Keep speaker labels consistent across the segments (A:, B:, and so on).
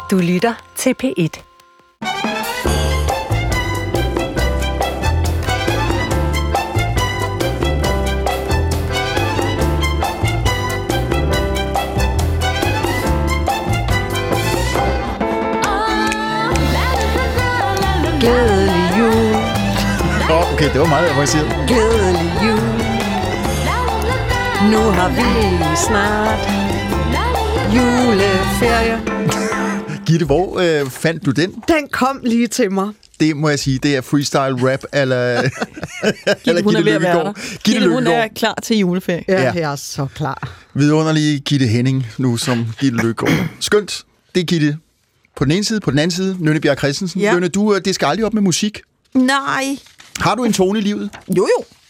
A: Du lytter til P1. Glædelig jul.
B: Okay, det var meget avanceret.
A: Glædelig jul. Nu har vi snart juleferie.
B: Gitte, hvor fandt du den?
A: Den kom lige til mig.
B: Det må jeg sige, det er freestyle rap eller
C: Gitte, hun er ved at være der. Gitte, hun er klar til juleferie.
A: Ja, jeg er så klar.
B: Vidunderlige Gitte Henning, nu som Gitte Løkkegaard. Skønt, det er Gitte. På den ene side, på den anden side, Nynne Bjerg Christensen.
C: Ja.
B: Nynne, det skal aldrig op med musik.
C: Nej.
B: Har du en tone i livet?
C: Jo.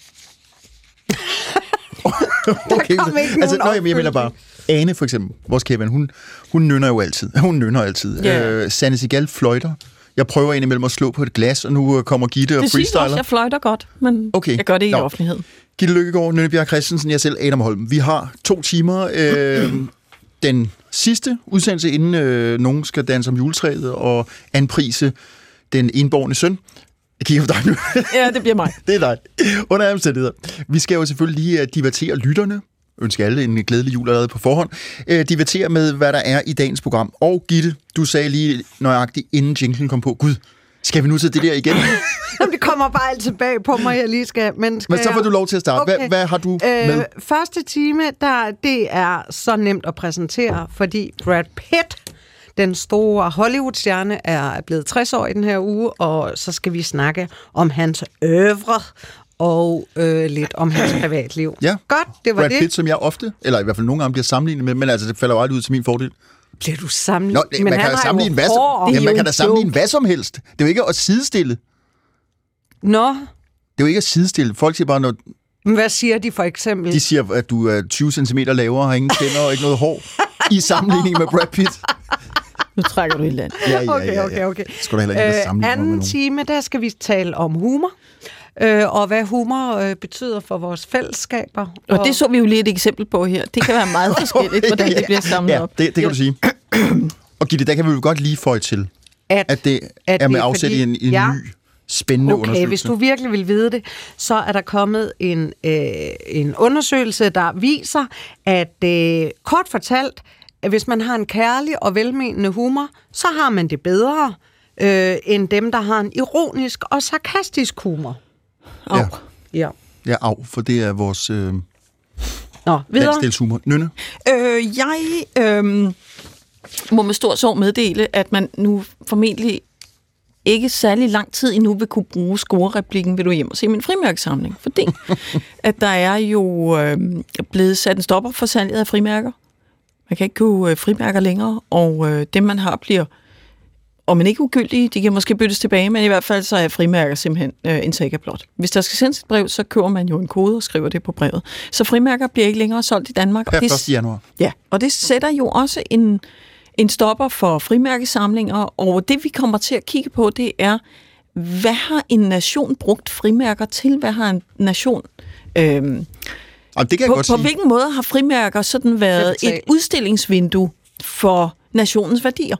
B: Okay, jeg mener bare. Ane for eksempel, vores kære ven, hun nynner jo altid. Hun nynner altid.
C: Yeah.
B: Sanne Sigal fløjter. Jeg prøver indimellem at slå på et glas, og nu kommer Gitte og freestyler.
C: Det siger også, jeg fløjter godt, men okay. Jeg gør det ikke i offentlighed.
B: Gitte Løkkegaard, Nynne Bjerg Christensen, jeg selv, Adam Holm. Vi har 2 timer. Den sidste udsendelse, inden nogen skal danse om juletræet og anprise den indborgne søn. Jeg kigger på dig nu.
C: Ja, det bliver mig.
B: Det er dig. Under omstændigheder. Vi skal jo selvfølgelig lige divertere lytterne. Ønsker alle en glædelig jul allerede på forhånd. Divertere med, hvad der er i dagens program. Og Gitte, du sagde lige nøjagtigt, inden jinglen kom på, Gud, skal vi nu til det der igen?
A: Jamen, det kommer bare alt tilbage på mig, jeg lige skal. Men
B: så får du lov til at starte.
A: Okay.
B: Hvad har du med?
A: Første time, det er så nemt at præsentere, fordi Brad Pitt, den store Hollywood-stjerne, er blevet 60 år i den her uge, og så skal vi snakke om hans oeuvre og lidt om hans privatliv.
B: Ja.
A: Godt, det var
B: Brad Pitt, som jeg ofte, eller i hvert fald nogle gange bliver sammenlignet med, men altså det falder jo aldrig ud til min fordel.
A: Bliver du sammenlignet?
B: Nå, man kan da sammenligne man kan da sammenligne hvad som helst. Det er jo ikke at sidestille.
A: Nå.
B: Det er jo ikke at sidestille. Folk siger bare, når...
A: Hvad siger de for eksempel?
B: De siger, at du er 20 cm lavere, har ingen tænder og ikke noget hår, i sammenligning med Brad Pitt.
C: Nu trækker du i land.
B: Ja.
A: Okay.
B: Skal du heller ikke sammenligne
A: anden
B: med nogen.
A: time, der skal vi tale om humor. Og hvad humor betyder for vores fællesskaber.
C: Og det så vi jo lige et eksempel på her. Det kan være meget forskelligt, hvordan det bliver samlet op.
B: Det kan du sige. Og Gitte, der kan vi jo godt lige føje til, at det er med afsæt i en ny, spændende undersøgelse.
A: Hvis du virkelig vil vide det, så er der kommet en undersøgelse, der viser, at kort fortalt, at hvis man har en kærlig og velmenende humor, så har man det bedre end dem, der har en ironisk og sarkastisk humor.
B: Ja, for det er vores landsdelshumor. Nynne?
C: Jeg må med stor sorg meddele, at man nu formentlig ikke særlig lang tid endnu vil kunne bruge scorereplikken, vil du hjem og se min frimærkesamling. Fordi at der er jo blevet sat en stopper for salget af frimærker. Man kan ikke købe frimærker længere, og dem man har bliver, og man ikke ugyldige, de kan måske byttes tilbage, men i hvert fald så er frimærker simpelthen en saga blot. Hvis der skal sendes et brev, så køber man jo en kode og skriver det på brevet. Så frimærker bliver ikke længere solgt i Danmark.
B: Her 1. januar.
C: Ja, og det sætter jo også en stopper for frimærkesamlinger, og det vi kommer til at kigge på, det er, hvad har en nation brugt frimærker til? Hvad har en nation... På hvilken måde har frimærker sådan været et udstillingsvindue for nationens værdier?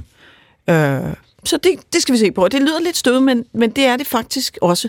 C: Så det skal vi se på. Det lyder lidt støvet, men det er det faktisk også.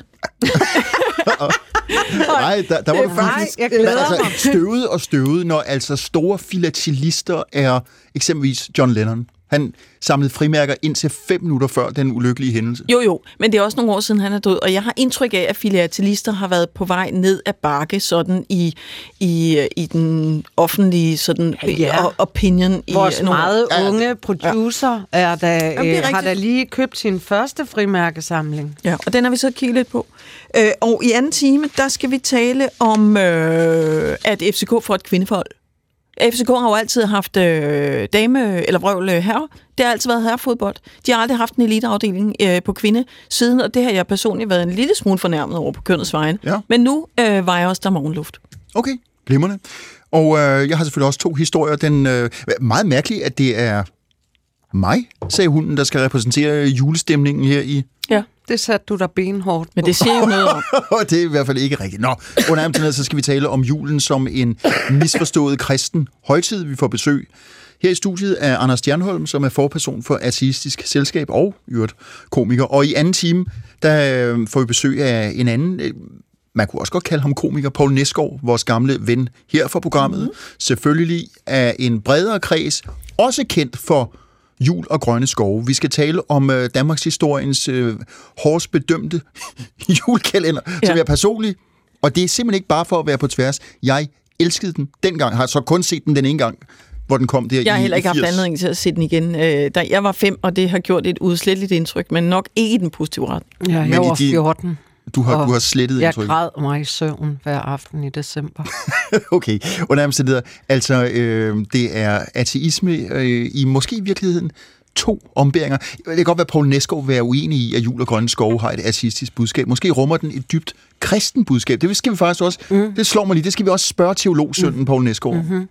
B: Nej, der var du faktisk støvet, når altså store filatelister er eksempelvis John Lennon. Han samlede frimærker indtil 5 minutter før den ulykkelige hændelse. Jo, men det er også nogle år siden, han er død, og jeg har indtryk af, at filatelister har været på vej ned ad bakke sådan i den offentlige sådan opinion.
A: Vores meget unge producer har da lige købt sin første frimærkesamling.
C: Ja, og den har vi så kigget lidt på. Og i anden time, der skal vi tale om, at FCK får et kvindeforhold. FCK har jo altid haft dame- eller vrøvl herre. Det har altid været herrefodbold. De har aldrig haft en eliteafdeling på kvindesiden, og det har jeg personligt været en lille smule fornærmet over på kønnets vejen. Ja. Men nu var jeg også der morgenluft.
B: Okay, glimrende. Og jeg har selvfølgelig også 2 historier. Den meget mærkeligt, at det er mig, sagde hunden, der skal repræsentere julestemningen her i
A: Det satte du der benhårdt på.
C: Men det siger jo noget om.
B: Det er i hvert fald ikke rigtigt. Nå, under omstændigheder, så skal vi tale om julen som en misforstået kristen højtid. Vi får besøg her i studiet af Anders Stjernholm, som er forperson for Ateistisk Selskab og komiker. Og i anden time, der får vi besøg af en anden, man kunne også godt kalde ham komiker, Poul Nesgaard, vores gamle ven her fra programmet. Selvfølgelig af en bredere kreds, også kendt for Jul og grønne skove. Vi skal tale om Danmarks historiens hårdest bedømte julekalender, som er personlig. Og det er simpelthen ikke bare for at være på tværs. Jeg elskede den dengang, har så kun set den ene gang, hvor den kom der i 80.
C: Jeg har heller ikke haft anledning til at se den igen. Da jeg var 5, og det har gjort et udsletteligt indtryk, men nok ikke i den positive ret.
A: Ja, jeg var 14.
B: Du har slettet
A: jeg
B: indtryk.
A: Jeg græd mig i søvn hver aften i december.
B: Okay, og nærmest det der. Altså, det er ateisme i måske i virkeligheden 2 ombæringer. Det kan godt være, at Poul Nesgaard vil være uenig i, at Jul og grønne skove har et ateistisk budskab. Måske rummer den et dybt kristen budskab. Det skal vi faktisk også, det slår mig lige, det skal vi også spørge teologsønnen Poul Nesgaard. Mm-hmm.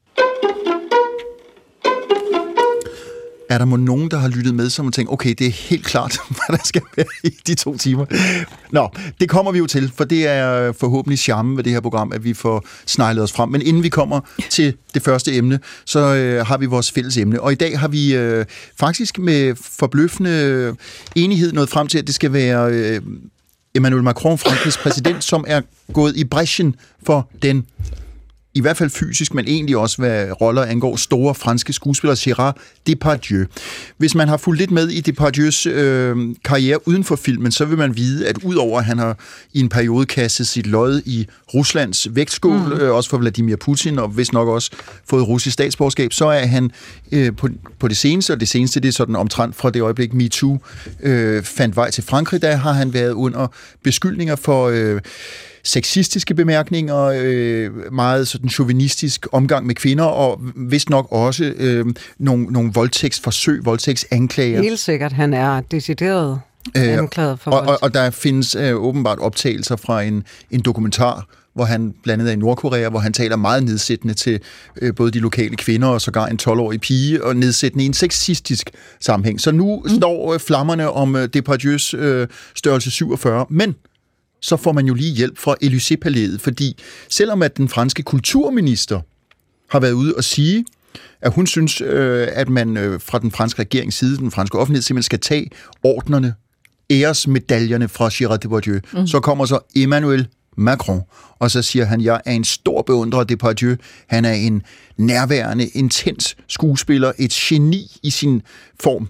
B: Er der nogen, der har lyttet med, som har tænkt, okay, det er helt klart, hvad der skal være i de 2 timer. Nå, det kommer vi jo til, for det er forhåbentlig charmen ved det her program, at vi får sneglet os frem. Men inden vi kommer til det første emne, så har vi vores fælles emne. Og i dag har vi faktisk med forbløffende enighed nået frem til, at det skal være Emmanuel Macron, Frankrigs præsident, som er gået i brechen for den, i hvert fald fysisk, men egentlig også, hvad roller angår, store franske skuespiller Gérard Depardieu. Hvis man har fulgt lidt med i Depardieux karriere uden for filmen, så vil man vide, at udover at han har i en periode kastet sit lod i Ruslands vægtskål, også for Vladimir Putin, og vist nok også fået russisk statsborgerskab, så er han på det seneste, og det seneste, det er sådan omtrent fra det øjeblik MeToo fandt vej til Frankrig, der har han været under beskyldninger for sexistiske bemærkninger, meget sådan chauvinistisk omgang med kvinder, og vist nok også nogle voldtægtsforsøg, voldtægtsanklager.
A: Helt sikkert, han er decideret anklaget for voldtægt.
B: Og der findes åbenbart optagelser fra en dokumentar, hvor han blandt andet er i Nordkorea, hvor han taler meget nedsættende til både de lokale kvinder og sågar en 12-årig pige, og nedsættende i en sexistisk sammenhæng. Så nu står flammerne om Depardieux størrelse 47, men så får man jo lige hjælp fra Élysée-palæet, fordi selvom at den franske kulturminister har været ude og sige, at hun synes, at man fra den franske regerings side, den franske offentlighed, simpelthen skal tage ordnerne, æresmedaljerne fra Gérard Depardieu, så kommer så Emmanuel Macron, og så siger han, jeg er en stor beundrer af Depardieu. Han er en nærværende, intens skuespiller, et geni i sin form.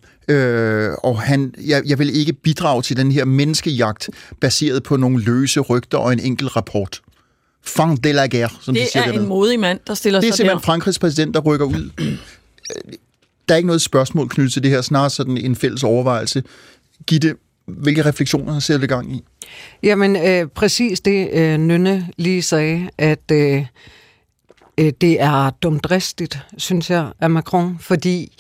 B: Og jeg vil ikke bidrage til den her menneskejagt, baseret på nogle løse rygter og en enkelt rapport. Fin de la guerre, som de siger.
C: Det er en modig mand, der stiller sig der.
B: Det er simpelthen Frankrigs præsident, der rykker ud. Der er ikke noget spørgsmål knyttet til det her, snarere sådan en fælles overvejelse. Gitte, hvilke refleksioner har sættet i gang i?
A: Jamen, præcis det Nynne lige sagde, at det er dumdristigt, synes jeg, af Macron, fordi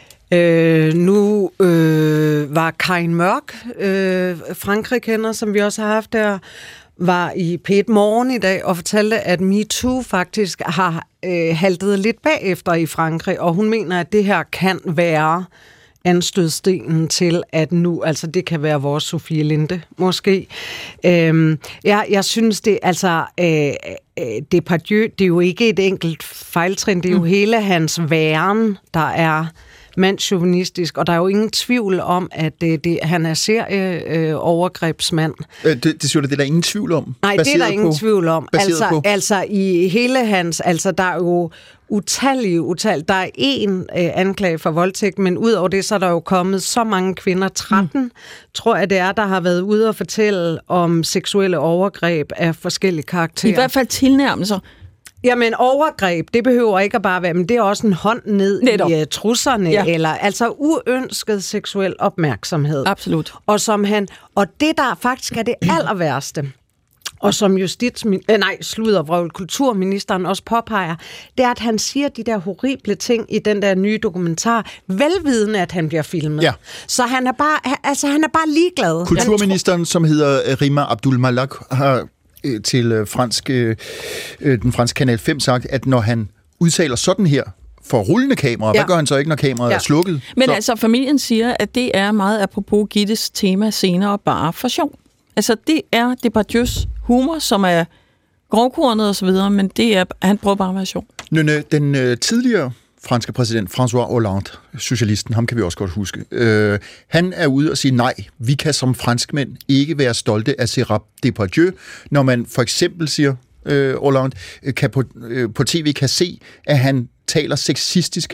A: nu var Karin Mørk, Frankrig kender, som vi også har haft der, var i P1 Morgen i dag og fortalte, at MeToo faktisk har haltet lidt bagefter i Frankrig, og hun mener, at det her kan være anstødstenen til, at nu, altså det kan være vores Sofie Linde, måske. Jeg synes det, altså Depardieu, det er jo ikke et enkelt fejltrin, det er jo hele hans væren, der er mandschauvinistisk, og der er jo ingen tvivl om, at han er serieovergrebsmand.
B: Det siger du, det er der ingen tvivl om?
A: Nej, det er der ingen tvivl om. Altså i hele hans, altså der er jo utallige, der er én anklage for voldtægt, men ud over det, så er der jo kommet så mange kvinder, 13, tror jeg det er, der har været ude og fortælle om seksuelle overgreb af forskellige karakterer.
C: I hvert fald tilnærmelser.
A: Jamen, overgreb, det behøver ikke at bare være, men det er også en hånd ned i trusserne, eller altså uønsket seksuel opmærksomhed.
C: Absolut.
A: Og det, der faktisk er det aller værste, og som kulturministeren også påpeger, det er, at han siger de der horrible ting i den der nye dokumentar, velvidende, at han bliver filmet. Ja. Så han er bare ligeglad.
B: Kulturministeren, som hedder Rima Abdul Malak, har til den franske Kanal 5 sagt, at når han udtaler sådan her for rullende kamera. Hvad gør han så ikke, når kameraet er slukket?
C: Men altså, familien siger, at det er meget apropos Gittes tema senere, bare for sjov. Altså, det er Depardieu's humor, som er grovkornet og så videre, men det er, han prøver bare at være sjov.
B: Den tidligere franske præsident, François Hollande, socialisten, ham kan vi også godt huske, han er ude og sige, nej, vi kan som franskmænd ikke være stolte af Gérard Depardieu, når man for eksempel siger, Hollande, på tv kan se, at han taler sexistisk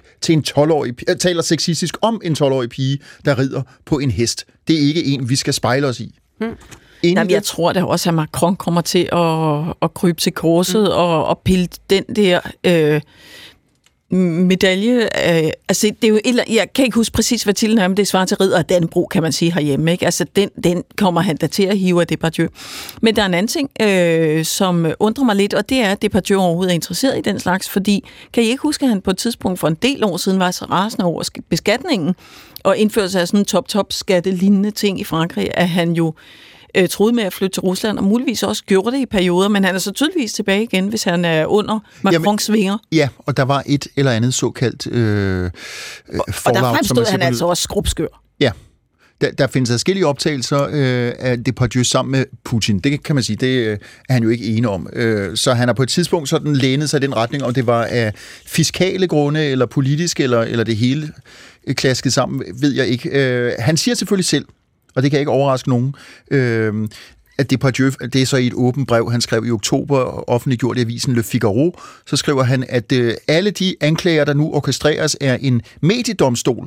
B: om en 12-årig pige, der rider på en hest. Det er ikke en, vi skal spejle os i.
C: Jamen, jeg tror da også, at Macron kommer til at krybe til korset og pille den der medalje. Altså, det er jo jeg kan ikke huske præcis, hvad titlen er, men det svarer til Ridder af Dannebrog, kan man sige herhjemme. Ikke? Altså, den kommer han da til at hive af Depardieu. Men der er en anden ting, som undrer mig lidt, og det er, at Depardieu overhovedet er interesseret i den slags, fordi kan I ikke huske, at han på et tidspunkt for en del år siden var så rasende over beskatningen og indførelse af sådan en top-skatte-lignende ting i Frankrig, at han jo troede med at flytte til Rusland, og muligvis også gjorde det i perioder, men han er så tydeligvis tilbage igen, hvis han er under Macrons vinger.
B: Ja, og der var et eller andet såkaldt fallout.
C: Og der fremstod han altså også skrubskør.
B: Ja, der findes adskillige optagelser af Depardieu sammen med Putin. Det kan man sige, det er han jo ikke enig om. Så han har på et tidspunkt sådan lænet sig i den retning, om det var af fiskale grunde, eller politisk, eller det hele klasket sammen, ved jeg ikke. Han siger selvfølgelig selv, og det kan ikke overraske nogen, at Depardieu, det er så i et åbent brev, han skrev i oktober, offentliggjort i avisen Le Figaro, så skriver han, at alle de anklager, der nu orkestreres, er en mediedomstol,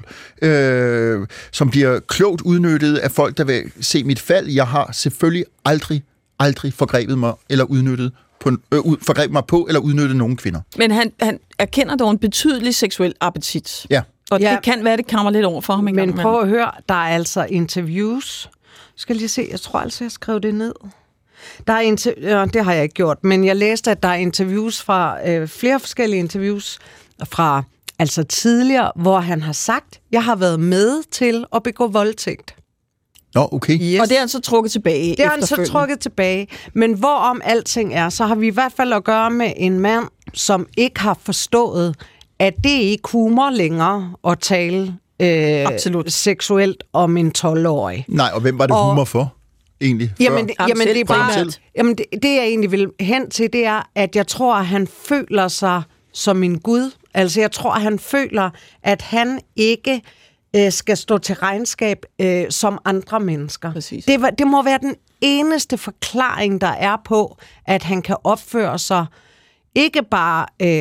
B: som bliver klogt udnyttet af folk, der vil se mit fald. Jeg har selvfølgelig aldrig forgrebet mig eller forgrebet mig på eller udnyttet nogen kvinder.
C: Men han erkender dog en betydelig seksuel appetit.
B: Ja.
C: Og det kan være, det kammer lidt over for ham.
A: Men prøv at høre, der er altså interviews. Skal lige se, jeg tror altså, jeg skrev det ned. Der er det har jeg ikke gjort, men jeg læste, at der er interviews fra flere forskellige interviews fra altså tidligere, hvor han har sagt, jeg har været med til at begå voldtægt.
B: Nå, okay.
C: Yes. Og det er han så trukket tilbage.
A: Det er han så trukket tilbage. Men hvorom alting er, så har vi i hvert fald at gøre med en mand, som ikke har forstået, at det ikke humor længere at tale seksuelt om en 12-årig.
B: Nej, og hvem var det humor for, egentlig?
A: Jamen, det er bare... Jamen, det jeg egentlig vil hen til, det er, at jeg tror, at han føler sig som en gud. Altså, jeg tror, at han føler, at han ikke skal stå til regnskab som andre mennesker. Det må være den eneste forklaring, der er på, at han kan opføre sig ikke bare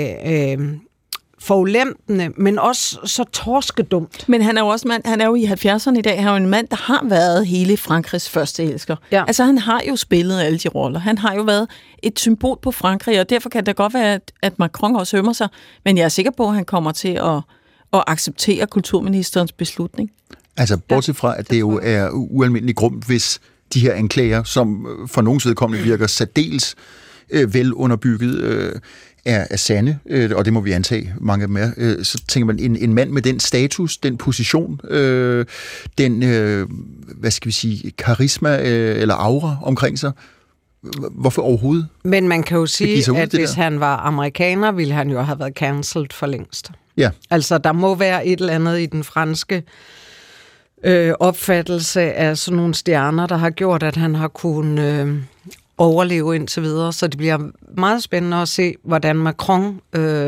A: forulempende, men også så torskedumt.
C: Men han er jo også han er jo i 70'erne i dag, han er jo en mand, der har været hele Frankrigs første elsker. Ja. Altså han har jo spillet alle de roller. Han har jo været et symbol på Frankrig, og derfor kan det godt være, at Macron også ømmer sig, men jeg er sikker på, at han kommer til at acceptere kulturministerens beslutning.
B: Altså bortset fra, at det jo er ualmindeligt grumt, hvis de her anklager, som for nogens vedkommende virker særdeles velunderbygget, er sande, og det må vi antage mange af dem er, så tænker man, en mand med den status, den position, den, hvad skal vi sige, karisma eller aura omkring sig, hvorfor overhovedet?
A: Men man kan jo sige, at hvis han var amerikaner, ville han jo have været cancelled for længst.
B: Ja.
A: Altså, der må være et eller andet i den franske opfattelse af sådan nogle stjerner, der har gjort, at han har kunnet overleve indtil videre. Så det bliver meget spændende at se, hvordan Macron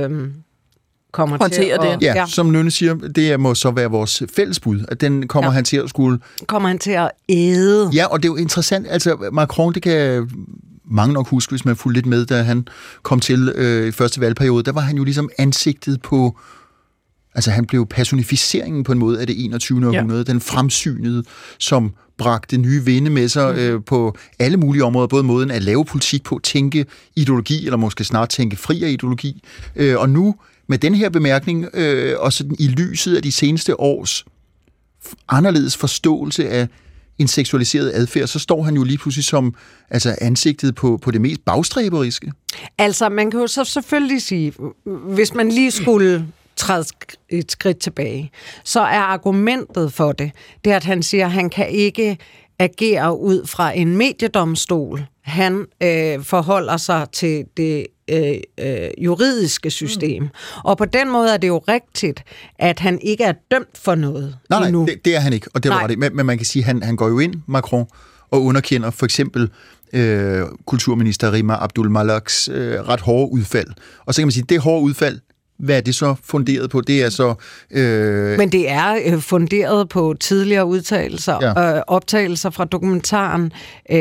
A: kommer til at...
B: Ja, som Nynne siger, det må så være vores fællesbud, at den kommer han til at skulle...
A: Kommer han til at æde.
B: Ja, og det er jo interessant, altså Macron, det kan mange nok huske, hvis man fulgte lidt med, da han kom til i første valgperiode, der var han jo ligesom ansigtet på... Altså han blev personificeringen på en måde af det 21. århundrede, den fremsynede, som bragte nye vinde med sig på alle mulige områder, både måden at lave politik på, tænke ideologi, eller måske snart tænke fri af ideologi. Og nu, med den her bemærkning, og sådan i lyset af de seneste års anderledes forståelse af en seksualiseret adfærd, så står han jo lige pludselig som ansigtet på det mest bagstræberiske.
A: Altså, man kan jo så selvfølgelig sige, hvis man lige skulle træde et skridt tilbage, så er argumentet for det, at han siger, at han kan ikke agerer ud fra en mediedomstol. Han forholder sig til det juridiske system. Og på den måde er det jo rigtigt, at han ikke er dømt for noget endnu.
B: Nej, det er han ikke, og det var det. Men man kan sige, at han går jo ind, Macron, og underkender for eksempel kulturminister Rima Abdul Malaks ret hårde udfald. Og så kan man sige, at det hårde udfald, hvad er det så funderet på? Det er så...
A: Men det er funderet på tidligere udtalelser, optagelser fra dokumentaren,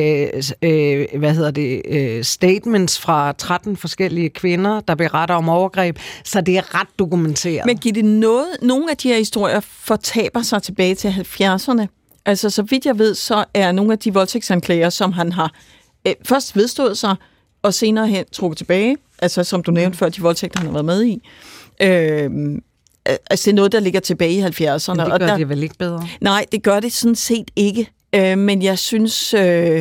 A: statements fra 13 forskellige kvinder, der beretter om overgreb, så det er ret dokumenteret.
C: Men giver det nogle af de her historier fortaber sig tilbage til 70'erne? Altså, så vidt jeg ved, så er nogle af de voldtægtsanklager, som han har først vedstået sig, og senere hen trukket tilbage, altså som du nævnte før, de voldtægter, han har været med i. Altså det er noget, der ligger tilbage i 70'erne.
A: Men det gør det vel ikke bedre?
C: Nej, det gør det sådan set ikke. Men jeg synes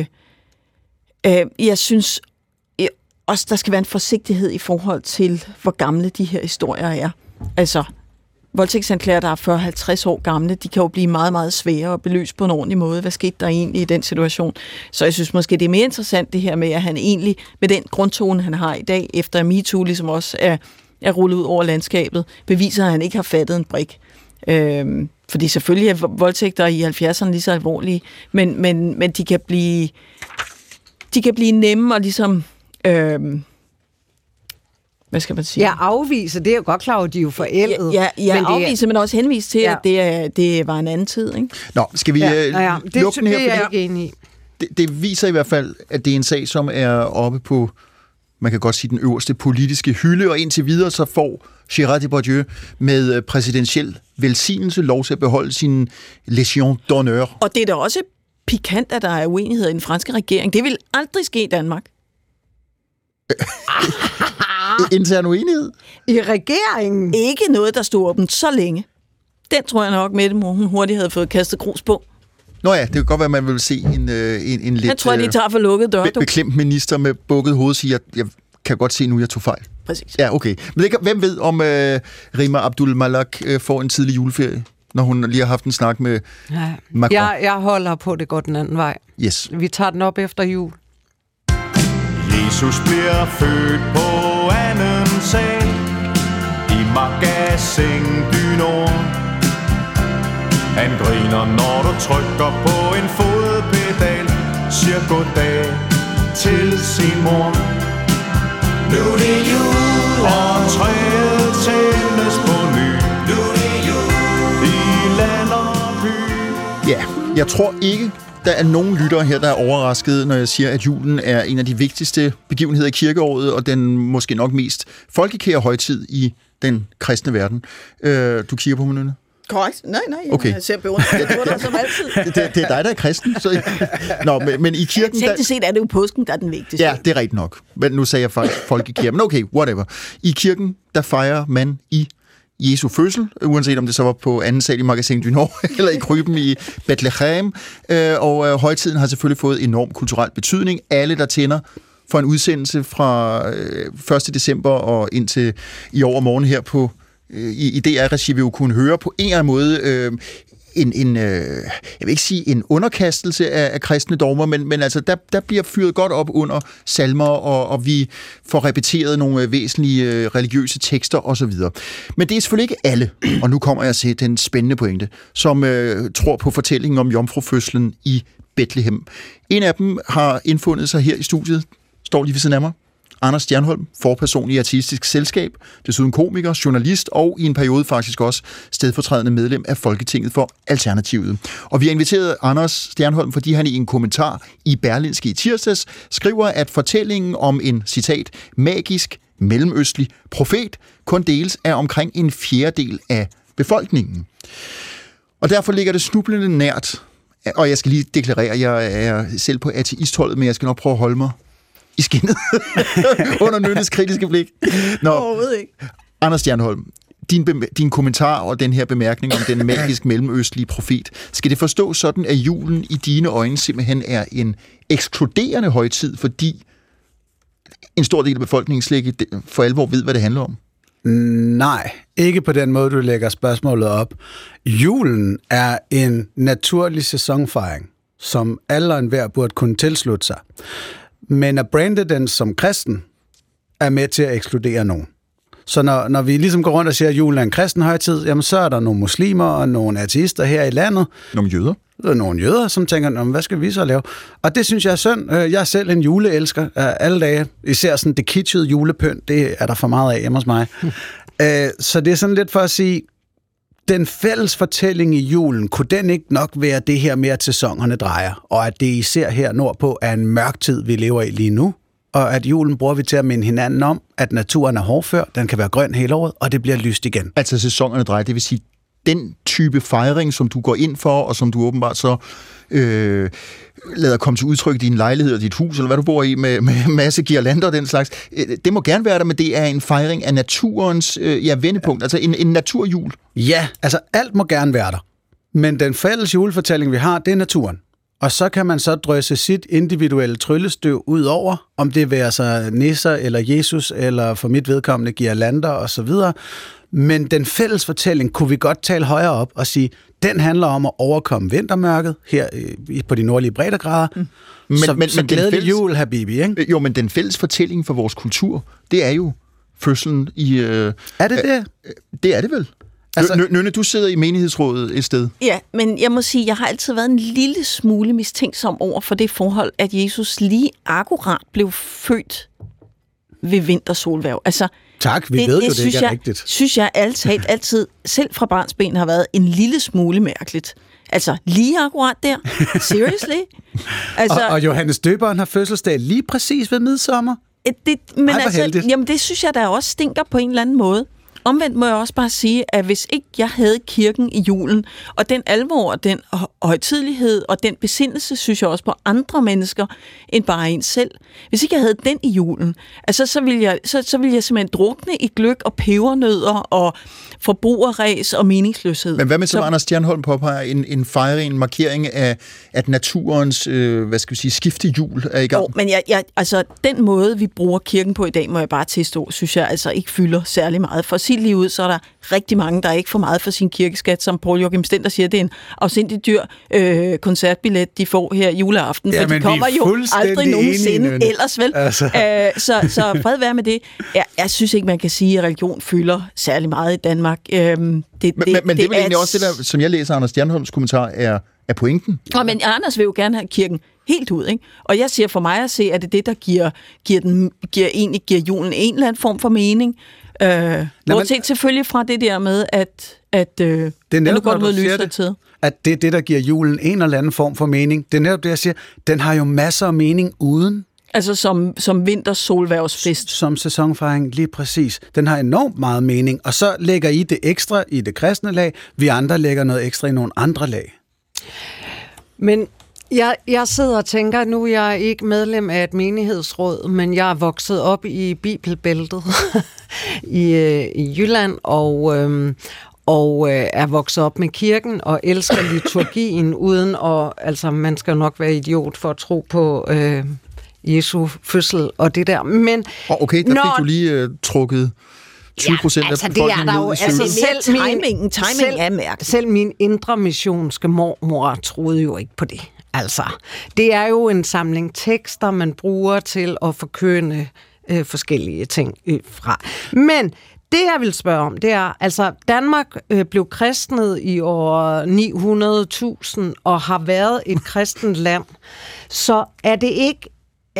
C: også, der skal være en forsigtighed i forhold til, hvor gamle de her historier er. Altså, voldtægtsanklager, der er 40-50 år gamle, de kan jo blive meget, meget svære at belyse på en ordentlig måde. Hvad skete der egentlig i den situation? Så jeg synes måske, det er mere interessant det her med, at han egentlig, med den grundtone, han har i dag, efter MeToo ligesom også er rullet ud over landskabet, beviser, at han ikke har fattet en brik. Fordi selvfølgelig er voldtægter i 70'erne lige så alvorlige, men de kan blive nemme og ligesom... hvad skal man sige?
A: Ja, afvise, det er jo godt klar, at de er jo forældet.
C: Ja, men afvise, men også henvise til, at det var en anden tid, ikke?
B: Nå, skal vi lukke den her?
A: Det er jeg ikke enig i.
B: Det viser i hvert fald, at det er en sag, som er oppe på, man kan godt sige, den øverste politiske hylde, og indtil videre så får Gérard Depardieu med præsidentiel velsignelse lov til at beholde sin Légion d'honneur.
C: Og det er da også pikant, at der er uenighed i den franske regering. Det vil aldrig ske i Danmark.
B: Intern uenighed?
A: I regeringen?
C: Ikke noget, der stod åbent så længe. Den tror jeg nok, Mette hun hurtigt havde fået kastet grus på.
B: Nå ja, det kan godt være, at man vil se en lidt...
C: Jeg tror, de tager for lukket dør.
B: Beklemt minister med bukket hoved siger, jeg kan godt se nu, jeg tog fejl.
C: Præcis.
B: Ja, okay. Men hvem ved, om Rima Abdul Malak får en tidlig juleferie, når hun lige har haft en snak med Macron?
A: Jeg holder på, det går den anden vej.
B: Yes.
A: Vi tager den op efter jul.
D: Jesus bliver født på anden sal i Magasin du Nord. Han griner, når du trykker på en fodpedal, siger goddag til sin mor. Nu er det jul, og træet tændes på ny. Nu er det jul i land og by.
B: Ja, jeg tror ikke, der er nogen lyttere her, der er overrasket, når jeg siger, at julen er en af de vigtigste begivenheder i kirkeåret, og den måske nok mest folkekære højtid i den kristne verden. Du kigger på mig, Nynne?
C: Korrekt. Nej,
B: okay.
C: Jeg ser beundret som altid.
B: Det er dig, der er kristen. Så... Nå, men i kirken...
C: Teknisk set er det jo påsken, der er den vigtigste.
B: Ja, det er rigtigt nok. Men nu sagde jeg faktisk folkekære. Men okay, whatever. I kirken, der fejrer man i Jesu fødsel, uanset om det så var på anden sal i Magasin du Nord, eller i kryben i Bethlehem. Og højtiden har selvfølgelig fået enorm kulturel betydning. Alle, der tænder for en udsendelse fra 1. december og indtil i overmorgen her på i DR-regi, vil jo kunne høre på en eller anden måde jeg vil ikke sige en underkastelse af kristne dogmer, men altså der bliver fyret godt op under salmer, og vi får repeteret nogle væsentlige religiøse tekster osv. Men det er selvfølgelig ikke alle, og nu kommer jeg til den spændende pointe, som tror på fortællingen om jomfrufødslen i Bethlehem. En af dem har indfundet sig her i studiet, står lige ved siden af mig. Anders Stjernholm, forperson i Artistisk Selskab, desuden komiker, journalist og i en periode faktisk også stedfortrædende medlem af Folketinget for Alternativet. Og vi har inviteret Anders Stjernholm, fordi han i en kommentar i Berlingske i tirsdags skriver, at fortællingen om en, citat, magisk mellemøstlig profet kun deles af omkring 1/4 af befolkningen. Og derfor ligger det snublende nært, og jeg skal lige deklarere, at jeg er selv på ateistholdet, men jeg skal nok prøve at holde mig i skinnet under Nynnes kritiske blik.
C: Overhovedet ikke.
B: Anders Stjernholm, din kommentar og den her bemærkning om den magisk mellemøstlige profet, skal det forstås sådan, at julen i dine øjne simpelthen er en ekskluderende højtid, fordi en stor del af befolkningen slet ikke for alvor ved, hvad det handler om?
E: Nej, ikke på den måde, du lægger spørgsmålet op. Julen er en naturlig sæsonfejring. som alle og enhver burde kunne tilslutte sig. Men at brande den som kristen, er med til at ekskludere nogen. Så når vi ligesom går rundt og siger, at julen er en kristen højtid, jamen så er der nogle muslimer og nogle ateister her i landet.
B: Nogle jøder.
E: Nogle jøder, som tænker, hvad skal vi så lave? Og det synes jeg er synd. Jeg er selv en juleelsker alle dage. Især sådan det kitschede julepynt, det er der for meget af hjemme hos mig. Så det er sådan lidt for at sige, den fælles fortælling i julen, kunne den ikke nok være det her med, at sæsonerne drejer, og at det især her nordpå er en mørk tid, vi lever i lige nu, og at julen bruger vi til at minde hinanden om, at naturen er hårdfør, den kan være grøn hele året, og det bliver lyst igen.
B: Altså sæsonerne drejer, det vil sige, den type fejring, som du går ind for, og som du åbenbart så lader komme til udtryk i din lejlighed og dit hus, eller hvad du bor i, med masse girlander og den slags, det må gerne være der, men det er en fejring af naturens vendepunkt, altså en naturjul.
E: Ja, altså alt må gerne være der. Men den fælles julefortælling, vi har, det er naturen. Og så kan man så drysse sit individuelle tryllestøv ud over, om det værer sig nisser eller Jesus, eller for mit vedkommende girlander og så videre. Men den fælles fortælling kunne vi godt tale højere op og sige, den handler om at overkomme vintermørket her på de nordlige breddegrader. Så glædelig jul, habibi, ikke?
B: Jo, men den fælles fortælling for vores kultur, det er jo fødslen i...
E: Er det det?
B: Det er det vel? Altså, Nynne, du sidder i menighedsrådet et sted.
C: Ja, men jeg må sige, jeg har altid været en lille smule mistænksom over for det forhold, at Jesus lige akkurat blev født ved vintersolværv. Altså,
E: tak, vi ved jo, det ikke er rigtigt.
C: Synes jeg altid, selv fra barnsben, har været en lille smule mærkeligt. Altså, lige akkurat der. Seriously? Altså,
E: og Johannes Døberen har fødselsdag lige præcis ved midsommer.
C: Det synes jeg, der også stinker på en eller anden måde. Omvendt må jeg også bare sige, at hvis ikke jeg havde kirken i julen, og den alvor, og den højtidelighed, og den besindelse, synes jeg også på andre mennesker, end bare en selv. Hvis ikke jeg havde den i julen, altså, så ville jeg simpelthen drukne i gløgg og pebernødder, og forbrugerræs og meningsløshed.
B: Men hvad med, som Anders Stjernholm påpeger, en fejring, en markering af, at naturens, skiftehjul er i gang?
C: Jo, men altså, den måde, vi bruger kirken på i dag, må jeg bare tilstå, synes jeg altså ikke fylder særlig meget. For at sige lige ud, så er der rigtig mange, der ikke får meget for sin kirkeskat, som Poul Joachim Stender siger, det er en afsindig dyr koncertbillet, de får her juleaften, for de kommer jo aldrig nogensinde ellers, vel? Altså. Så fred være med det. Jeg synes ikke, man kan sige, at religion fylder særlig meget i Danmark.
B: Men det er vel egentlig også det der, som jeg læser Anders Stjernholms kommentar, er pointen.
C: Ja, men Anders vil jo gerne have kirken helt ud, ikke? Og jeg siger for mig at se, at det er det, der giver julen en eller anden form for mening. Bortset selvfølgelig fra det der med, at det er netop, godt mod lyset til.
E: At det er det, der giver julen en eller anden form for mening. Det er netop det, jeg siger. Den har jo masser af mening uden.
C: Altså som vintersolværvsfest.
E: Som sæsonfejring, lige præcis. Den har enormt meget mening, og så lægger I det ekstra i det kristne lag, vi andre lægger noget ekstra i nogle andre lag.
A: Men jeg sidder og tænker, nu er jeg ikke medlem af et menighedsråd, men jeg er vokset op i Bibelbæltet i Jylland, og er vokset op med kirken og elsker liturgien uden at, altså man skal nok være idiot for at tro på Jesu fødsel og det der. Men
B: okay, der fik du lige trukket 20% af befolkningen ned i
C: søvn. Timing er mærkeligt.
A: Selv min indre missionske mormor troede jo ikke på det. Altså, det er jo en samling tekster, man bruger til at forkynde forskellige ting fra. Men det, jeg vil spørge om, det er, altså, Danmark blev kristnet i år 900.000 og har været et kristent land. Så er det ikke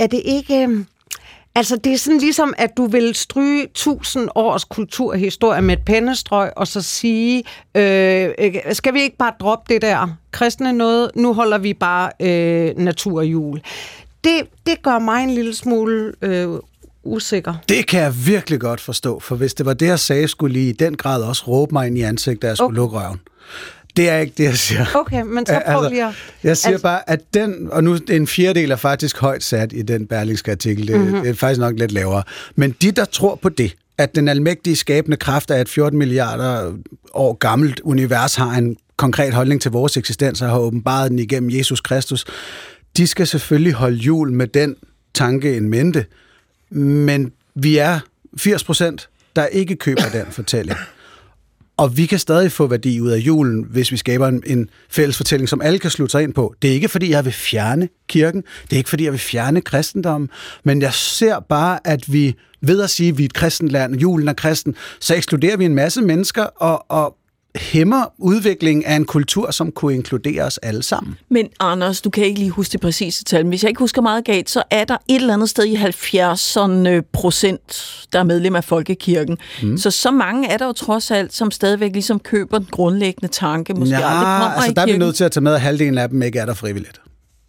A: altså, det er sådan ligesom, at du vil stryge 1000 års kulturhistorie med et pennestrøg, og så sige, skal vi ikke bare droppe det der kristne noget? Nu holder vi bare naturjul. Det gør mig en lille smule usikker.
E: Det kan jeg virkelig godt forstå, for hvis det var det, jeg sagde, skulle I den grad også råbe mig ind i ansigtet, da jeg skulle lukke røven. Det er ikke det, jeg siger.
A: Okay, men så prøv lige at...
E: Jeg siger bare, at den, og nu en fjerdedel er faktisk højt sat i den Berlingske artikel, det er faktisk nok lidt lavere, men de, der tror på det, at den almægtige skabende kraft af et 14 milliarder år gammelt univers har en konkret holdning til vores eksistens og har åbenbaret den igennem Jesus Kristus, de skal selvfølgelig holde jul med den tanke en mente, men vi er 80%, der ikke køber den fortælling. Og vi kan stadig få værdi ud af julen, hvis vi skaber en fælles fortælling, som alle kan slutte sig ind på. Det er ikke, fordi jeg vil fjerne kirken. Det er ikke, fordi jeg vil fjerne kristendommen. Men jeg ser bare, at vi ved at sige, at vi er et kristent land, julen er kristen, så ekskluderer vi en masse mennesker og hæmmer udviklingen af en kultur, som kunne inkludere os alle sammen.
C: Men Anders, du kan ikke lige huske det præcise tal. Hvis jeg ikke husker meget galt, så er der et eller andet sted i 70%, der er medlem af folkekirken. Så mange er der jo trods alt, som stadigvæk ligesom køber den grundlæggende tanke. Måske aldrig kommer
E: altså
C: i
E: der er vi
C: kirken.
E: nødt til at tage med, at halvdelen af dem ikke er der frivilligt.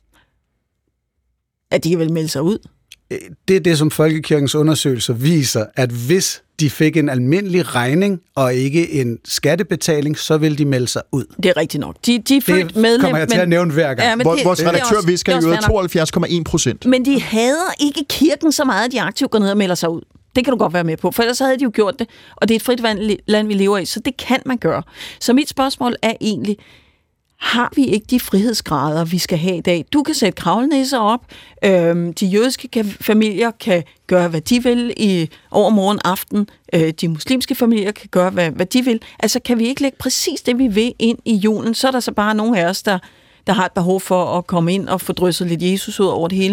C: At de kan vel melde sig ud?
E: Det er det, som Folkekirkens undersøgelser viser, at hvis de fik en almindelig regning og ikke en skattebetaling, så vil de melde sig ud.
C: Det er rigtigt nok. De er født medlem.
E: Det kommer jeg til at nævne hver gang.
C: Ja, men
B: Vores redaktør visker jo 72,1%.
C: Men de hader ikke kirken så meget, at de aktivt går ned og melder sig ud. Det kan du godt være med på, for ellers havde de jo gjort det. Og det er et frit land, vi lever i, så det kan man gøre. Så mit spørgsmål er egentlig, har vi ikke de frihedsgrader, vi skal have i dag? Du kan sætte kravlenæsser op. De jødiske familier kan gøre, hvad de vil i overmorgen aften. De muslimske familier kan gøre, hvad de vil. Altså, kan vi ikke lægge præcis det, vi vil ind i julen? Så er der så bare nogle af os, der har et behov for at komme ind og få drysset lidt Jesus ud over det hele.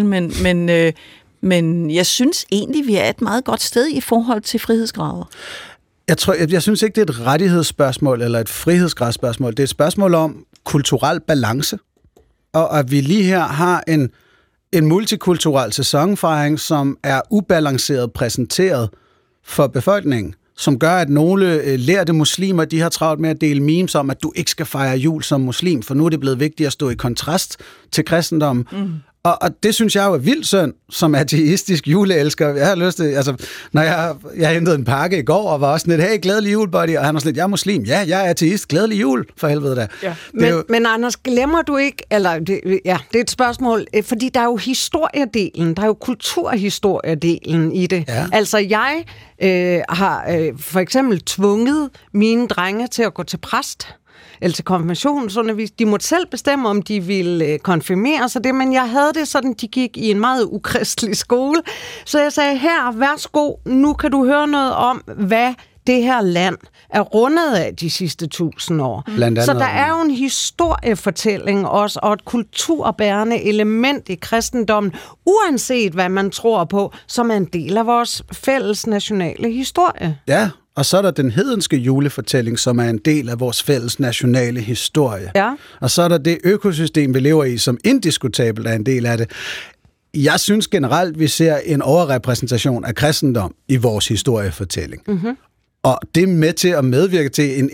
C: Men jeg synes egentlig, vi er et meget godt sted i forhold til frihedsgrader.
E: Jeg synes ikke, det er et rettighedsspørgsmål eller et frihedsgradsspørgsmål. Det er et spørgsmål om kulturel balance, og at vi lige her har en multikulturel sæsonfejring, som er ubalanceret præsenteret for befolkningen, som gør, at nogle lærte muslimer, de har travlt med at dele memes om, at du ikke skal fejre jul som muslim, for nu er det blevet vigtigt at stå i kontrast til kristendommen. Og det synes jeg jo er vildt synd, som ateistisk juleelsker. Jeg har lyst til, altså, når jeg hentede en pakke i går, og var også sådan lidt, hey, glædelig jul, buddy, og han var sådan lidt, jeg er muslim. Ja, jeg er ateist, glædelig jul, for helvede da.
A: Ja. Men Anders, glemmer du ikke, eller det er et spørgsmål, fordi der er jo historiedelen, der er jo kulturhistoriedelen i det. Ja. Altså, jeg har for eksempel tvunget mine drenge til at gå til præst, eller til konfirmationsundervisning. De måtte selv bestemme, om de ville konfirmere sig det, men jeg havde det sådan, de gik i en meget ukristelig skole. Så jeg sagde, her, værsgo, nu kan du høre noget om, hvad det her land er rundet af de sidste 1000 år. Så der er jo en historiefortælling også, og et kulturbærende element i kristendommen, uanset hvad man tror på, som er en del af vores fælles nationale historie.
E: Ja, og så er der den hedenske julefortælling, som er en del af vores fælles nationale historie.
A: Ja.
E: Og så er der det økosystem, vi lever i, som indiskutabelt er en del af det. Jeg synes generelt, vi ser en overrepræsentation af kristendom i vores historiefortælling. Mm-hmm. Og det er med til at medvirke til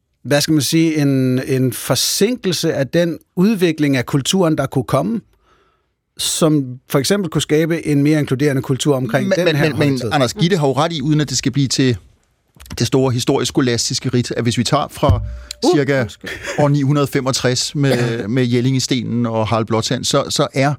E: en forsinkelse af den udvikling af kulturen, der kunne komme, som for eksempel kunne skabe en mere inkluderende kultur omkring den her højtid. Men
B: Anders Gitte har jo ret i, uden at det skal blive til det store historisk-skolastiske rit, at hvis vi tager fra cirka år 965 med Jelling i stenen og Harald Blåtand, så er,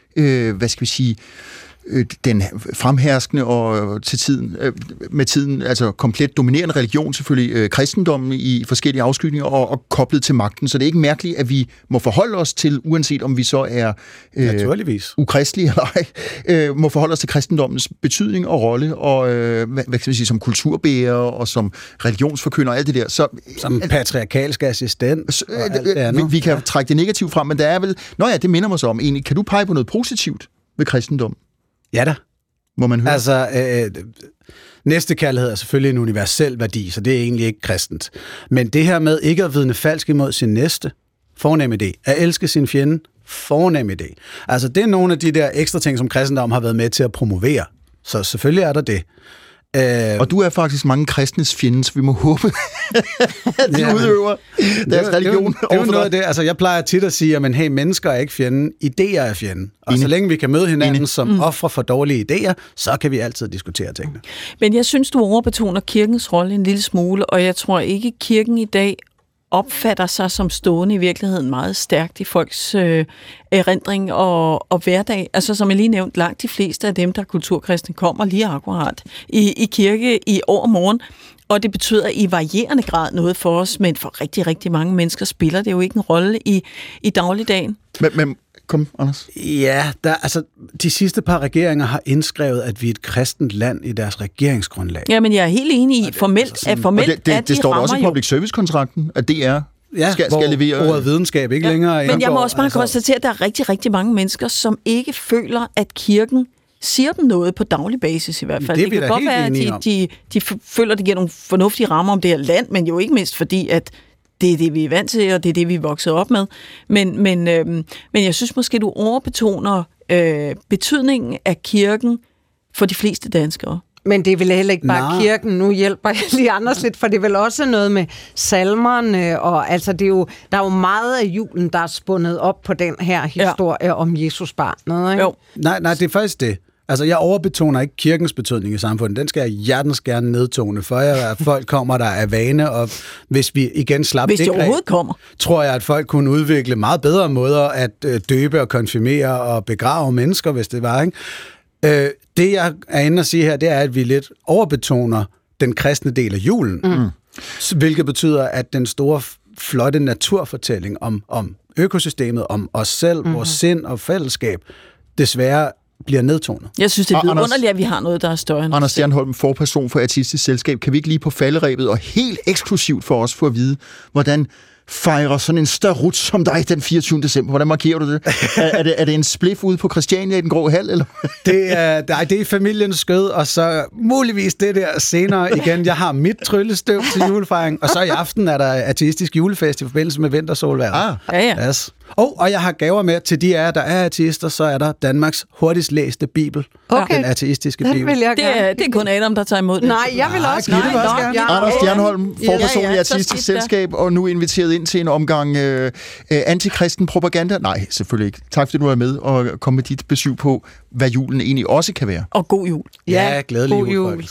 B: den fremherskende og med tiden altså komplet dominerende religion, selvfølgelig kristendommen i forskellige afskygninger og koblet til magten. Så det er ikke mærkeligt, at vi må forholde os til, uanset om vi så er ukristelige eller ej, må forholde os til kristendommens betydning og rolle, og som kulturbærer og som religionsforkynder og alt det der.
E: Som patriarkalsk assistent og alt det andet.
B: Vi kan trække det negativt frem, men der er vel... det minder mig så om egentlig. Kan du pege på noget positivt ved kristendom?
E: Ja da.
B: Må man høre?
E: Altså, næstekærlighed er selvfølgelig en universel værdi, så det er egentlig ikke kristent. Men det her med ikke at vidne falsk imod sin næste, fornem idé. At elske sin fjende, fornem idé. Altså, det er nogle af de der ekstra ting, som kristendom har været med til at promovere. Så selvfølgelig er der det.
B: Og du er faktisk mange kristnes fjende, så vi må håbe, at de udøver deres religion.
E: Det er jo noget af det. Altså, jeg plejer tit at sige, at hey, mennesker er ikke fjenden, idéer er fjenden. Og så længe vi kan møde hinanden som ofre for dårlige idéer, så kan vi altid diskutere tingene.
C: Men jeg synes, du overbetoner kirkens rolle en lille smule, og jeg tror ikke, kirken i dag opfatter sig som stående i virkeligheden meget stærkt i folks erindring og hverdag. Altså som jeg lige nævnte, langt de fleste af dem, der er kulturkristne, kommer lige akkurat i kirke i overmorgen. Og det betyder i varierende grad noget for os, men for rigtig, rigtig mange mennesker spiller det jo ikke en rolle i dagligdagen.
B: Men Kom, Anders.
E: Ja, de sidste par regeringer har indskrevet, at vi er et kristent land i deres regeringsgrundlag.
C: Ja, men jeg er helt enig i, formelt
B: det står der også i public service-kontrakten, at det er... skal levere...
E: ordet videnskab ikke længere.
C: Men jeg må også bare konstatere, at der er rigtig, rigtig mange mennesker, som ikke føler, at kirken siger dem noget på daglig basis i hvert fald. Det kan godt være, at de føler, at det giver nogle fornuftige rammer om det her land, men jo ikke mindst fordi, at det er det, vi er vant til, og det er det, vi er vokset op med. Men jeg synes måske, du overbetoner betydningen af kirken for de fleste danskere.
A: Men det er vel heller ikke bare kirken. Nu hjælper jeg lige Anders lidt, for det er vel også noget med salmerne, og altså det er jo, der er jo meget af julen, der er spundet op på den her historie om Jesusbarnet, ikke?
E: Jo. Nej, det er faktisk det. Altså, jeg overbetoner ikke kirkens betydning i samfundet. Den skal jeg hjertens gerne nedtone, for at folk kommer der af vane, og hvis vi igen slap
C: det overhovedet kommer,
E: tror jeg, at folk kunne udvikle meget bedre måder at døbe og konfirmere og begrave mennesker, hvis det var, ikke? Det, jeg er inde at sige her, det er, at vi lidt overbetoner den kristne del af julen, hvilket betyder, at den store, flotte naturfortælling om økosystemet, om os selv, vores sind og fællesskab, desværre bliver nedtonet.
C: Jeg synes, det er underligt, at vi har noget, der er større end
B: Anders Stjernholm, forperson for Ateistisk Selskab. Kan vi ikke lige på falderebet og helt eksklusivt for os få at vide, hvordan fejrer sådan en starut som dig den 24. december? Hvordan markerer du det? Er det en spliff ude på Christiania i den grå hal, eller?
E: Det er familiens skød, og så muligvis det der senere igen. Jeg har mit tryllestøv til julefejring, og så i aften er der ateistisk julefest i forbindelse med vintersolvejret.
C: Ja.
E: Yes. Og jeg har gaver med til de af jer, der er ateister, så er der Danmarks hurtigst læste bibel.
A: Okay.
E: Den ateistiske bibel.
C: Det er kun Adam, der tager imod det.
A: Nej, jeg vil også
B: gerne. Anders Stjernholm, forperson i Ateistisk Selskab, og nu inviteret ind til en omgang antikristen propaganda. Nej, selvfølgelig ikke. Tak fordi du var med og kom med dit besøg på, hvad julen egentlig også kan være.
C: Og god jul.
E: Ja, glædelig jul.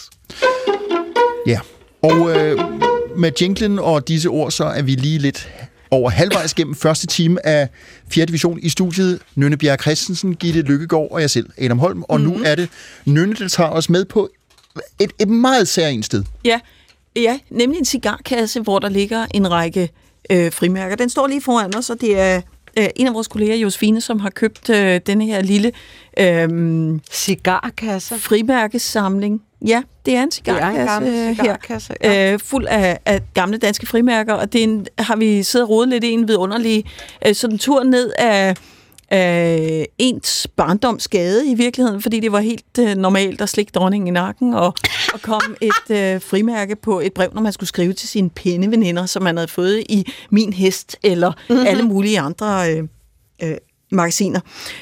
B: Ja, og med jinglen og disse ord, så er vi lige lidt over halvvejs gennem første time af 4. division i studiet. Nynne Bjerg Christensen, Gitte Lykkegaard og jeg selv, Adam Holm. Og nu er det Nynne, der tager os med på et meget særligt sted.
C: Ja, nemlig en cigarkasse, hvor der ligger en række frimærker. Den står lige foran os, og det er en af vores kolleger, Josefine, som har købt denne her lille
A: cigarkasse.
C: Frimærkesamling. Ja, det er en cigarkasse her, fuld af gamle danske frimærker, og det har vi siddet og rodet lidt i en vidunderlig sådan tur ned af ens barndomsgade i virkeligheden, fordi det var helt normalt at slikke dronningen i nakken og komme et frimærke på et brev, når man skulle skrive til sine pæne-veninder, som man havde fået i Min Hest eller alle mulige andre magasiner.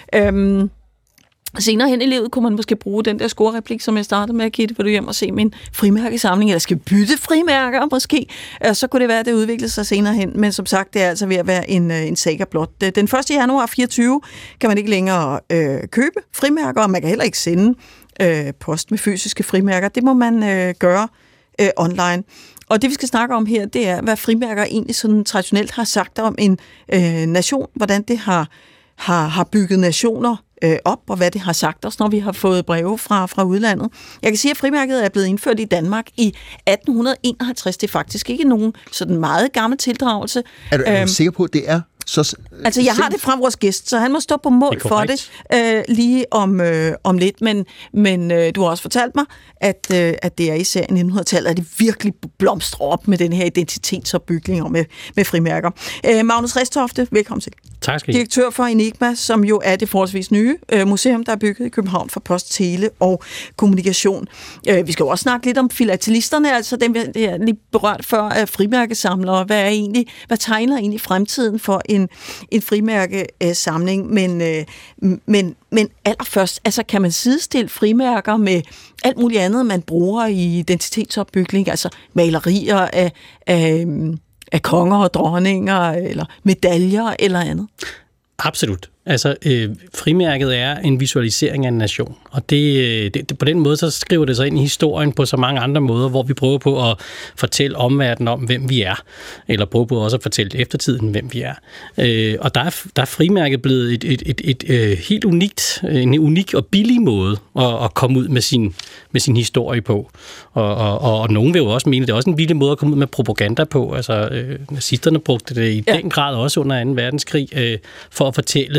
C: Senere hen i livet kunne man måske bruge den der scorereplik, som jeg startede med at give. Vil du hjem og se min frimærkesamling, eller skal bytte frimærker måske? Så kunne det være, at det udviklede sig senere hen. Men som sagt, det er altså ved at være en saga blot. Den 1. januar 24 kan man ikke længere købe frimærker, og man kan heller ikke sende post med fysiske frimærker. Det må man gøre online. Og det, vi skal snakke om her, det er, hvad frimærker egentlig sådan traditionelt har sagt om en nation, hvordan det har bygget nationer op, og hvad det har sagt os, når vi har fået breve fra udlandet. Jeg kan sige, at frimærket er blevet indført i Danmark i 1851. Det er faktisk ikke nogen sådan meget gammel tildragelse.
B: Er du sikker på, at det er så...
C: Altså, jeg har det fra vores gæst, så han må stå på mål for det lige om lidt. Men du har også fortalt mig, at det er især i 1900-tallet, at det virkelig blomstrer op med den her identitetsopbygning og med frimærker. Magnus Ristofte, velkommen til.
F: Tak skal I.
C: Direktør for Enigma, som jo er det forholdsvis nye museum, der er bygget i København for post, tele og kommunikation. Vi skal jo også snakke lidt om filatelisterne, altså dem, jeg har lige berørt før, frimærkesamlere. Hvad tegner egentlig fremtiden for en frimærkesamling? Men allerførst, altså kan man sidestille frimærker med alt muligt andet, man bruger i identitetsopbygning, altså malerier af konger og dronninger, eller medaljer, eller andet?
F: Absolut. Altså, frimærket er en visualisering af en nation, og det på den måde, så skriver det sig ind i historien på så mange andre måder, hvor vi prøver på at fortælle omverdenen om, hvem vi er, eller prøver på også at fortælle eftertiden, hvem vi er. Og der er frimærket blevet et helt en unik og billig måde at komme ud med sin historie på. Og nogen vil jo også mene, at det er også en billig måde at komme ud med propaganda på. Altså, nazisterne brugte det i den grad også under 2. verdenskrig for at fortælle,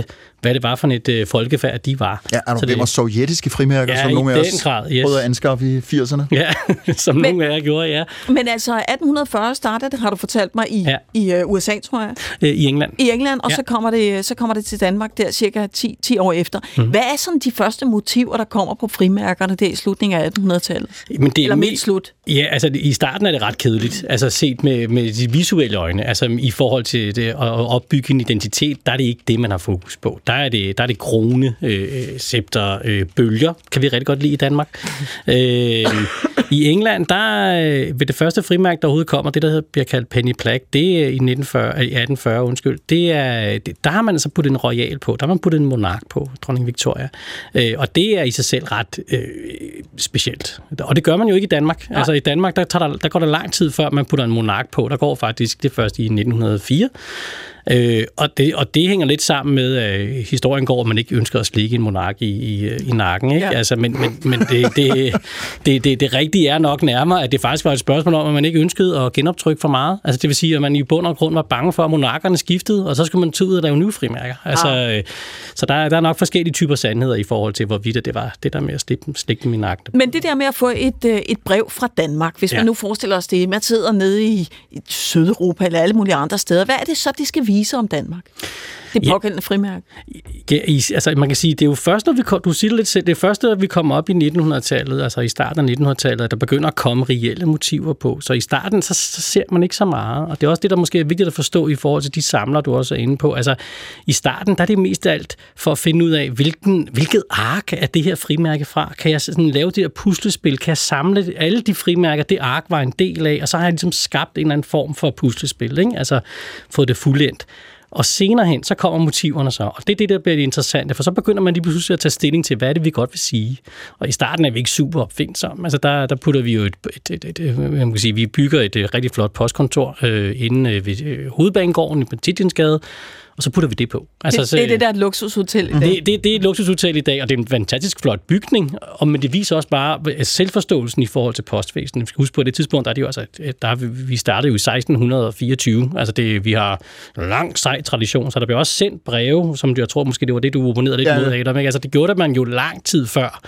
F: hvad det var for et folkefærd, de var.
B: Ja, det var sovjetiske frimærker, som nogle af os prøvede at anskaffe i 80'erne.
F: Ja, som nogle af jer gjorde, ja.
C: Men altså, 1840 startede det, har du fortalt mig, i USA, tror jeg.
F: I England.
C: I England, og så kommer det til Danmark der cirka 10 år efter. Hvad er sådan de første motiver, der kommer på frimærkerne der i slutningen af 1800-tallet?
F: Men det er
C: eller midt slut?
F: Ja, altså i starten er det ret kedeligt, altså set med de visuelle øjne, altså i forhold til det at opbygge en identitet, der er det ikke det, man har fokus på. Der er det krone, scepter, bølger, kan vi rigtig godt lide i Danmark. I England, der ved det første frimærke, der overhovedet kommer, det der bliver kaldt penny plaque, det er i 1840, der har man altså puttet en royal på, der har man puttet en monark på, dronning Victoria. Og det er i sig selv ret specielt. Og det gør man jo ikke i Danmark. Altså i Danmark, der går der lang tid før, man putter en monark på. Der går faktisk det først i 1904. Og det hænger lidt sammen med, at historien går, at man ikke ønsker at slikke en monark i nakken. Ikke? Ja. Altså, men det rigtige er nok nærmere, at det faktisk var et spørgsmål om, at man ikke ønskede at genoptrykke for meget. Altså, det vil sige, at man i bund og grund var bange for, at monarkerne skiftede, og så skulle man tage ud og lave nye frimærker. Altså, så der er nok forskellige typer sandheder i forhold til, hvorvidt det var det der med at slikke dem i nakken.
C: Men det der med at få et brev fra Danmark, hvis man nu forestiller os det, man sidder nede i Sydeuropa eller alle mulige andre steder, hvad er det så, de skal vise om Danmark? Det pågældende frimærke?
F: Ja, altså man kan sige, det er jo først, når du siger det lidt selv, det er først, når vi kommer op i 1900-tallet, altså i starten af 1900-tallet, at der begynder at komme reelle motiver på. Så i starten, så ser man ikke så meget, og det er også det, der måske er vigtigt at forstå i forhold til de samlere, du også er inde på. Altså i starten, der er det mest af alt for at finde ud af, hvilket ark er det her frimærke fra? Kan jeg sådan lave det her puslespil? Kan jeg samle alle de frimærker, det ark var en del af? Og så har jeg ligesom skabt en eller anden form for puslespil, ikke? Altså fået det fuldendt. Og senere hen, så kommer motiverne så. Og det er det, der bliver det interessante, for så begynder man lige pludselig at tage stilling til, hvad er det, vi godt vil sige. Og i starten er vi ikke super opfindsomme. Altså der putter vi jo man kan sige, vi bygger et rigtig flot postkontor inde ved Hovedbanegården i Tietjensgade, og så putter vi det på. Altså,
C: det er det der et luksushotel i dag.
F: Det er et luksushotel i dag, og det er en fantastisk flot bygning, men det viser også bare selvforståelsen i forhold til postvæsenet. Vi skal huske på, at det tidspunkt, der er det jo altså, vi startede jo i 1624. Altså vi har en lang sej tradition, så der bliver også sendt breve, som jeg tror måske det var det, du opponerede lidt mod af. Altså det gjorde man jo lang tid før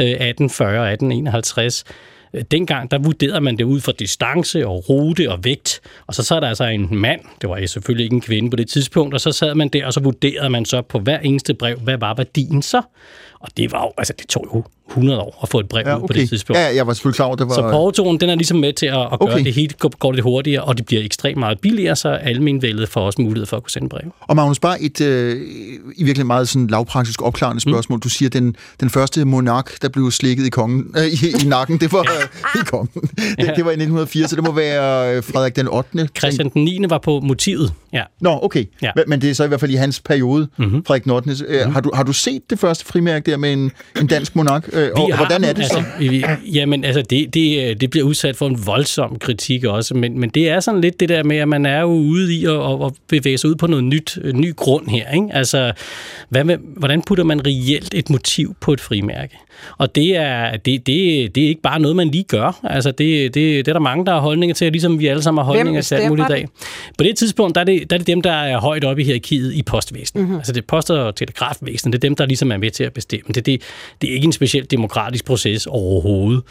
F: 1840, 1851. Dengang, der vurderede man det ud fra distance og rute og vægt, og så sad der altså en mand, det var selvfølgelig ikke en kvinde på det tidspunkt, og så sad man der, og så vurderede man så på hver eneste brev, hvad var værdien så? Og det var jo, altså det tog jo 100 år at få et brev ud på det tidspunkt.
B: Ja, jeg var selvfølgelig klar over, det var...
F: Så portoen, den er ligesom med til at gøre det helt, går det hurtigere, og det bliver ekstremt meget billigere, så almenvældet får også mulighed for at kunne sende brev.
B: Og Magnus, bare et i virkelig meget sådan lavpraktisk opklarende spørgsmål. Du siger, den første monark, der blev slikket i kongen, i nakken, det var i kongen. Det var i 1904, så det må være Frederik den 8.
F: Christian den 9. var på motivet, ja.
B: Nå, okay. Ja. Men det er så i hvert fald i hans periode, Frederik den 8. Har du set det første frimærke der med en dansk monark? Og hvordan er det så?
F: Jamen, altså, det bliver udsat for en voldsom kritik også, men det er sådan lidt det der med, at man er jo ude i at bevæge sig ud på noget ny grund her, ikke? Altså, hvordan putter man reelt et motiv på et frimærke? Og det er ikke bare noget, man lige gør. Altså, det er der mange, der har holdninger til, ligesom vi alle sammen har holdninger til alt muligt i dag. På det tidspunkt, der er det dem, der er højt oppe i hierarkiet i postvæsenet. Altså, det er post- og telegrafvæsenet, det er dem, der ligesom er med til at bestemme. Det er ikke en specielt demokratisk proces overhovedet.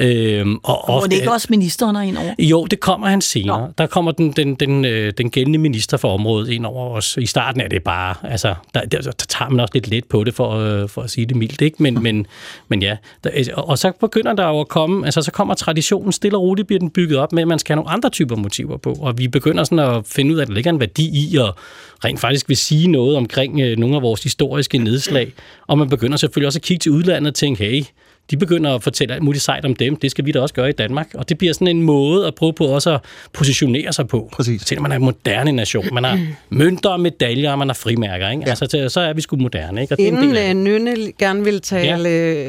C: Og det er ikke også ministeren ind over?
F: Jo, det kommer han senere. Nå. Der kommer den gældende minister for området ind over os. I starten er det bare, altså, der tager man også lidt let på det, for at sige det mildt, ikke? Men ja, og så begynder der jo at komme, altså så kommer traditionen stille og roligt, bliver den bygget op med, at man skal have nogle andre typer motiver på, og vi begynder sådan at finde ud af, at der ligger en værdi i, og rent faktisk vil sige noget omkring nogle af vores historiske nedslag, og man begynder selvfølgelig også at kigge til udlandet og tænke, hey, de begynder at fortælle alt muligt sejt om dem, det skal vi da også gøre i Danmark, og det bliver sådan en måde at prøve på også at positionere sig på.
B: Præcis.
F: Så man er en moderne nation, man har mønter og medaljer, og man har frimærker, ikke? Ja. Altså, så er vi sgu moderne, ikke? Og
A: inden Nynne gerne vil tale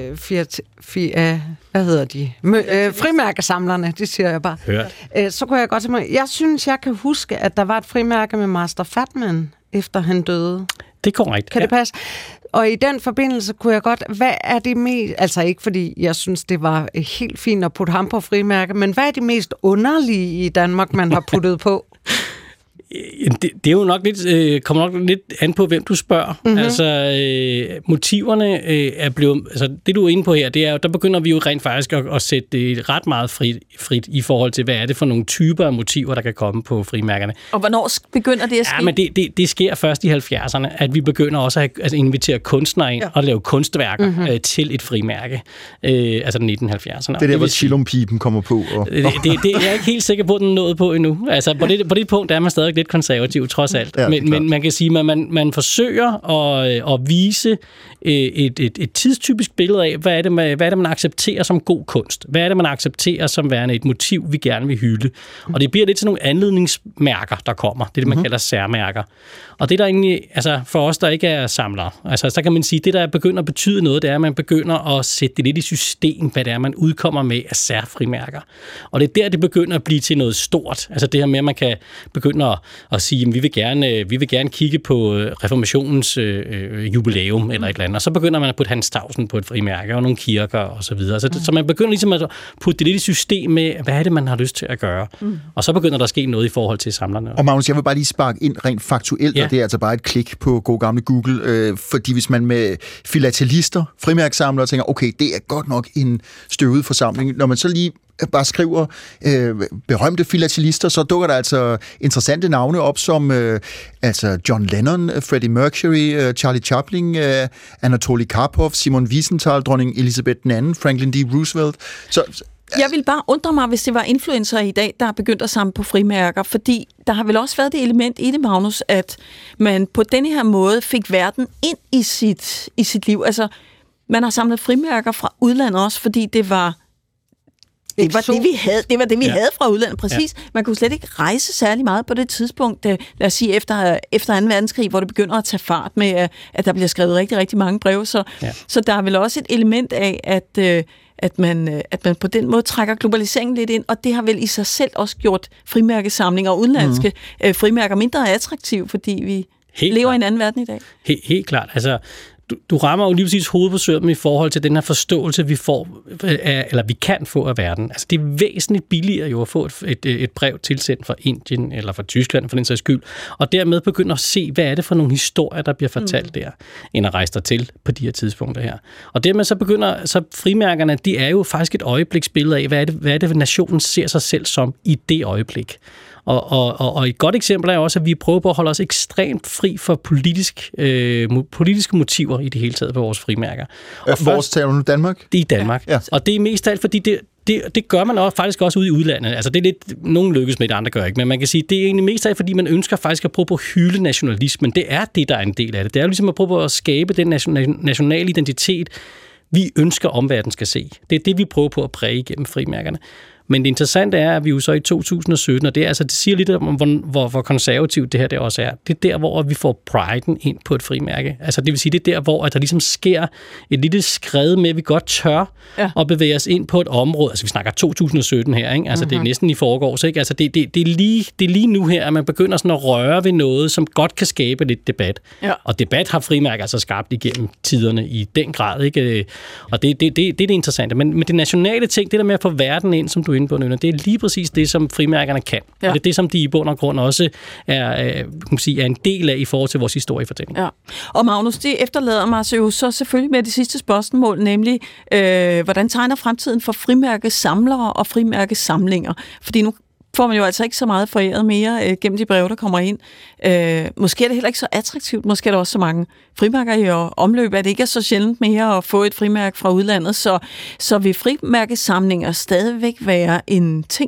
A: hvad hedder de? Frimærkesamlerne, det siger jeg bare. Så kunne jeg godt tænke mig, jeg synes, jeg kan huske, at der var et frimærke med Master Fatman, efter han døde.
F: Det er korrekt.
A: Kan det passe? Og i den forbindelse kunne jeg godt, hvad er det mest, altså ikke fordi jeg synes, det var helt fint at putte ham på frimærke, men hvad er det mest underlige i Danmark, man har puttet på?
F: Det er jo nok lidt, kommer nok lidt an på, hvem du spørger. Mm-hmm. Altså, motiverne er blevet... Altså, det du er inde på her, det er jo, der begynder vi jo rent faktisk at sætte det ret meget frit i forhold til, hvad er det for nogle typer af motiver, der kan komme på frimærkerne.
C: Og hvornår begynder det at ske?
F: Ja, men det sker først i 70'erne, at vi begynder også at invitere kunstnere ind og lave kunstværker til et frimærke. Altså 1970'erne.
B: Det er der, hvor chillumpipen kommer på. Og...
F: Det er jeg ikke helt sikker på, at den nåede på endnu. Altså, på det punkt er man stadig lidt konservativ, trods alt. Ja, men man kan sige, at man forsøger at vise et tidstypisk billede af, hvad er det, man accepterer som god kunst? Hvad er det, man accepterer som værende et motiv, vi gerne vil hylde? Og det bliver lidt til nogle anledningsmærker, der kommer. Det er det, man kalder særmærker. Og det der egentlig, altså for os, der ikke er samlere, altså så kan man sige, det der begynder at betyde noget, det er, at man begynder at sætte det lidt i system, hvad det er, man udkommer med af særfrimærker. Og det er der, det begynder at blive til noget stort. Altså det her med, at man kan begynde at sige, at vi vil gerne kigge på reformationens jubilæum eller et eller andet. Og så begynder man at putte Hans Tausen på et frimærke og nogle kirker og så videre. Så man begynder ligesom at putte det lidt i system med, hvad er det, man har lyst til at gøre. Og så begynder der at ske noget i forhold til samlerne.
B: Og Magnus, jeg vil bare lige sparke ind rent faktuelt, og det er altså bare et klik på god gamle Google, fordi hvis man med filatelister, frimærksamlere, tænker, okay, det er godt nok en støvet forsamling, når man så lige bare skriver berømte filatelister, så dukker der altså interessante navne op, som altså John Lennon, Freddie Mercury, Charlie Chaplin, Anatoly Karpov, Simon Wiesenthal, dronning Elizabeth II, Franklin D. Roosevelt.
C: Jeg vil bare undre mig, hvis det var influencer i dag, der er begyndt at samle på frimærker, fordi der har vel også været det element i det, Magnus, at man på denne her måde fik verden ind i sit liv. Altså, man har samlet frimærker fra udlandet også, fordi det var det, vi havde. Det var det, vi havde fra udlandet, præcis. Ja. Man kunne slet ikke rejse særlig meget på det tidspunkt, lad os sige efter 2. verdenskrig, hvor det begynder at tage fart med, at der bliver skrevet rigtig, rigtig mange breve. Så der er vel også et element af, at man på den måde trækker globaliseringen lidt ind, og det har vel i sig selv også gjort frimærkesamlinger og udenlandske frimærker mindre attraktive, fordi vi lever i en anden verden i dag.
F: Helt klart. Altså, du rammer jo lige præcis hovedet på sømmen i forhold til den her forståelse, vi får, eller vi kan få af verden. Altså, det er væsentligt billigere jo at få et brev tilsendt fra Indien eller fra Tyskland, for den sags skyld, og dermed begynde at se, hvad er det for nogle historier, der bliver fortalt der, end at rejse der til på de her tidspunkter her. Og dermed så begynder frimærkerne, de er jo faktisk et øjebliksbillede af, hvad er det, nationen ser sig selv som i det øjeblik. Og et godt eksempel er også, at vi prøver på at holde os ekstremt fri for politiske motiver i det hele taget på vores frimærker.
B: Vores taler nu Danmark?
F: Det er i Danmark. Ja. Og det er mest alt, fordi det gør man faktisk også ude i udlandet. Altså det er lidt, nogen lykkes med det, andre gør ikke. Men man kan sige, det er egentlig mest af, fordi man ønsker faktisk at prøve på at hylde nationalismen. Det er det, der er en del af det. Det er jo ligesom at prøve på at skabe den nationale identitet, vi ønsker omverdenen skal se. Det er det, vi prøver på at præge igennem frimærkerne. Men det interessante er, at vi jo så i 2017, og det siger lidt om, hvor konservativt det her det også er. Det er der, hvor vi får priden ind på et frimærke. Altså det vil sige, det er der, hvor der ligesom sker et lille skred med, at vi godt tør at bevæge os ind på et område. Altså vi snakker 2017 her, ikke? Altså det er næsten i forgårs, ikke? Altså det er lige nu her, at man begynder sådan at røre ved noget, som godt kan skabe lidt debat. Ja. Og debat har frimærker altså skabt igennem tiderne i den grad, ikke? Og det er det interessante. Men det nationale ting, det der med at få verden ind, som du inde på, det er lige præcis det, som frimærkerne kan. Ja. Og det er det, som de i bund og grund også er en del af i forhold til vores historiefortælling. Ja.
C: Og Magnus, det efterlader mig jo så selvfølgelig med det sidste spørgsmål, nemlig, hvordan tegner fremtiden for frimærkesamlere og frimærkesamlinger? Fordi nu får man jo altså ikke så meget foræret mere gennem de breve, der kommer ind. Måske er det heller ikke så attraktivt. Måske er der også så mange frimærker i omløb, at det ikke er så sjældent mere at få et frimærke fra udlandet. Så vil frimærkesamlinger stadigvæk være en ting?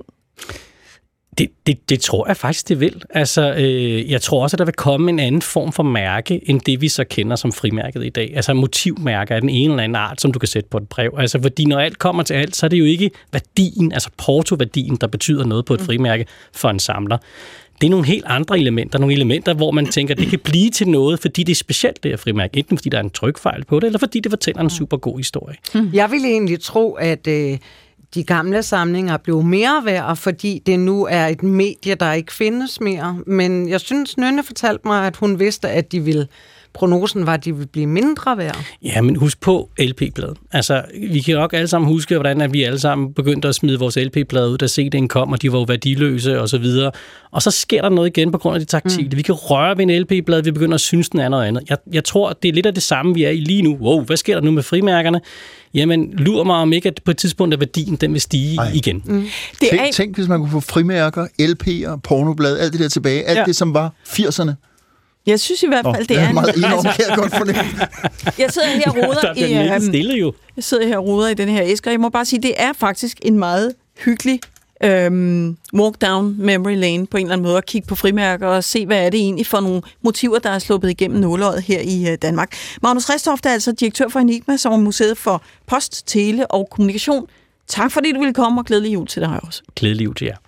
F: Det tror jeg faktisk, det vil. Altså, jeg tror også, at der vil komme en anden form for mærke, end det vi så kender som frimærket i dag. Altså motivmærker af den ene eller anden art, som du kan sætte på et brev. Altså, fordi når alt kommer til alt, så er det jo ikke værdien, altså portoværdien, der betyder noget på et frimærke for en samler. Det er nogle helt andre elementer, hvor man tænker, at det kan blive til noget, fordi det er specielt, det her frimærke. Enten fordi der er en trykfejl på det, eller fordi det fortæller en super god historie.
A: Jeg vil egentlig tro, at de gamle samlinger blev mere værd, fordi det nu er et medie, der ikke findes mere. Men jeg synes, Nynne fortalte mig, at hun vidste, at de ville prognosen var, at de ville blive mindre værd.
F: Ja, men husk på LP-bladet. Altså, vi kan nok alle sammen huske, hvordan at vi alle sammen begyndte at smide vores LP-blade ud, da CD'en kom, og de var jo værdiløse og så videre. Og så sker der noget igen på grund af det taktile. Vi kan røre ved en LP-blad, vi begynder at synes, den er noget andet. Jeg tror, det er lidt af det samme, vi er i lige nu. Wow, hvad sker der nu med frimærkerne? Jamen, lurer mig om ikke, at på et tidspunkt er værdien, den vil stige igen.
B: Tænk, hvis man kunne få frimærker, LP'er, pornoblad, alt det der tilbage, alt det, som var 80'erne.
C: Jeg synes i hvert fald, det er
B: meget enormt, kan jeg godt fornemme.
C: Jeg sidder her og roder Jeg sidder her og roder i den her æske, og jeg må bare sige, det er faktisk en meget hyggelig walk down memory lane på en eller anden måde, at kigge på frimærker og se, hvad er det egentlig for nogle motiver, der er sluppet igennem nåleøjet her i Danmark. Magnus Restoft er altså direktør for Enigma, som er Museet for Post, Tele og Kommunikation. Tak fordi du ville komme, og glædelig jul til dig også.
F: Glædelig jul til jer.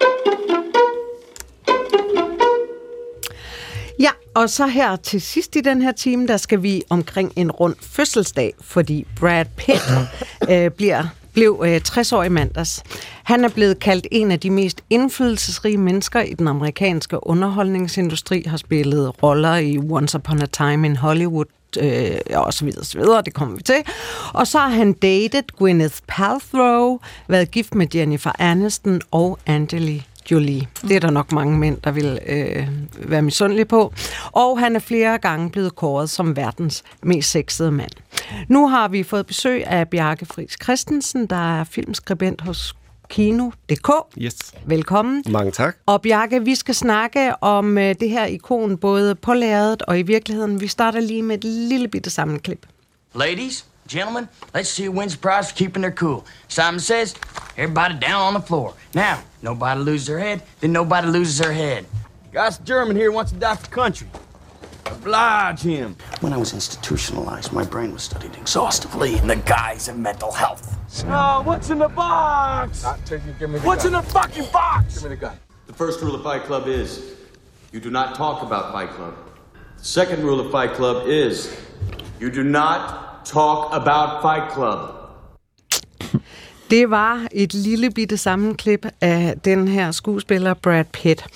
A: Ja, og så her til sidst i den her time, der skal vi omkring en rund fødselsdag, fordi Brad Pitt blev 60 år i mandags. Han er blevet kaldt en af de mest indflydelsesrige mennesker i den amerikanske underholdningsindustri, har spillet roller i Once Upon a Time in Hollywood, og så videre, det kommer vi til. Og så har han datet Gwyneth Paltrow, været gift med Jennifer Aniston og Angelina Jolie. Det er der nok mange mænd, der vil være misundelige på. Og han er flere gange blevet kåret som verdens mest sexede mand. Nu har vi fået besøg af Bjarke Friis Christensen, der er filmskribent hos Kino.dk.
G: Yes.
A: Velkommen.
G: Mange tak.
A: Og Bjarke, vi skal snakke om det her ikon, både på lærredet og i virkeligheden. Vi starter lige med et lille bitte sammenklip.
H: Ladies, gentlemen, let's see who wins the prize for keeping their cool. Simon says, everybody down on the floor. Now, nobody loses their head, then nobody loses their head.
I: Gus German here wants to die for country. Oblige him.
H: When I was institutionalized, my brain was studied exhaustively in the guise of mental health.
I: Oh, what's in the box?
J: Not till you give me the
I: What's
J: gun.
I: in the fucking box?
J: Give me the gun.
K: The first rule of Fight Club is, you do not talk about Fight Club. The second rule of Fight Club is, you do not talk about Fight Club.
A: Det var et lille bitte sammenklip af den her skuespiller Brad Pitt.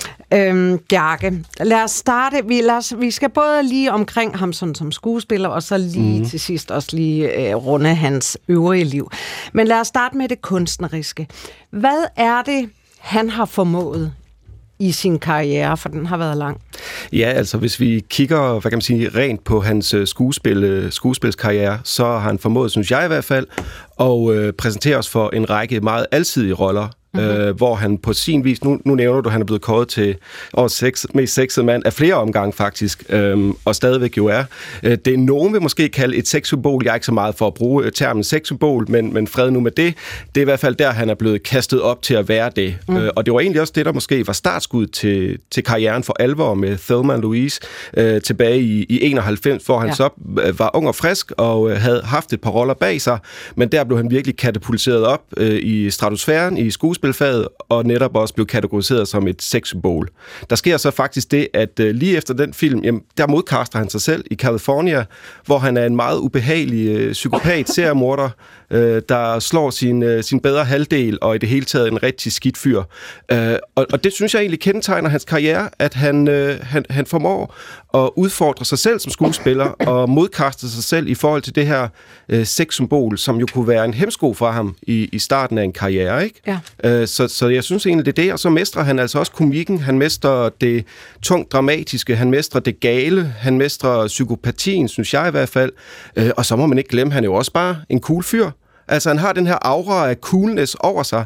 A: Bjarke, lad os starte. Vi skal både lige omkring ham sådan som skuespiller, og så lige til sidst også lige runde hans øvrige liv. Men lad os starte med det kunstneriske. Hvad er det, han har formået i sin karriere, for den har været lang?
G: Ja, altså hvis vi kigger, hvad kan man sige, rent på hans skuespilskarriere, så har han formået, synes jeg i hvert fald, at præsentere os for en række meget alsidige roller, hvor han på sin vis, nu nævner du, at han er blevet kåret til årets mest sexede mand af flere omgange faktisk, og stadigvæk jo er. Det er nogen vil måske kalde et sexsymbol. Jeg er ikke så meget for at bruge termen sexsymbol, men fred nu med det. Det er i hvert fald der, han er blevet kastet op til at være det. Og det var egentlig også det, der måske var startskud til karrieren for alvor med Thelma & Louise tilbage i 91, hvor han så var ung og frisk og havde haft et par roller bag sig, men der blev han virkelig katapulteret op i stratosfæren, i skuespilfaget, og netop også blev kategoriseret som et sexsymbol. Der sker så faktisk det, at lige efter den film, jamen, der modkaster han sig selv i California, hvor han er en meget ubehagelig psykopat seriemorder, der slår sin bedre halvdel, og i det hele taget en rigtig skidt fyr. Og det synes jeg egentlig kendetegner hans karriere, at han formår at udfordre sig selv som skuespiller, og modkaste sig selv i forhold til det her sexsymbol, som jo kunne være en hæmsko for ham i starten af en karriere, ikke? Ja. Så jeg synes egentlig, det er det, og så mestrer han altså også komikken, han mestrer det tungt dramatiske, han mestrer det gale, han mestrer psykopatien, synes jeg i hvert fald, og så må man ikke glemme, han er jo også bare en cool fyr. Altså, han har den her aura af coolness over sig,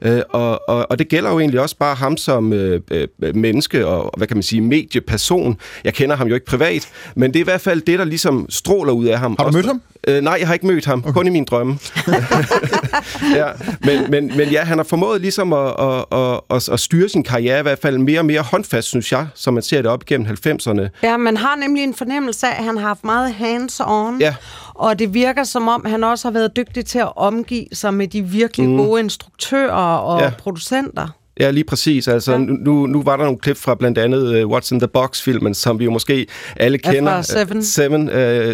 G: og det gælder jo egentlig også bare ham som menneske og, hvad kan man sige, medieperson. Jeg kender ham jo ikke privat, men det er i hvert fald det, der ligesom stråler ud af ham.
B: Har du mødt ham?
G: Nej, jeg har ikke mødt ham. Okay. Kun i mine drømme. Ja, men ja, han har formået ligesom at styre sin karriere, i hvert fald mere og mere håndfast, synes jeg, som man ser det op igennem 90'erne.
A: Ja, man har nemlig en fornemmelse af, at han har haft meget hands-on, og det virker som om, han også har været dygtig til at omgive sig med de virkelig gode instruktører og producenter.
G: Ja, lige præcis. Altså, nu var der nogle klip fra blandt andet What's in the Box-filmen, som vi jo måske alle kender. Seven,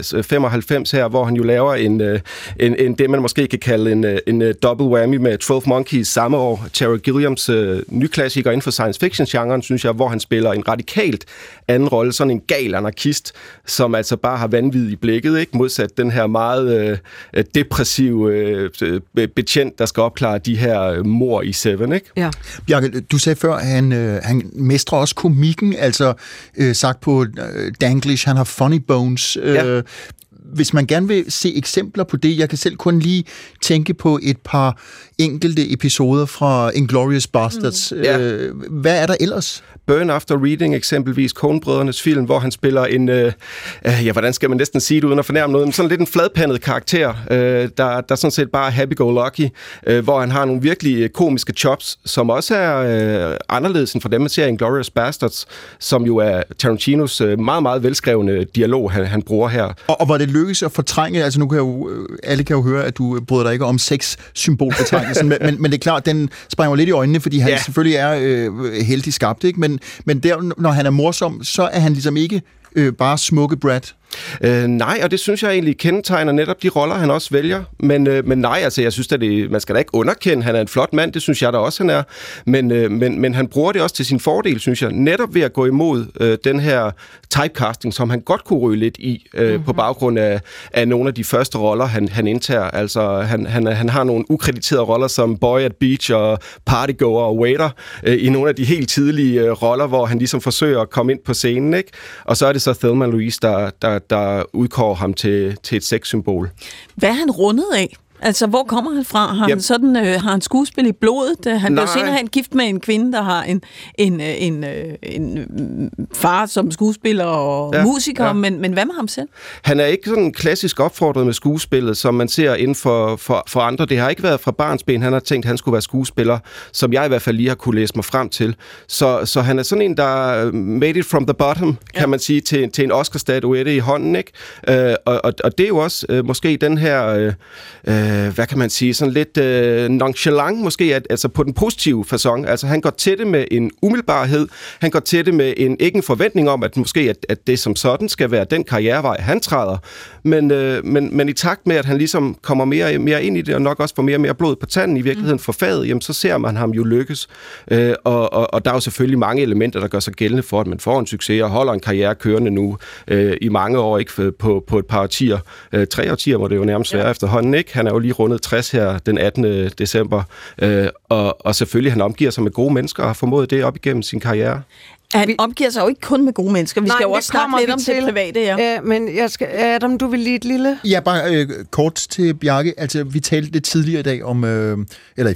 G: 95 her, hvor han jo laver en det, man måske kan kalde en double whammy med 12 Monkeys samme år. Terry Gilliams nyklassiker inden for science fiction-genren, synes jeg, hvor han spiller en radikalt anden rolle, sådan en gal anarkist, som altså bare har vanvid i blikket, ikke? Modsat den her meget depressive betjent, der skal opklare de her mord i Seven, ikke?
A: Ja.
B: Bjarke, du sagde før, han mestrer også komikken, altså sagt på Danglish, han har funny bones. Ja. Hvis man gerne vil se eksempler på det, jeg kan selv kun lige tænke på et par enkelte episoder fra Inglourious Basterds. Hvad er der ellers?
G: Burn After Reading eksempelvis, Coen-brødrenes film, hvor han spiller en, hvordan skal man næsten sige det uden at fornærme noget, men sådan lidt en fladpandet karakter, der sådan set bare er happy-go-lucky, hvor han har nogle virkelig komiske chops, som også er anderledes end fra dem, man ser i Inglourious Basterds, som jo er Tarantinos meget, meget velskrevne dialog, han bruger her.
B: Og hvor det lykkes at fortrænge, altså nu alle kan jo høre, at du bryder dig ikke om sexsymbolbetegnelsen, men det er klart, den springer lidt i øjnene, fordi han selvfølgelig er heldig skabt, ikke? Men der, når han er morsom, så er han ligesom ikke bare smukke Brad.
G: Nej, og det synes jeg egentlig kendetegner netop de roller, han også vælger. Men nej, altså jeg synes, at man skal da ikke underkende, han er en flot mand, det synes jeg da også, han er. Men han bruger det også til sin fordel, synes jeg, netop ved at gå imod den her typecasting, som han godt kunne ryge lidt i, på baggrund af nogle af de første roller, han indtager. Altså, han har nogle ukrediterede roller som Boy at Beach og Partygoer og Waiter i nogle af de helt tidlige roller, hvor han ligesom forsøger at komme ind på scenen, ikke? Og så er det så Thelma Louise, der udkårer ham til et sexsymbol.
C: Hvad er han rundet af? Altså, hvor kommer han fra? Har han skuespil i blodet? Han blev senere hen gift med en kvinde, der har en far som skuespiller og musiker, men hvad med ham selv?
G: Han er ikke sådan klassisk opfordret med skuespillet, som man ser inden for andre. Det har ikke været fra barnsben, han har tænkt, at han skulle være skuespiller, som jeg i hvert fald lige har kunne læse mig frem til. Så han er sådan en, der made it from the bottom, kan man sige, til en Oscar-statuette i hånden, ikke? Og det er jo også måske den her... hvad kan man sige, sådan lidt nonchalant måske, altså på den positive facon. Altså han går til det med en umiddelbarhed, han går til det med ikke en forventning om, at måske at det som sådan skal være den karrierevej, han træder. Men i takt med, at han ligesom kommer mere og mere ind i det, og nok også får mere og mere blod på tanden i virkeligheden for faget, jamen så ser man ham jo lykkes. Og der er jo selvfølgelig mange elementer, der gør sig gældende for, at man får en succes og holder en karriere kørende nu i mange år, ikke på et par årtier. 3 årtier må det jo nærmest være efterhånden, ikke? Han er jo lige rundet 60 her den 18. december, og selvfølgelig han omgiver sig med gode mennesker og har formået det op igennem sin karriere.
C: Han omgiver sig jo ikke kun med gode mennesker. Vi skal jo også snakke lidt om det private,
A: men Adam, du vil lige et lille...
B: Ja, bare kort til Bjarke. Altså, vi talte lidt tidligere i dag om, eller i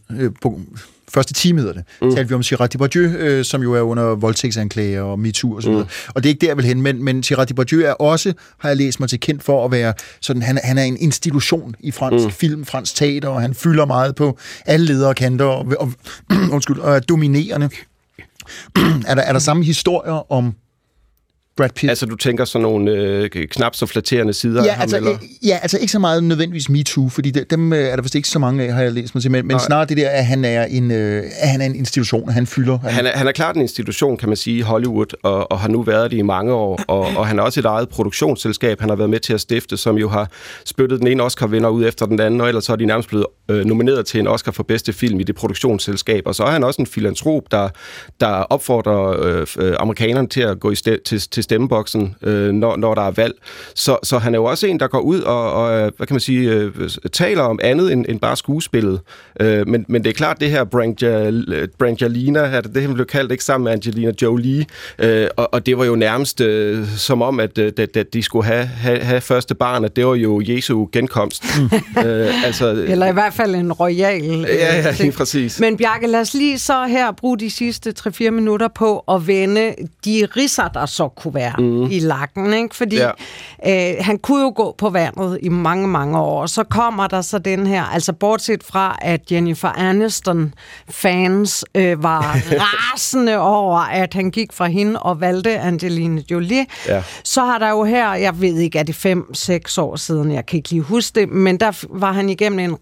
B: første time hedder det, talte vi om Gerard Depardieu, som jo er under voldtægtsanklager og MeToo og sådan noget. Og det er ikke der vel hen, men Gerard Depardieu er også, har jeg læst mig til, kendt for at være sådan, han er en institution i fransk film, fransk teater, og han fylder meget på alle ledere kanter og er dominerende. Er der samme historier om Brad Pitt?
G: Altså, du tænker sådan nogle knap så flatterende sider af ham, eller?
B: Ja, altså ikke så meget nødvendigvis MeToo, fordi dem er der vist ikke så mange af, har jeg læst mig til, men snarere det der, at han er en institution, han fylder.
G: Han er klart en institution, kan man sige, i Hollywood, og har nu været det i mange år, og han er også et eget produktionsselskab, han har været med til at stifte, som jo har spyttet den ene Oscar-vinder ud efter den anden, og ellers så er de nærmest blevet nomineret til en Oscar for bedste film i det produktionsselskab, og så er han også en filantrop, der opfordrer amerikanerne til at gå til stemmeboksen, når der er valg. Så han er jo også en, der går ud og hvad kan man sige, taler om andet end bare skuespillet. Men det er klart, det her Brangelina, det han blev kaldt, ikke, sammen med Angelina Jolie, og det var jo nærmest som om, at de skulle have første barn, at det var jo Jesu genkomst.
A: Eller i hvert fald en royal.
G: Ja, lige præcis.
A: Men Bjarke, lad os lige så her bruge de sidste 3-4 minutter på at vende de ridser, der så kunne være i lakken, ikke? Fordi han kunne jo gå på vandet i mange, mange år, og så kommer der så den her, altså bortset fra, at Jennifer Aniston-fans var rasende over, at han gik fra hende og valgte Angelina Jolie, så har der jo her, jeg ved ikke, er det 5-6 år siden, jeg kan ikke lige huske det, men der var han igennem en ret grim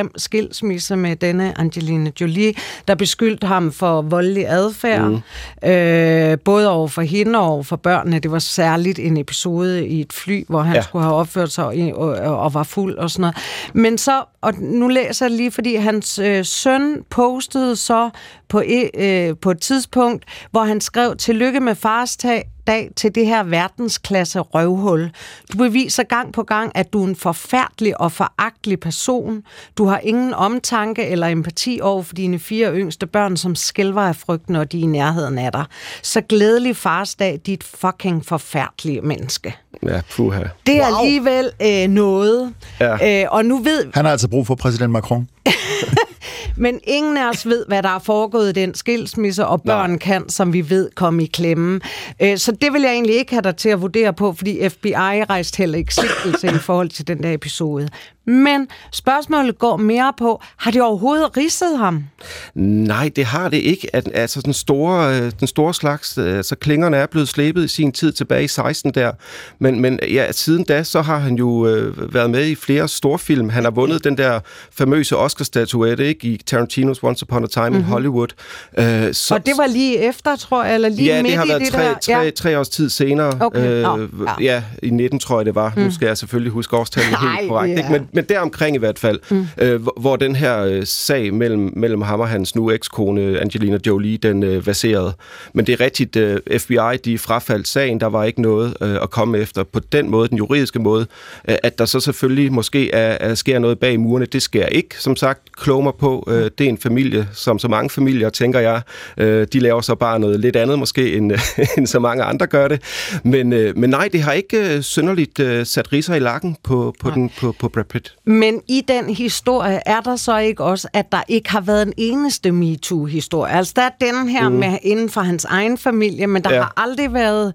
A: grim skilsmisse med denne Angelina Jolie, der beskyldte ham for voldelig adfærd, både over for hende og over for børnene. Det var særligt en episode i et fly, hvor han skulle have opført sig og var fuld og sådan noget. Men så, og nu læser jeg lige, fordi hans søn postede så på et tidspunkt, hvor han skrev, tillykke med fars dag til det her verdensklasse røvhul. Du beviser gang på gang, at du er en forfærdelig og foragtelig person. Du har ingen omtanke eller empati over for dine 4 yngste børn, som skælver af frygt, når de er i nærheden af dig. Så glædelig fars dag, dit fucking forfærdelige menneske.
G: Ja, puha.
A: Det er alligevel noget. Ja. Og nu ved...
B: Han har altså brug for præsident Macron.
A: Men ingen af os ved, hvad der er foregået i den skilsmisse, og børn kan, som vi ved, komme i klemme. Så det vil jeg egentlig ikke have dig til at vurdere på, fordi FBI rejste heller ikke sigtelse i forhold til den der episode. Men spørgsmålet går mere på, har de overhovedet ridset ham?
G: Nej, det har det ikke. Altså den store slags, altså klingerne er blevet slæbet i sin tid tilbage i 16 der. Men ja, siden da, så har han jo været med i flere storfilm. Han har vundet den der famøse Oscar-statuette, ikke, i Tarantinos Once Upon a Time in Hollywood.
A: Og det var lige efter, tror jeg, eller lige midt i det der?
G: Ja, det har været 3 års tid senere. Okay. Ja, i 19, tror jeg det var. Nu skal jeg selvfølgelig huske årstallet helt korrekt. Ikke? Men deromkring i hvert fald, hvor den her sag mellem ham og hans nu ekskone Angelina Jolie, den verserede. Men det er rigtigt, FBI, de frafaldt sagen, der var ikke noget at komme efter på den måde, den juridiske måde. At der så selvfølgelig måske sker noget bag murene, det sker ikke. Som sagt, kloge mig på, det er en familie, som så mange familier, tænker jeg, de laver så bare noget lidt andet måske, end så mange andre gør det. Men nej, det har ikke synderligt sat ridser i lakken på Brad Pitt.
A: Men i den historie er der så ikke også, at der ikke har været en eneste MeToo-historie. Altså der er den her med inden for hans egen familie, men der har aldrig været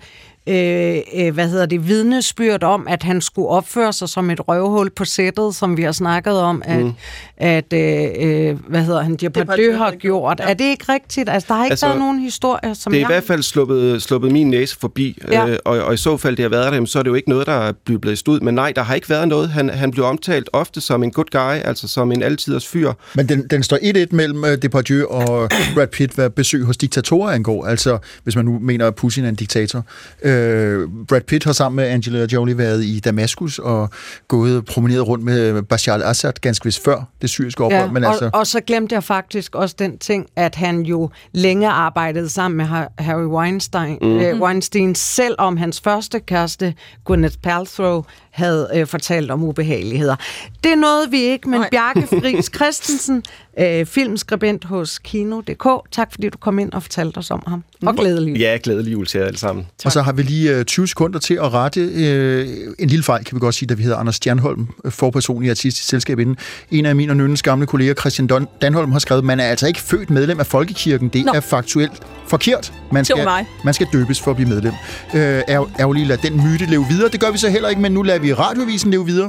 A: vidnesbyrd om, at han skulle opføre sig som et røvhul på sættet, som vi har snakket om, at Depardieu har gjort. Ja. Er det ikke rigtigt? Altså, der har ikke været nogen historie, som
G: det er i hvert fald sluppet min næse forbi, og i så fald, det har været der, så er det jo ikke noget, der er blevet stud. Men nej, der har ikke været noget. Han blev omtalt ofte som en good guy, altså som en altiders fyr.
B: Men den står 1-1 mellem Depardieu og Brad Pitt, hvad besøg hos diktatorer angår. Altså, hvis man nu mener, at Putin er en diktator. Brad Pitt har sammen med Angelina Jolie været i Damaskus og promeneret rundt med Bashar al-Assad ganske vist før det syriske oprør. Men
A: og så glemte jeg faktisk også den ting, at han jo længe arbejdede sammen med Harry Weinstein, selvom hans første kæreste, Gwyneth Paltrow, havde fortalt om ubehageligheder. Det er noget, vi ikke, men Bjarke Friis Christensen, filmskribent hos Kino.dk. Tak, fordi du kom ind og fortalte os om ham. Og glædelig.
G: Ja, glædelig jul til jer alle sammen.
B: Tak. Og så har vi lige 20 sekunder til at rette en lille fejl, kan vi godt sige, da vi hedder Anders Stjernholm, forperson i Artistisk Selskab inden. En af mine og Nynnes gamle kolleger, Christian Danholm, har skrevet, man er altså ikke født medlem af Folkekirken. Det er faktuelt forkert. Man skal døbes for at blive medlem. Ærgerligt, lad den myte leve videre. Det gør vi så heller ikke, men nu lader vi Radioavisen leve videre.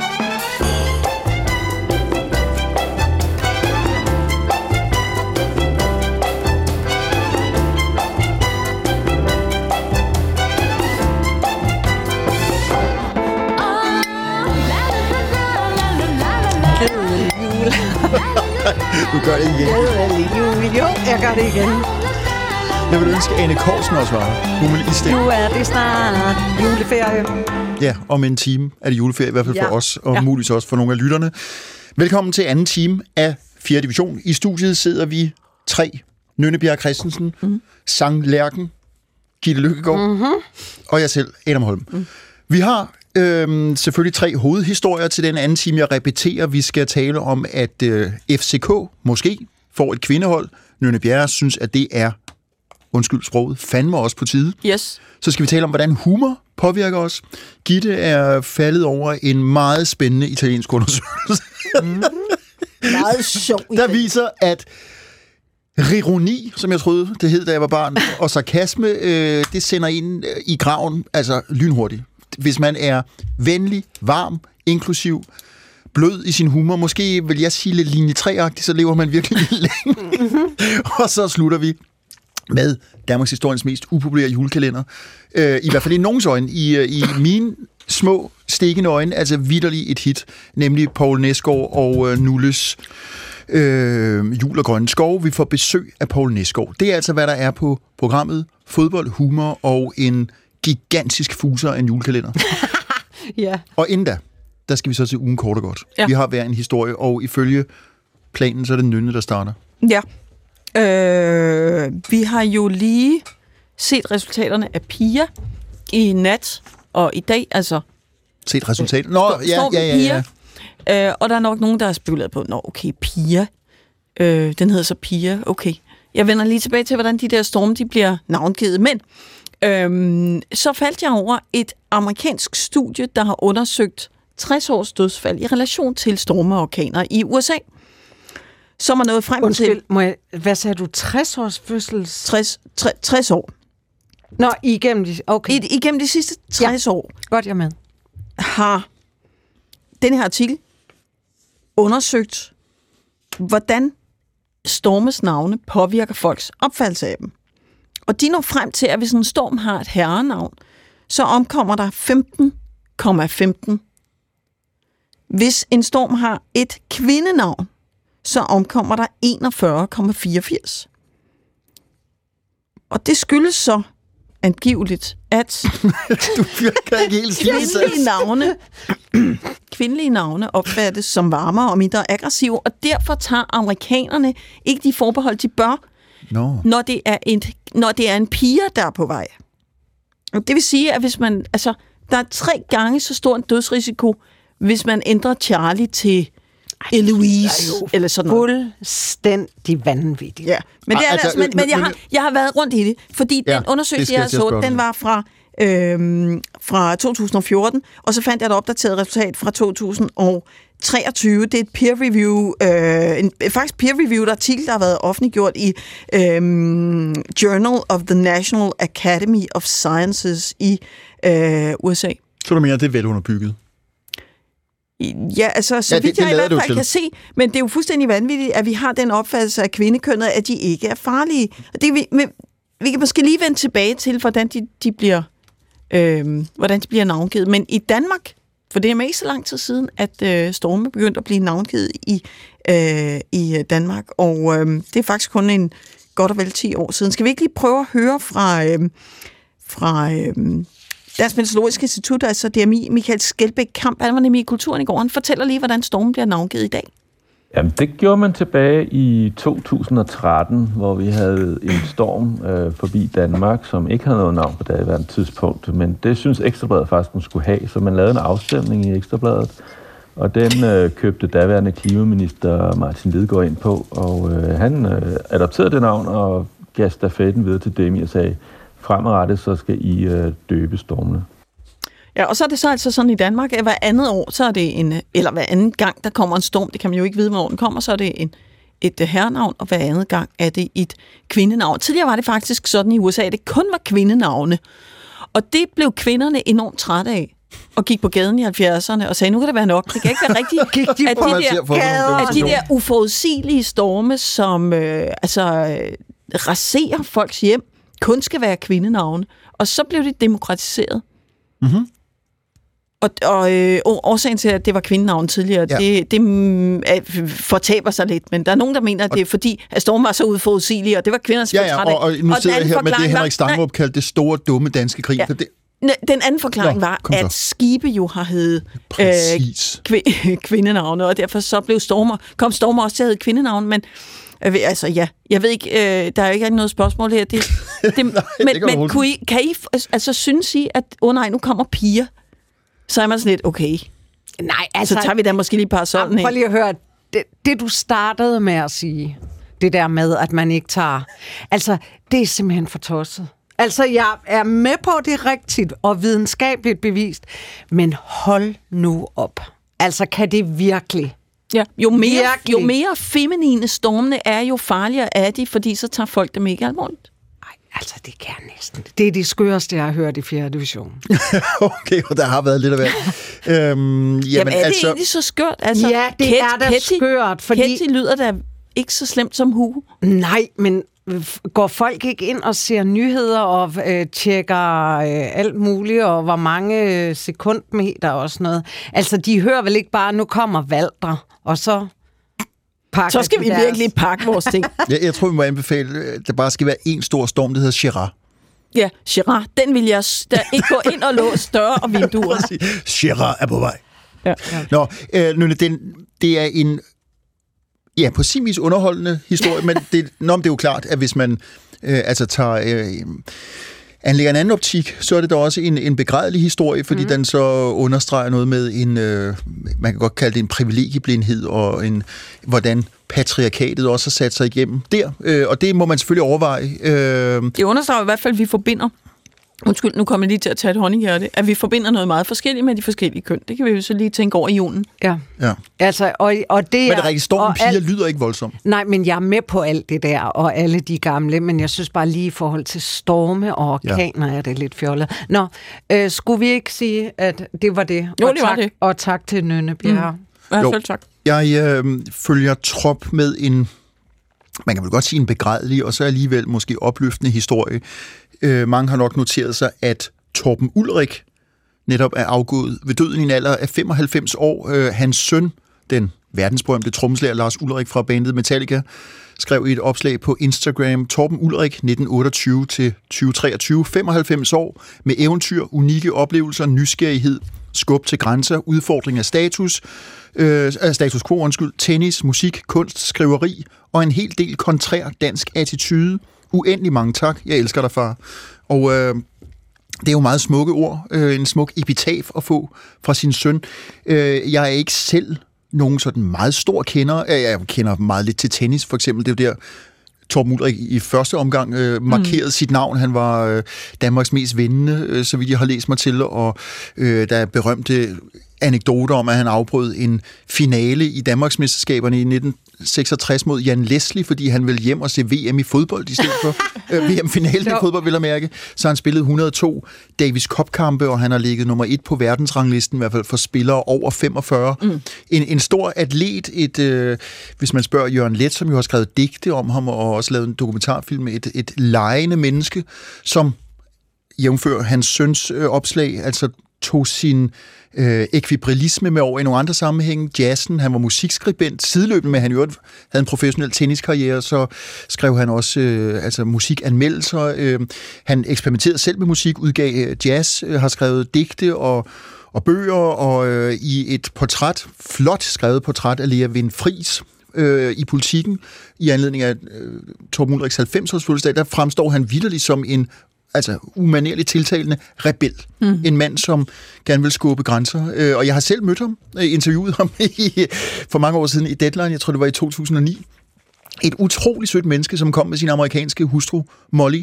B: Du gør det igen.
A: Jo, jeg gør det igen.
B: Jeg vil ønske, Ane Korsen også var her. Hun vil i stedet.
A: Nu er det snart juleferie.
B: Ja, om en time er det juleferie, i hvert fald for os, og muligvis også for nogle af lytterne. Velkommen til anden time af 4. division. I studiet sidder vi 3. Nynne Bjerg Christensen, Sang Lærken, Gitte Lykkegaard, og jeg selv, Adam Holm. Vi har selvfølgelig 3 hovedhistorier til den anden time. Jeg repeterer, vi skal tale om, at FCK måske får et kvindehold. Nynne Bjerg synes, at det er, undskyld sproget, fandme også på tide.
C: Yes.
B: Så skal vi tale om, hvordan humor påvirker os. Gitte er faldet over en meget spændende italiensk undersøgelse.
A: Meget sjov.
B: Der viser, at ironi, som jeg troede, det hed, da jeg var barn, og sarkasme, det sender ind i graven, altså lynhurtigt. Hvis man er venlig, varm, inklusiv, blød i sin humor, måske vil jeg sige lidt linje 3-agtigt, så lever man virkelig længe. Og så slutter vi med Danmarks historiens mest upopulære julekalender. I hvert fald i nogens øjne. I min små stikkende øjne, altså vitterligt et hit, nemlig Poul Nesgaard og Nulles Jul og Grønne Skov. Vi får besøg af Poul Nesgaard. Det er altså, hvad der er på programmet. Fodbold, humor og en gigantisk fuser af en julekalender.
A: Ja.
B: Og inden der skal vi så til ugen kort og godt. Ja. Vi har hver en historie, og ifølge planen, så er det Nynne, der starter.
C: Ja. Vi har jo lige set resultaterne af Pia i nat og i dag, altså.
B: Set resultatet? Nå, ja.
C: Og der er nok nogen, der har spekuleret på, okay, Pia. Den hedder så Pia, okay. Jeg vender lige tilbage til, hvordan de der storme, de bliver navngivet. Men så faldt jeg over et amerikansk studie, der har undersøgt 60 års dødsfald i relation til storme og orkaner i USA. Som er nået frem til...
A: Hvad sagde du? 60 års fødsels...
C: 60 år.
A: Nå, igennem
C: de sidste 60 år.
A: Godt, jeg med.
C: Har den her artikel undersøgt, hvordan stormes navne påvirker folks opfattelse af dem. Og de når frem til, at hvis en storm har et herrenavn, så omkommer der 15,15. Hvis en storm har et kvindenavn, så omkommer der 41,84. Og det skyldes så angiveligt, at kvindelige navne opfattes som varmere og mindre aggressive, og derfor tager amerikanerne ikke de forbehold, de bør, når det er en pige, der er på vej. Og det vil sige, at hvis man, der er 3 gange så stor en dødsrisiko, hvis man ændrer Charlie til Eloise, eller sådan noget.
A: Fuldstændig vanvittigt.
C: Ja. Men, det er men jeg har været rundt i det, fordi den undersøgelse, jeg så, den var fra 2014, og så fandt jeg et opdateret resultat fra 2023. Det er et peer-reviewed artikel, der har været offentliggjort i Journal of the National Academy of Sciences i USA.
B: Så du mener, det er velunderbygget?
C: Ja, så vidt jeg i hvert fald kan se, men det er jo fuldstændig vanvittigt, at vi har den opfattelse af kvindekønnet, at de ikke er farlige. Og det, vi kan måske lige vende tilbage til, hvordan de bliver navngivet. Men i Danmark, for det er ikke så lang tid siden, at storme begyndte at blive navngivet i Danmark, og det er faktisk kun en godt og vel 10 år siden. Skal vi ikke lige prøve at høre fra Dansk Meteorologisk Institut, altså DMI, Michael Skelbæk Kamp, han var nemlig i Kulturen i går. Han fortæller lige, hvordan stormen bliver navngivet i dag.
J: Jamen, det gjorde man tilbage i 2013, hvor vi havde en storm forbi Danmark, som ikke havde noget navn på daværende tidspunkt. Men det synes Ekstrabladet faktisk, den skulle have, så man lavede en afstemning i Ekstrabladet. Og den købte daværende klimaminister Martin Lidegaard ind på, og han adopterede det navn og gav stafetten videre til DMI og sagde, fremadrettet, så skal I døbe stormene.
C: Ja, og så er det så altså sådan i Danmark, at hver andet år, så er det eller hver anden gang, der kommer en storm, det kan man jo ikke vide, hvornår den kommer, så er det et herrenavn, og hver anden gang er det et kvindenavn. Tidligere var det faktisk sådan i USA, at det kun var kvindenavne. Og det blev kvinderne enormt trætte af, og gik på gaden i 70'erne og sagde, nu kan det være nok. Det kan ikke være rigtigt, at de der uforudsigelige storme, som raserer folks hjem, kun skal være kvindenavne. Og så blev det demokratiseret. Mm-hmm. Og årsagen til, at det var kvindenavn tidligere, det fortaber sig lidt. Men der er nogen, der mener, at det er fordi, at stormen var så uforudsigelig, og det var kvinders fortræt af.
B: Og nu sidder jeg her med det, Henrik Stangerup kaldte det store, dumme danske krig. Ja.
C: Den anden forklaring var, at skibe jo har heddet kvindenavne, og derfor så kom stormer også til at hedde kvindenavne, men jeg ved ikke, der er jo ikke noget spørgsmål her. Men kan I synes I, at nej, nu kommer piger, så er man sådan lidt, okay.
A: Nej,
C: så tager vi da måske lige par sådan.
A: Prøv lige at høre, det du startede med at sige, det der med, at man ikke tager, det er simpelthen for tosset. Jeg er med på, det er rigtigt og videnskabeligt bevist, men hold nu op. kan det virkelig?
C: Ja, jo mere feminine stormene er, jo farligere er de, fordi så tager folk dem ikke alvorligt.
A: Nej, det kan jeg næsten. Det er det skøreste, jeg har hørt i 4. division.
B: Okay, og der har været lidt af hvert.
C: Jamen, er det egentlig så skørt?
A: Ja, det er da skørt,
C: fordi Ketty lyder da ikke så slemt som Hugo.
A: Nej, men går folk ikke ind og ser nyheder og tjekker alt muligt, og hvor mange sekundmeter og sådan noget? Altså, de hører vel ikke bare, nu kommer Walter, og så
C: så skal vi virkelig pakke vores ting.
B: Jeg tror, vi må anbefale, at der bare skal være en stor storm, der hedder Gerard.
C: Ja, Gerard, den vil jeg ikke gå ind og låse døre og vinduer.
B: Gerard er på vej.
C: Ja.
B: Nå, det er en på sin vis underholdende historie, men det er jo klart, at hvis man anlægger en anden optik, så er det da også en begrædelig historie, fordi den så understreger noget med en, man kan godt kalde det en privilegieblindhed, og hvordan patriarkatet også har sat sig igennem der, og det må man selvfølgelig overveje.
C: Det understreger i hvert fald, at vi forbinder, nu kommer jeg lige til at tage et honninghjerte, at vi forbinder noget meget forskelligt med de forskellige køn. Det kan vi jo så lige tænke over i julen.
A: Ja. Altså, og det
B: men det er rigtigt, stormen piger lyder ikke voldsomt.
A: Nej, men jeg er med på alt det der, og alle de gamle, men jeg synes bare lige i forhold til storme og orkaner er det lidt fjollet. Nå, skulle vi ikke sige, at det var det?
C: Jo, det var det.
A: Og tak til Nynne Bjerre.
C: Jo, tak.
B: Jeg følger trop med en, man kan vel godt sige en begrædelig, og så alligevel måske opløftende historie. Mange har nok noteret sig, at Torben Ulrik netop er afgået ved døden i en alder af 95 år. Hans søn, den verdensberømte trommeslager Lars Ulrik fra bandet Metallica, skrev i et opslag på Instagram: Torben Ulrik, 1928-2023, 95 år, med eventyr, unikke oplevelser, nysgerrighed, skub til grænser, udfordring af status quo, tennis, musik, kunst, skriveri og en hel del kontrær dansk attitude. Uendelig mange tak. Jeg elsker dig, far. Og det er jo meget smukke ord. En smuk epitaf at få fra sin søn. Jeg er ikke selv nogen sådan meget stor kender. Jeg kender meget lidt til tennis, for eksempel. Det er jo der, Torben Ulrik i første omgang markerede sit navn. Han var Danmarks mest vindende, så vidt jeg har læst mig til, og der er berømte anekdoter om, at han afbrød en finale i Danmarksmesterskaberne i 1966 mod Jan Leslie, fordi han ville hjem og se VM i fodbold i stedet for VM-finalen i fodbold, vil jeg mærke. Så han spillede 102 Davis Cup-kampe, og han har ligget nummer 1 på verdensranglisten, i hvert fald for spillere over 45. En stor atlet, hvis man spørger Jørgen Leth, som jo har skrevet digte om ham, og også lavet en dokumentarfilm, et legende menneske, som jævnfører hans søns opslag, altså tog sin ekvibrillisme med over i nogle andre sammenhænge. Jazzen, han var musikskribent, sideløbende med, at han jo havde en professionel tenniskarriere, så skrev han også musikanmeldelser. Han eksperimenterede selv med musik, udgav jazz, har skrevet digte og bøger, og i et portræt, flot skrevet portræt af Lea Vind Friis i Politikken, i anledning af Torben Ulriks 90-års fødselsdag, der fremstår han vitterligt som en umanerligt tiltalende rebel. En mand, som gerne vil skubbe grænser. Og jeg har selv mødt ham, interviewet ham for mange år siden i Deadline, jeg tror det var i 2009. Et utroligt sødt menneske, som kom med sin amerikanske hustru, Molly.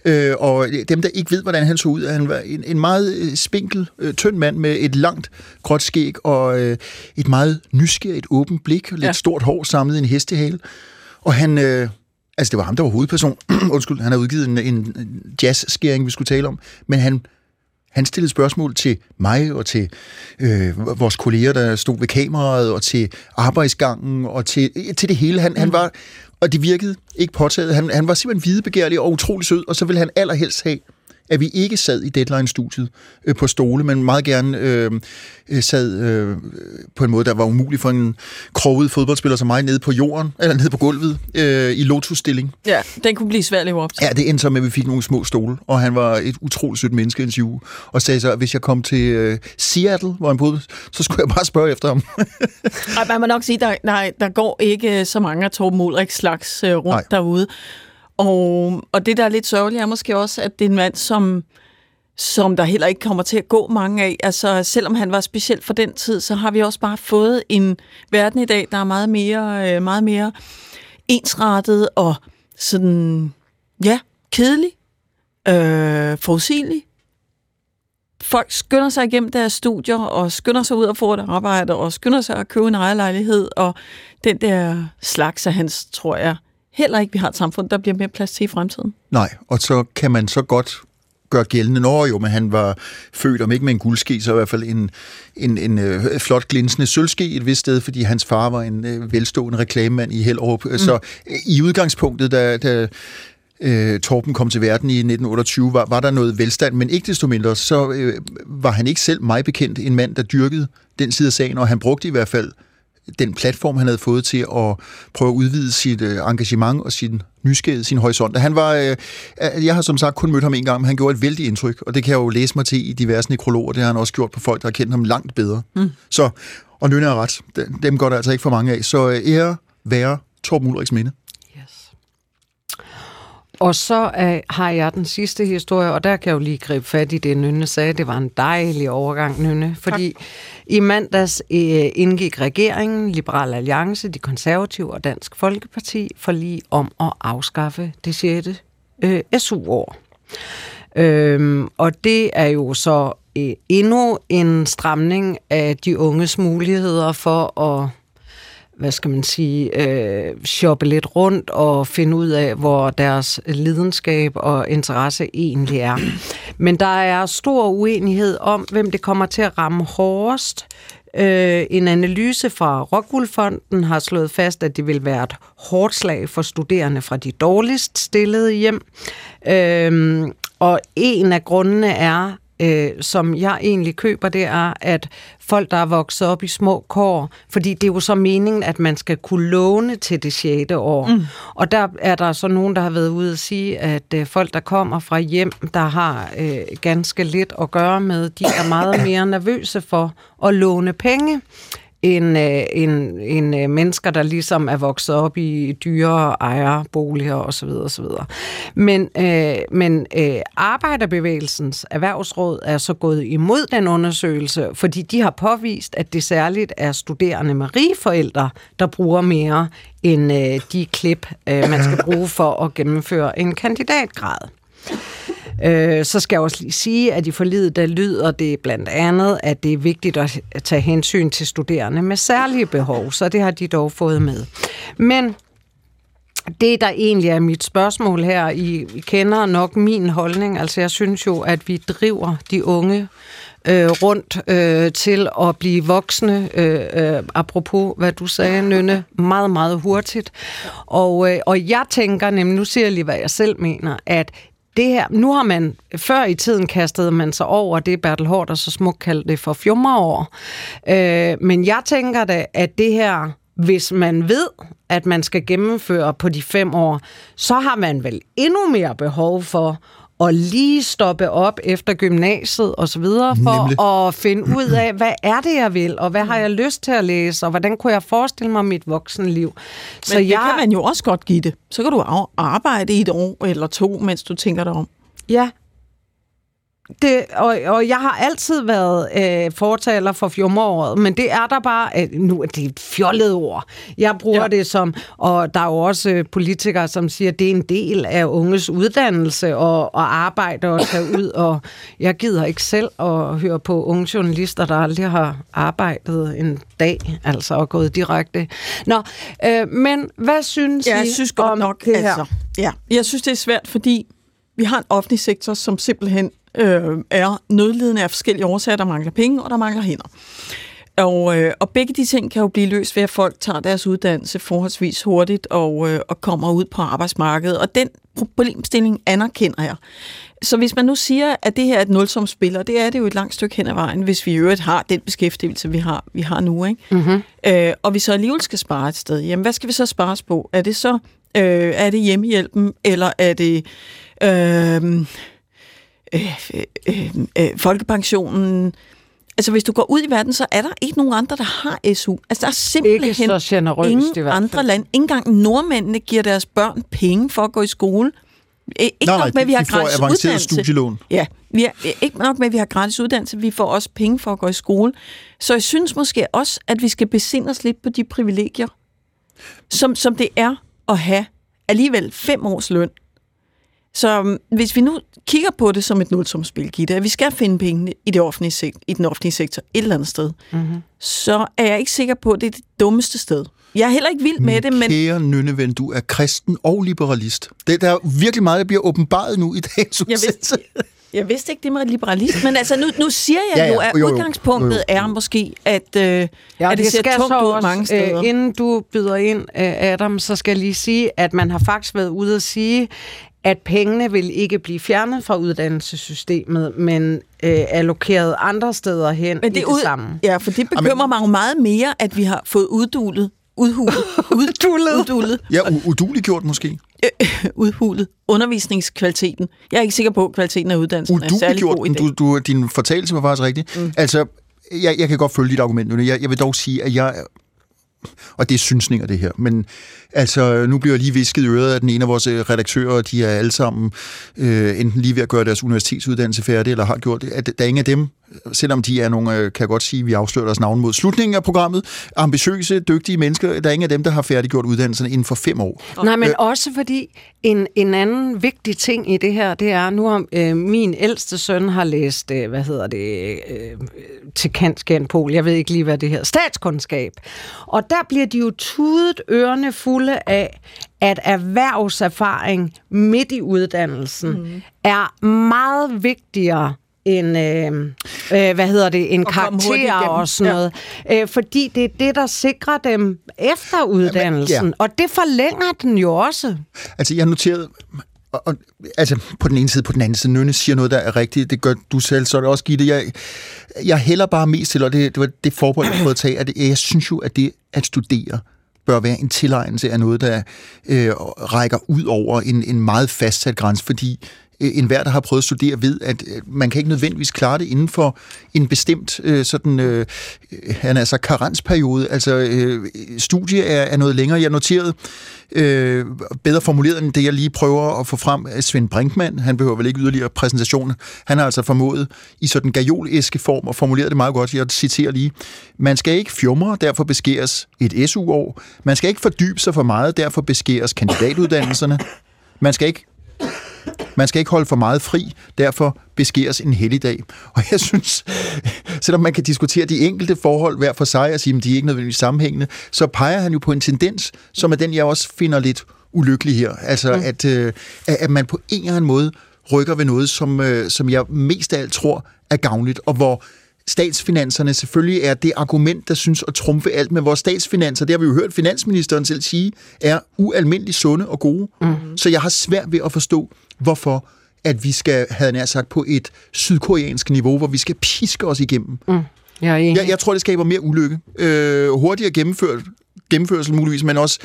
B: Og dem, der ikke ved, hvordan han så ud, han var en meget spinkel, tynd mand med et langt, gråt skæg og et meget nysgerrigt, åbent blik, lidt stort hår samlet i en hestehale. Og han... det var ham, der var hovedperson. Undskyld, han har udgivet en jazzskæring, vi skulle tale om. Men han stillede spørgsmål til mig og til vores kolleger, der stod ved kameraet, og til arbejdsgangen, og til det hele. Han var, og det virkede ikke påtaget. Han var simpelthen videbegærlig og utrolig sød, og så ville han allerhelst have, at vi ikke sad i Deadline-studiet på stole, men meget gerne sad på en måde, der var umulig for en kroget fodboldspiller som mig nede på jorden, eller nede på gulvet, i lotusstilling.
C: Ja, den kunne blive svær at leve op til.
B: Ja, det endte så med, at vi fik nogle små stole, og han var et utroligt sødt menneske interview, og sagde så, at hvis jeg kom til Seattle, hvor han boede, så skulle jeg bare spørge efter ham.
C: Ej, man må nok sige, der går ikke så mange af Torben Ulrik slags rundt derude. Og det, der er lidt sørgeligt, er måske også, at det er en mand, som der heller ikke kommer til at gå mange af. Altså, selvom han var specielt for den tid, så har vi også bare fået en verden i dag, der er meget mere ensrettet og sådan, kedelig, forudsigelig. Folk skynder sig igennem deres studier, og skynder sig ud og få et arbejde, og skynder sig at købe en ejerlejlighed, og den der slags af hans, tror jeg, heller ikke, vi har et samfund, der bliver mere plads til i fremtiden.
B: Nej, og så kan man så godt gøre gældende, men han var født, om ikke med en guldske, så i hvert fald en flot glinsende sølvske et vist sted, fordi hans far var en velstående reklamemand i Hellerup. Så i udgangspunktet, da Torben kom til verden i 1928, var der noget velstand, men ikke desto mindre, så var han ikke selv mig bekendt en mand, der dyrkede den side af sagen, og han brugte i hvert fald den platform, han havde fået til at prøve at udvide sit engagement og sin nysgerrighed, sin horisont. Jeg har som sagt kun mødt ham en gang, men han gjorde et vældigt indtryk, og det kan jeg jo læse mig til i diverse nekrologer. Det har han også gjort på folk, der har kendt ham langt bedre. Så, og Nynne er ret. Dem går der altså ikke for mange af. Så ære være Torben Ulrichs minde.
A: Og så har jeg den sidste historie, og der kan jeg jo lige gribe fat i det, Nynne sagde. Det var en dejlig overgang, Nynne, fordi i mandags indgik regeringen, Liberal Alliance, De Konservative og Dansk Folkeparti forlig om at afskaffe det 6. SU-år. Og det er jo så endnu en stramning af de unges muligheder for at shoppe lidt rundt og finde ud af, hvor deres lidenskab og interesse egentlig er. Men der er stor uenighed om, hvem det kommer til at ramme hårdest. En analyse fra Rockwool-fonden har slået fast, at det vil være et hårdt slag for studerende fra de dårligst stillede hjem. Og en af grundene er, som jeg egentlig køber, det er, at folk, der er vokset op i små kår, fordi det er jo så meningen, at man skal kunne låne til det 6. år. Og der er der så nogen, der har været ude at sige, at folk, der kommer fra hjem, der har ganske lidt at gøre med, de er meget mere nervøse for at låne penge, end mennesker, der ligesom er vokset op i dyre ejerboliger osv. osv. Men Arbejderbevægelsens Erhvervsråd er så gået imod den undersøgelse, fordi de har påvist, at det særligt er studerende med rige forældre, der bruger mere end de klip, man skal bruge for at gennemføre en kandidatgrad. Så skal jeg også lige sige, at i forliget, der lyder det blandt andet, at det er vigtigt at tage hensyn til studerende med særlige behov, så det har de dog fået med. Men det, der egentlig er mit spørgsmål her, I kender nok min holdning, altså jeg synes jo, at vi driver de unge rundt til at blive voksne, apropos hvad du sagde, Nynne, meget, meget hurtigt. Og jeg tænker nemlig, nu siger jeg lige, hvad jeg selv mener, at det her, nu har man, før i tiden kastede man sig over det, Bertel Haarder så smukt kaldte det for fjummerår. Men jeg tænker da, at det her, hvis man ved, at man skal gennemføre på de 5 år, så har man vel endnu mere behov for at lige stoppe op efter gymnasiet og så videre, for at finde ud af, hvad er det, jeg vil, og hvad har jeg lyst til at læse, og hvordan kunne jeg forestille mig mit voksenliv. Så
C: men det kan man jo også godt give det. Så kan du arbejde i 1 år eller 2, mens du tænker dig om.
A: Ja. Og jeg har altid været fortaler for fjummeråret, men det er der bare, nu er det et fjollet ord. Jeg bruger det som, og der er jo også politikere, som siger, at det er en del af unges uddannelse og arbejde og tage ud, og jeg gider ikke selv at høre på unge journalister, der aldrig har arbejdet en dag, altså og gået direkte. Men hvad synes I
C: synes godt
A: om
C: nok,
A: det her?
C: Altså, jeg synes, det er svært, fordi vi har en offentlig sektor, som simpelthen er nødlidende af forskellige årsager. Der mangler penge, og der mangler hænder. Og begge de ting kan jo blive løst ved, at folk tager deres uddannelse forholdsvis hurtigt og kommer ud på arbejdsmarkedet. Og den problemstilling anerkender jeg. Så hvis man nu siger, at det her er et nulsumsspil, og det er det jo et langt stykke hen ad vejen, hvis vi i øvrigt har den beskæftigelse, vi har nu, ikke? Mm-hmm. Og vi så alligevel skal spare et sted, jamen hvad skal vi så spares på? Er det så er det hjemmehjælpen, eller er det folkepensionen? Altså, hvis du går ud i verden, så er der ikke nogen andre, der har SU. Altså, der er simpelthen
A: ikke så generøst,
C: ingen andre lande. Ikke engang nordmændene giver deres børn penge for at gå i skole. Ikke nok med, at vi har gratis uddannelse.
B: Studielån.
C: Ja, ikke nok med, at vi har gratis uddannelse. Vi får også penge for at gå i skole. Så jeg synes måske også, at vi skal besinde os lidt på de privilegier, som det er at have alligevel 5 års løn. Så hvis vi nu kigger på det som et nulsumsspil, Gitte, at vi skal finde pengene i den offentlige sektor et eller andet sted, så er jeg ikke sikker på, at det er det dummeste sted. Jeg er heller ikke vild med det, men...
B: Kære Nynneven, du er kristen og liberalist. Der er virkelig meget, der bliver åbenbaret nu i dagens udsendelse.
C: Jeg vidste ikke det med liberalist, men altså nu siger jeg jo, at udgangspunktet er måske, at det ser tungt ud mange steder.
A: Inden du byder ind, Adam, så skal jeg lige sige, at man har faktisk været ude at sige, at pengene vil ikke blive fjernet fra uddannelsessystemet, men allokeret andre steder hen i det samme.
C: Ja, for det bekymrer mig jo meget mere, at vi har fået udhulet.
B: Ja, uduliggjort måske.
C: Udhulet undervisningskvaliteten. Jeg er ikke sikker på, at kvaliteten af uddannelsen er særlig god i dag.
B: Din fortalelse var faktisk rigtig. Altså, jeg kan godt følge dit argument nu. Jeg vil dog sige, at jeg... Og det er synsninger, det her. Men altså, nu bliver jeg lige visket i øret af den ene af vores redaktører, de er alle sammen enten lige ved at gøre deres universitetsuddannelse færdig, eller har gjort det. At der er ingen af dem, selvom de er nogle, kan jeg godt sige, vi afslører deres navn mod slutningen af programmet, ambitiøse, dygtige mennesker, der er ingen af dem, der har færdiggjort uddannelserne inden for 5 år.
A: Nej, men også fordi en anden vigtig ting i det her, det er, nu har min ældste søn har læst, til Kant-Skjern-Pol, jeg ved ikke lige, hvad det her, statskundskab. Og der bliver de jo tudet ørerne fulde af, at erhvervserfaring midt i uddannelsen er meget vigtigere end en karakter og sådan noget. Ja. Fordi det er det, der sikrer dem efter uddannelsen. Ja. Og det forlænger den jo også. Altså,
B: jeg noterede... altså, på den ene side, på den anden side, Nynne siger noget, der er rigtigt. Det gør du selv, så er det også, Gitte. Jeg hælder bare mest til, og det var det forbehold, jeg har fået at tage, at jeg synes jo, at det at studere bør være en tilegnelse af noget, der rækker ud over en meget fastsat grænse, fordi enhver, der har prøvet at studere, ved, at man kan ikke nødvendigvis klare det inden for en bestemt karensperiode. Altså, studie er noget længere. Jeg noterede bedre formuleret end det, jeg lige prøver at få frem af Svend Brinkmann. Han behøver vel ikke yderligere præsentation. Han har altså formået i sådan gajol-æske form og formuleret det meget godt. Jeg citerer lige. Man skal ikke fjumre, derfor beskæres et SU-år. Man skal ikke fordybe sig for meget, derfor beskæres kandidatuddannelserne. Man skal ikke holde for meget fri, derfor beskæres en helligdag. Og jeg synes, selvom man kan diskutere de enkelte forhold hver for sig og sige, at de er ikke nødvendigvis sammenhængende, så peger han jo på en tendens, som er den, jeg også finder lidt ulykkelig her. Altså, at man på en eller anden måde rykker ved noget, som jeg mest af alt tror er gavnligt, og hvor statsfinanserne selvfølgelig er det argument, der synes at trumfe alt med vores statsfinanser. Det har vi jo hørt finansministeren selv sige, er ualmindeligt sunde og gode. Mm-hmm. Så jeg har svært ved at forstå, hvorfor at vi skal, havde jeg sagt, på et sydkoreansk niveau, hvor vi skal piske os igennem. Jeg tror, det skaber mere ulykke. Hurtigere gennemførsel muligvis, men også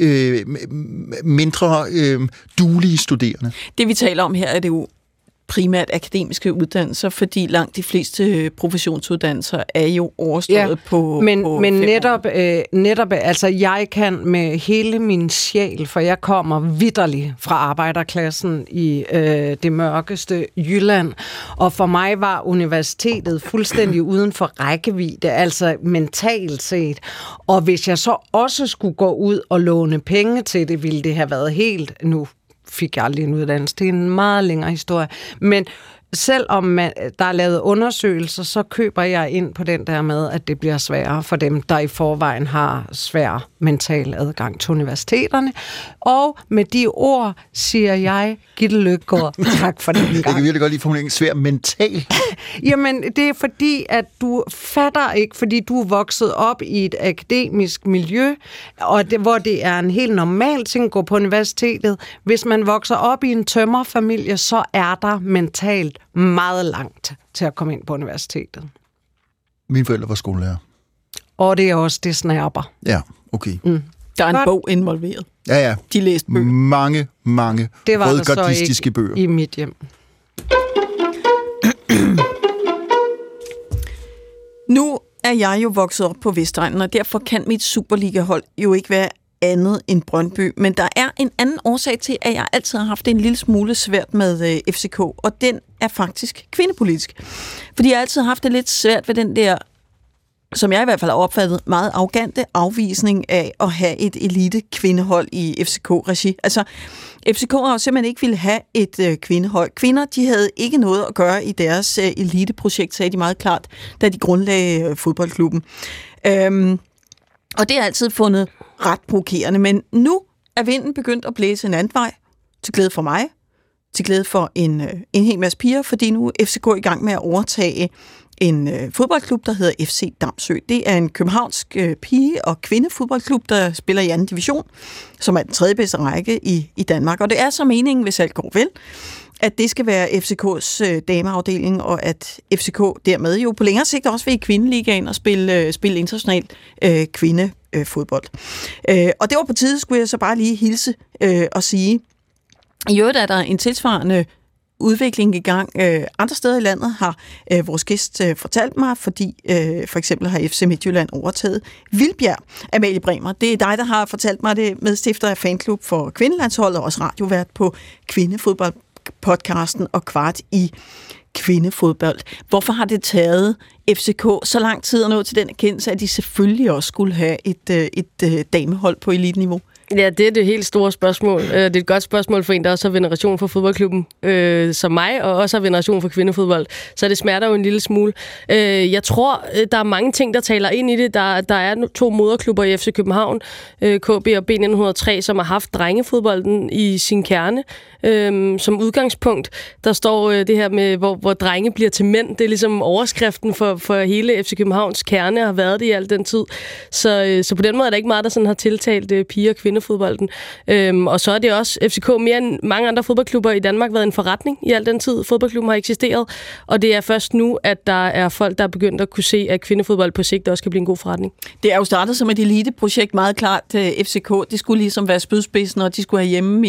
B: mindre duelige studerende.
C: Det vi taler om her, er det jo primært akademiske uddannelser, fordi langt de fleste professionsuddannelser er jo overstået på
A: men netop, altså jeg kan med hele min sjæl, for jeg kommer vitterligt fra arbejderklassen i det mørkeste Jylland, og for mig var universitetet fuldstændig uden for rækkevidde, altså mentalt set. Og hvis jeg så også skulle gå ud og låne penge til det, ville det have været helt nu. Fik jeg aldrig en uddannelse. Det er en meget længere historie. Men selvom der er lavet undersøgelser, så køber jeg ind på den der med, at det bliver sværere for dem, der i forvejen har svær mental adgang til universiteterne. Og med de ord siger jeg, Gitte Løkkegaard, tak for den gang.
B: Jeg kan virkelig godt lide formuleringen svær mental.
A: Jamen, det er fordi, at du fatter ikke, fordi du er vokset op i et akademisk miljø, og hvor det er en helt normal ting at gå på universitetet. Hvis man vokser op i en tømmerfamilie, så er der mentalt meget langt til at komme ind på universitetet.
B: Mine forældre var skolelærer.
A: Og det er også det snærper.
B: Ja, okay.
C: Der er en bog involveret.
B: Ja.
C: De læste bøger.
B: Mange rødgardistiske bøger.
A: I mit hjem.
C: Nu er jeg jo vokset op på Vestegnen, og derfor kan mit Superliga-hold jo ikke være andet end Brøndby. Men der er en anden årsag til, at jeg altid har haft en lille smule svært med FCK, og den er faktisk kvindepolitisk. Fordi jeg altid har haft det lidt svært ved den der, som jeg i hvert fald har opfattet, meget arrogante afvisning af at have et elite kvindehold i FCK-regi. Altså, FCK har jo simpelthen ikke ville have et kvindehold. Kvinder, de havde ikke noget at gøre i deres eliteprojekt, sagde de meget klart, da de grundlagde fodboldklubben. Og det har altid fundet ret provokerende, men nu er vinden begyndt at blæse en anden vej, til glæde for mig, til glæde for en hel masse piger, fordi nu er FCK i gang med at overtage en fodboldklub, der hedder FC Damsø. Det er en københavnsk pige- og kvindefodboldklub, der spiller i 2. division, som er den 3. bedste række i Danmark. Og det er så meningen, hvis alt går vel, at det skal være FCK's dameafdeling, og at FCK dermed jo på længere sigt også vil i kvindeligaen og spille internationalt kvindefodbold. Og det var på tide, skulle jeg så bare lige hilse og sige. I øvrigt er der en tilsvarende udvikling i gang andre steder i landet, har vores gæst fortalt mig, fordi for eksempel har FC Midtjylland overtaget Vildbjerg. Amalie Bremer, det er dig, der har fortalt mig det, medstifter af fanklub for kvindelandsholdet og også radiovært på kvindefodboldpodcasten og kvart i kvindefodbold. Hvorfor har det taget FCK så lang tid at nå til den erkendelse, at de selvfølgelig også skulle have et damehold på eliteniveau?
L: Ja, det er det helt store spørgsmål. Det er et godt spørgsmål for en, der også har veneration for fodboldklubben som mig, og også har veneration for kvindefodbold. Så det smerter jo en lille smule. Jeg tror, der er mange ting, der taler ind i det. Der er 2 moderklubber i FC København, KB og B903, som har haft drengefodbolden i sin kerne som udgangspunkt. Der står det her med, hvor drenge bliver til mænd. Det er ligesom overskriften for hele FC Københavns kerne, har været det i al den tid. Så på den måde er der ikke meget, der sådan har tiltalt piger og kvindefodbolden. Og så er det også FCK mere end mange andre fodboldklubber i Danmark været en forretning i al den tid, fodboldklubben har eksisteret. Og det er først nu, at der er folk, der er begyndt at kunne se, at kvindefodbold på sigt også kan blive en god forretning. Det
C: er jo startet som et eliteprojekt meget klart. FCK, det skulle ligesom være spydspidsen, og de skulle have hjemme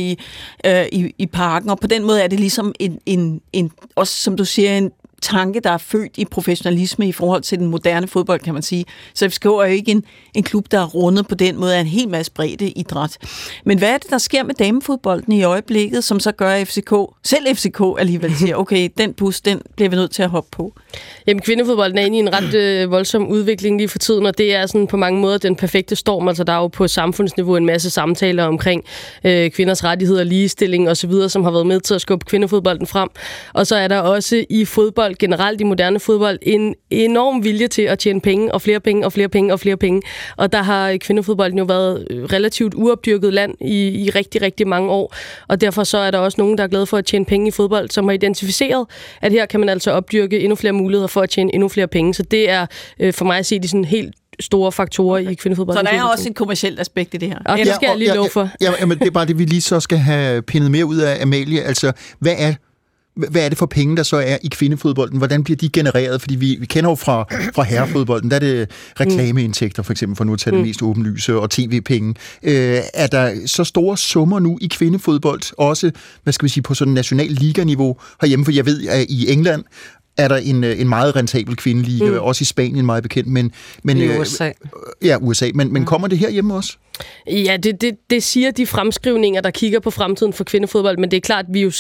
C: i parken. Og på den måde er det ligesom en også som du siger, en tanke, der er født i professionalisme i forhold til den moderne fodbold, kan man sige. Så FCK er jo ikke en klub, der er rundet på den måde af en hel masse bredde idræt. Men hvad er det, der sker med damefodbolden i øjeblikket, som så gør selv FCK alligevel siger, okay, den bus, den bliver vi nødt til at hoppe på?
L: Jamen, kvindefodbolden er inde i en ret voldsom udvikling lige for tiden, og det er sådan på mange måder den perfekte storm. Altså, der er jo på samfundsniveau en masse samtaler omkring kvinders rettigheder, ligestilling osv., som har været med til at skubbe kvindefodbolden frem. Og så er der også i fodbold generelt i moderne fodbold en enorm vilje til at tjene penge og flere penge og flere penge og flere penge. Og der har kvindefodbolden jo været relativt uopdyrket land i rigtig, rigtig mange år. Og derfor så er der også nogen, der er glade for at tjene penge i fodbold, som har identificeret, at her kan man altså opdyrke endnu flere muligheder for at tjene endnu flere penge. Så det er for mig at se de sådan helt store faktorer i kvindefodbold.
C: Så der er også et kommercielt aspekt i det her.
L: Og det skal jeg lige love for.
B: Ja, men det er bare det, vi lige så skal have pindet mere ud af, Amalie. Altså, hvad er det for penge, der så er i kvindefodbolden? Hvordan bliver de genereret? Fordi vi kender jo fra herrefodbolden, der er det reklameindtægter, for eksempel, for nu at tage det mest åbenlyse, og tv-penge. Er der så store summer nu i kvindefodbold, også, hvad skal vi sige, på sådan national liganiveau herhjemme? For jeg ved, at i England er der en meget rentabel kvindeliga, også i Spanien meget bekendt, men
A: i USA.
B: Ja, USA. Men kommer det herhjemme også?
L: Ja, det siger de fremskrivninger, der kigger på fremtiden for kvindefodbold, men det er klart, at vi er jo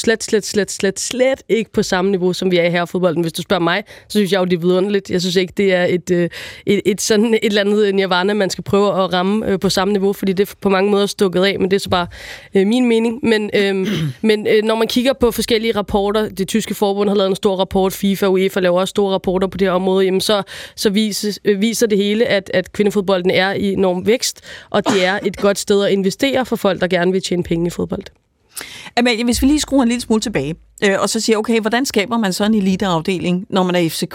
L: slet ikke på samme niveau, som vi er i herrefodbolden. Hvis du spørger mig, så synes jeg jo, det er vidunderligt. Jeg synes ikke, det er et sådan et eller andet nirvana, man skal prøve at ramme på samme niveau, fordi det er på mange måder stukket af, men det er så bare min mening. Men når man kigger på forskellige rapporter, det tyske forbund har lavet en stor rapport, FIFA og UEFA laver også store rapporter på det her område, jamen så viser det hele, at kvindefodbolden er i enorm vækst, og det er et godt sted at investere for folk, der gerne vil tjene penge i fodbold.
C: Amalie, hvis vi lige skruer en lille smule tilbage, og så siger, okay, hvordan skaber man så en eliteafdeling, når man er FCK?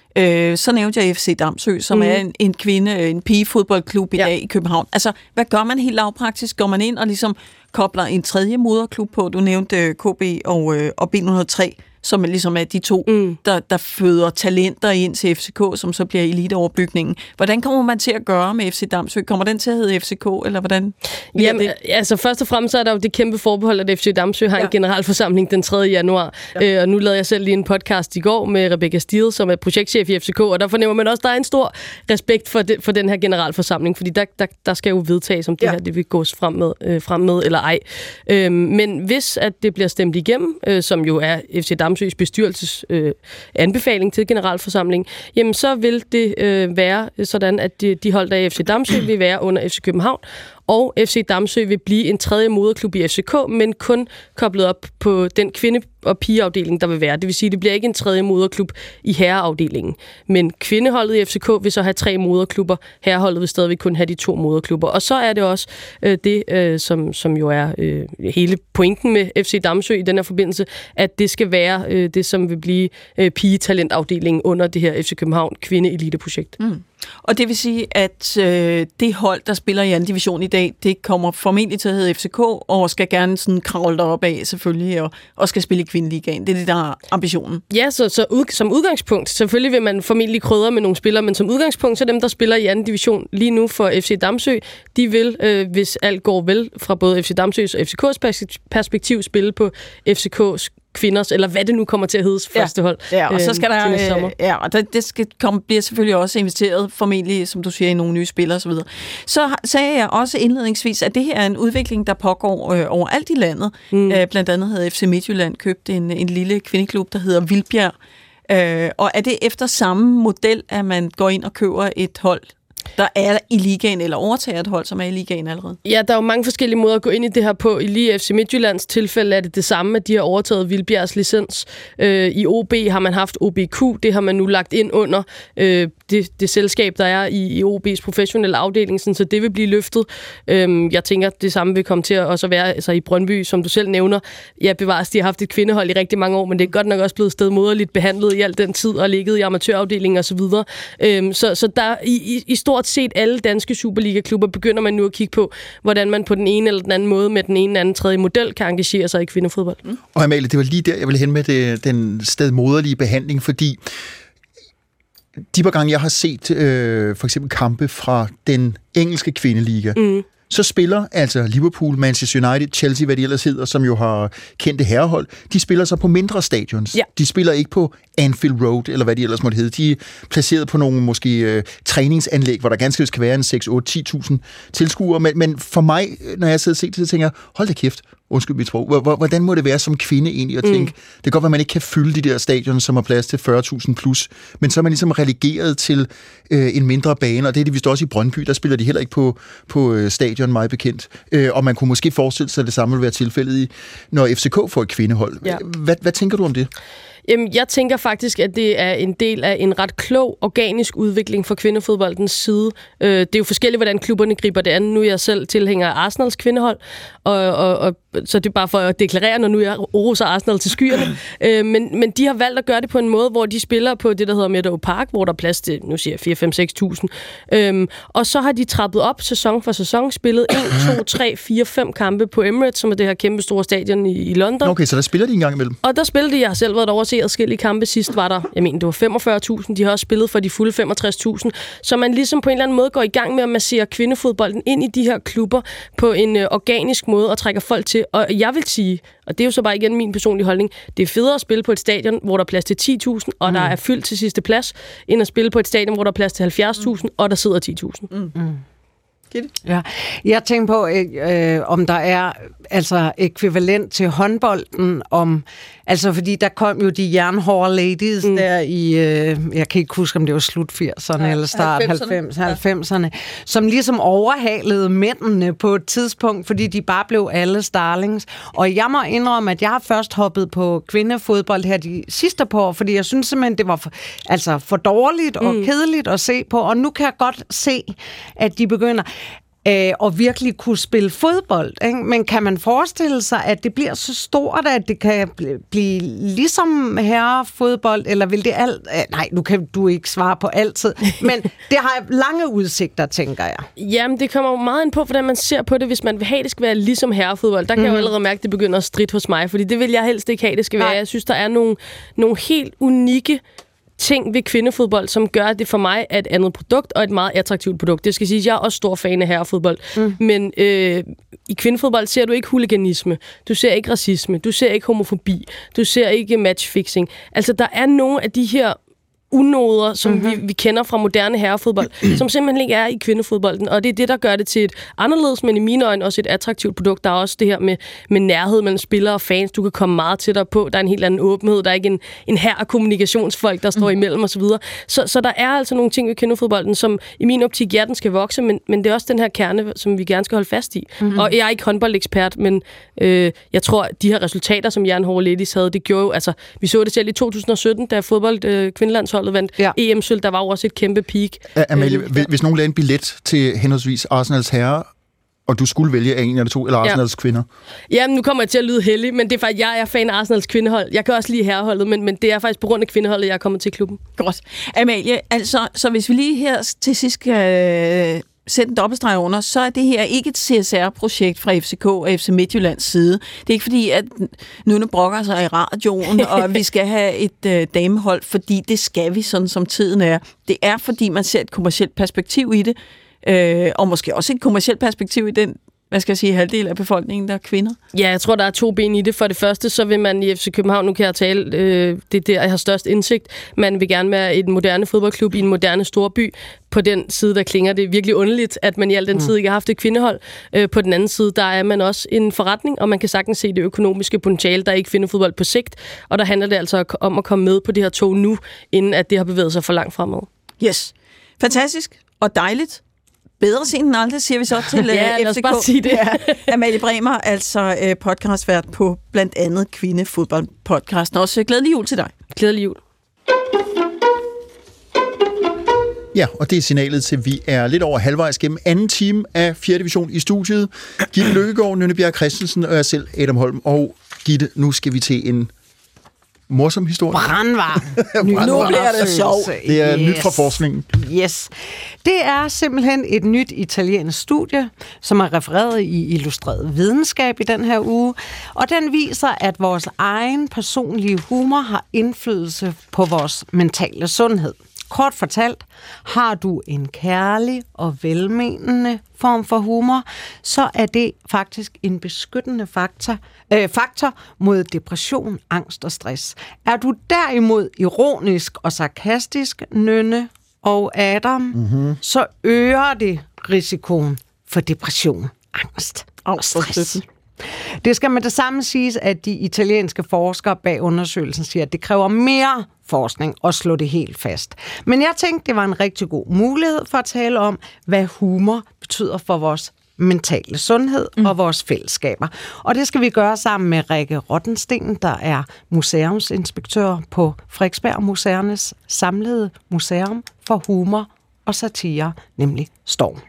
C: Så nævnte jeg FC Damsø, som er en pigefodboldklub i dag i København. Altså, hvad gør man helt lavpraktisk? Går man ind og ligesom kobler en tredje moderklub på? Du nævnte KB og B903, som ligesom er de to, der føder talenter ind til FCK, som så bliver eliteoverbygningen. Hvordan kommer man til at gøre med FC Damsø? Kommer den til at hedde FCK, eller hvordan?
L: Jamen, altså først og fremmest så er der jo det kæmpe forbehold, at FC Damsø har en generalforsamling den 3. januar. Ja. Og nu lavede jeg selv lige en podcast i går med Rebecca Steele, som er projektchef i FCK, og der fornemmer man også, at der er en stor respekt for den her generalforsamling, fordi der skal jo vedtages, om det her det vil gås frem med eller ej. Men hvis at det bliver stemt igennem, som jo er FC Damsøs bestyrelses anbefaling til generalforsamling, jamen så vil det være sådan, at de hold, der er FC Damsø, vil være under FC København, og FC Damsø vil blive en tredje moderklub i FCK, men kun koblet op på den kvinde- og pigeafdeling, der vil være. Det vil sige, at det bliver ikke en tredje moderklub i herreafdelingen. Men kvindeholdet i FCK vil så have 3 moderklubber. Herreholdet vil stadigvæk kun have de 2 moderklubber. Og så er det også som jo er hele pointen med FC Damsø i den her forbindelse, at det skal være det, som vil blive pigetalentafdelingen under det her FC København kvinde-eliteprojekt.
C: Og det vil sige, at det hold, der spiller i anden division i dag, det kommer formentlig til at hedde FCK, og skal gerne sådan kravle derop af selvfølgelig, og skal spille i kvindeligaen. Det er det, der er ambitionen.
L: Ja, som udgangspunkt. Selvfølgelig vil man formentlig krydre med nogle spillere, men som udgangspunkt, så dem, der spiller i anden division lige nu for FC Damsø, de vil, hvis alt går vel fra både FC Damsøs og FCK's perspektiv, spille på FCK's kvinders, eller hvad det nu kommer til at hedde, første hold.
C: Ja, og så skal der bliver selvfølgelig også investeret, formentlig, som du siger, i nogle nye spillere osv. Så sagde jeg også indledningsvis, at det her er en udvikling, der pågår overalt i landet. Blandt andet havde FC Midtjylland købt en lille kvindeklub, der hedder Vildbjerg. Og er det efter samme model, at man går ind og køber et hold, der er i ligaen, eller overtager et hold, som er i ligaen allerede? Ja,
L: der er jo mange forskellige måder at gå ind i det her på. I lige FC Midtjyllands tilfælde er det samme, at de har overtaget Vildbjergs licens. I OB har man haft OBQ, det har man nu lagt ind under det selskab, der er i OB's professionelle afdeling, så det vil blive løftet. Jeg tænker, det samme vil komme til at også være altså i Brøndby, som du selv nævner. Ja, bevares, de har haft et kvindehold i rigtig mange år, men det er godt nok også blevet stedmoderligt behandlet i al den tid og ligget i amatørafdelingen osv. Så der i stort set alle danske Superliga-klubber begynder man nu at kigge på, hvordan man på den ene eller den anden måde med den ene eller anden tredje model kan engagere sig i kvindefodbold.
B: Og Amalie, det var lige der, jeg ville hen med den stedmoderlige behandling, fordi de par gange, jeg har set for eksempel kampe fra den engelske kvindeliga, så spiller altså Liverpool, Manchester United, Chelsea, hvad de ellers hedder, som jo har kendte herrehold, de spiller så på mindre stadions. Ja. De spiller ikke på Anfield Road, eller hvad de ellers måtte hedde. De er placeret på nogle måske træningsanlæg, hvor der ganske vist kan være en 6-8-10.000 tilskuere. Men for mig, når jeg sidder og ser det, så tænker jeg, hold da kæft, undskyld mit sprog, hvordan må det være som kvinde egentlig at tænke, det kan godt være, at man ikke kan fylde de der stadion, som har plads til 40.000 plus, men så er man ligesom relegeret til en mindre bane, og det er det vist også i Brøndby, der spiller de heller ikke på stadion, meget bekendt. Og man kunne måske forestille sig, at det samme vil være tilfældet når FCK får et kvindehold. Ja. Hvad tænker du om det?
L: Jamen, jeg tænker faktisk, at det er en del af en ret klog, organisk udvikling fra kvindefodboldens side. Det er jo forskelligt, hvordan klubberne griber det an. Nu er jeg selv tilhænger af Arsenals kvindehold, og så det er bare for at deklarere, når nu jeg roser Arsenal til skyerne. Men de har valgt at gøre det på en måde, hvor de spiller på det, der hedder Meadow Park, hvor der er plads til, nu siger jeg 4-5-6.000. Og så har de trappet op sæson for sæson, spillet 1, 2, 3, 4, 5 kampe på Emirates, som er det her kæmpe store stadion i London.
B: Okay, så der spiller de en gang imellem?
L: Og der spiller de, jeg har selv været over til adskillige kampe. Sidst var der, jeg mener, det var 45.000. De har også spillet for de fulde 65.000. Så man ligesom på en eller anden måde går i gang med at massere kvindefodbolden ind i de her klubber på en organisk måde og trækker folk til. Og jeg vil sige, og det er jo så bare igen min personlige holdning, det er federe at spille på et stadion, hvor der er plads til 10.000, og der er fyldt til sidste plads, end at spille på et stadion, hvor der er plads til 70.000, og der sidder 10.000.
A: Ja. Jeg tænker på, om der er altså ekvivalent til håndbolden, fordi der kom jo de jernhårde ladies der i, jeg kan ikke huske, om det var slut 80'erne eller start 90'erne, som ligesom overhalede mændene på et tidspunkt, fordi de bare blev alles darlings. Og jeg må indrømme, at jeg har først hoppet på kvindefodbold her de sidste par år, fordi jeg synes simpelthen, det var for dårligt og kedeligt at se på, og nu kan jeg godt se, at de begynder og virkelig kunne spille fodbold. Ikke? Men kan man forestille sig, at det bliver så stort, at det kan blive ligesom herrefodbold, eller vil det alt... Nej, nu kan du ikke svare på altid, men det har lange udsigter, tænker jeg. Jamen,
L: det kommer jo meget ind på, hvordan man ser på det, hvis man vil have, det skal være ligesom herrefodbold. Der kan jeg jo allerede mærke, at det begynder at stride hos mig, fordi det vil jeg helst ikke have, det skal være. Jeg synes, der er nogle helt unikke ting ved kvindefodbold, som gør, at det for mig er et andet produkt, og et meget attraktivt produkt. Det skal sige, at jeg er også stor fan af herrefodbold. Men i kvindefodbold ser du ikke huliganisme, du ser ikke racisme, du ser ikke homofobi, du ser ikke matchfixing. Altså, der er nogle af de her unoder, som vi kender fra moderne herrefodbold, som simpelthen ikke er i kvindefodbolden. Og det er det, der gør det til et anderledes, men i mine øjne også et attraktivt produkt. Der er også det her med nærhed mellem spillere og fans. Du kan komme meget tættere på. Der er en helt anden åbenhed. Der er ikke en hær af kommunikationsfolk, der står imellem osv. Så der er altså nogle ting ved kvindefodbolden, som i min optik, den skal vokse, men det er også den her kerne, som vi gerne skal holde fast i. Og jeg er ikke håndboldekspert, men jeg tror, at de her resultater, som Jan Hårledis havde, det gjorde jo, altså, vi så det selv i 2017, da kvindelandsholdet vandt EM-sølv, der var jo også et kæmpe peak.
B: Amalie, hvis nogen lagde en billet til henholdsvis Arsenals herrer, og du skulle vælge en eller to, eller Arsenals kvinder?
L: Jamen, nu kommer jeg til at lyde heldig, men det er faktisk, jeg er fan af Arsenals kvindehold. Jeg kan også lide herreholdet, men det er faktisk på grund af kvindeholdet, jeg er kommet til klubben.
C: Godt. Amalie, altså, så hvis vi lige her til sidst skal sætte en dobbeltstreg under, så er det her ikke et CSR-projekt fra FCK og FC Midtjyllands side. Det er ikke fordi, at Nynne brokker sig i radioen, og vi skal have et damehold, fordi det skal vi, sådan som tiden er. Det er, fordi man ser et kommercielt perspektiv i det, og måske også et kommercielt perspektiv i den, halvdel af befolkningen, der er kvinder.
L: Ja, jeg tror, der er to ben i det. For det første, så vil man i FC København, nu kan jeg tale, det er der, jeg har størst indsigt, man vil gerne være en moderne fodboldklub i en moderne storby. På den side, der klinger det virkelig underligt, at man i al den tid ikke har haft et kvindehold. På den anden side, der er man også en forretning, og man kan sagtens se det økonomiske potentiale, der er ikke kvindefodbold på sigt. Og der handler det altså om at komme med på det her tog nu, inden at det har bevæget sig for langt fremad.
C: Yes. Fantastisk og dejligt. Bedre sent end aldrig, siger vi så til
L: lad os bare sige det.
C: Amalie Bremer, altså podcastvært på blandt andet Kvindefodboldpodcasten. Også glædelig jul til dig.
L: Glædelig jul.
B: Ja, og det er signalet til, at vi er lidt over halvvejs gennem anden time af 4. division i studiet. Gitte Lykkegaard, Nynne Bjerg Christensen og jeg selv, Adam Holm. Og Gitte, nu skal vi til en morsom historie.
A: Brandvarm.
C: Nu bliver det sjovt.
B: Det er nyt fra forskningen.
A: Yes. Det er simpelthen et nyt italiensk studie, som er refereret i Illustreret Videnskab i den her uge. Og den viser, at vores egen personlige humor har indflydelse på vores mentale sundhed. Kort fortalt, har du en kærlig og velmenende form for humor, så er det faktisk en beskyttende faktor mod depression, angst og stress. Er du derimod ironisk og sarkastisk, Nynne og Adam, så øger det risikoen for depression, angst og stress. Det skal med det samme siges, at de italienske forskere bag undersøgelsen siger, at det kræver mere forskning at slå det helt fast. Men jeg tænkte, det var en rigtig god mulighed for at tale om, hvad humor betyder for vores mentale sundhed og vores fællesskaber. Og det skal vi gøre sammen med Rikke Rottensten, der er museumsinspektør på Frederiksberg Museernes samlede museum for humor og satire, nemlig Storm.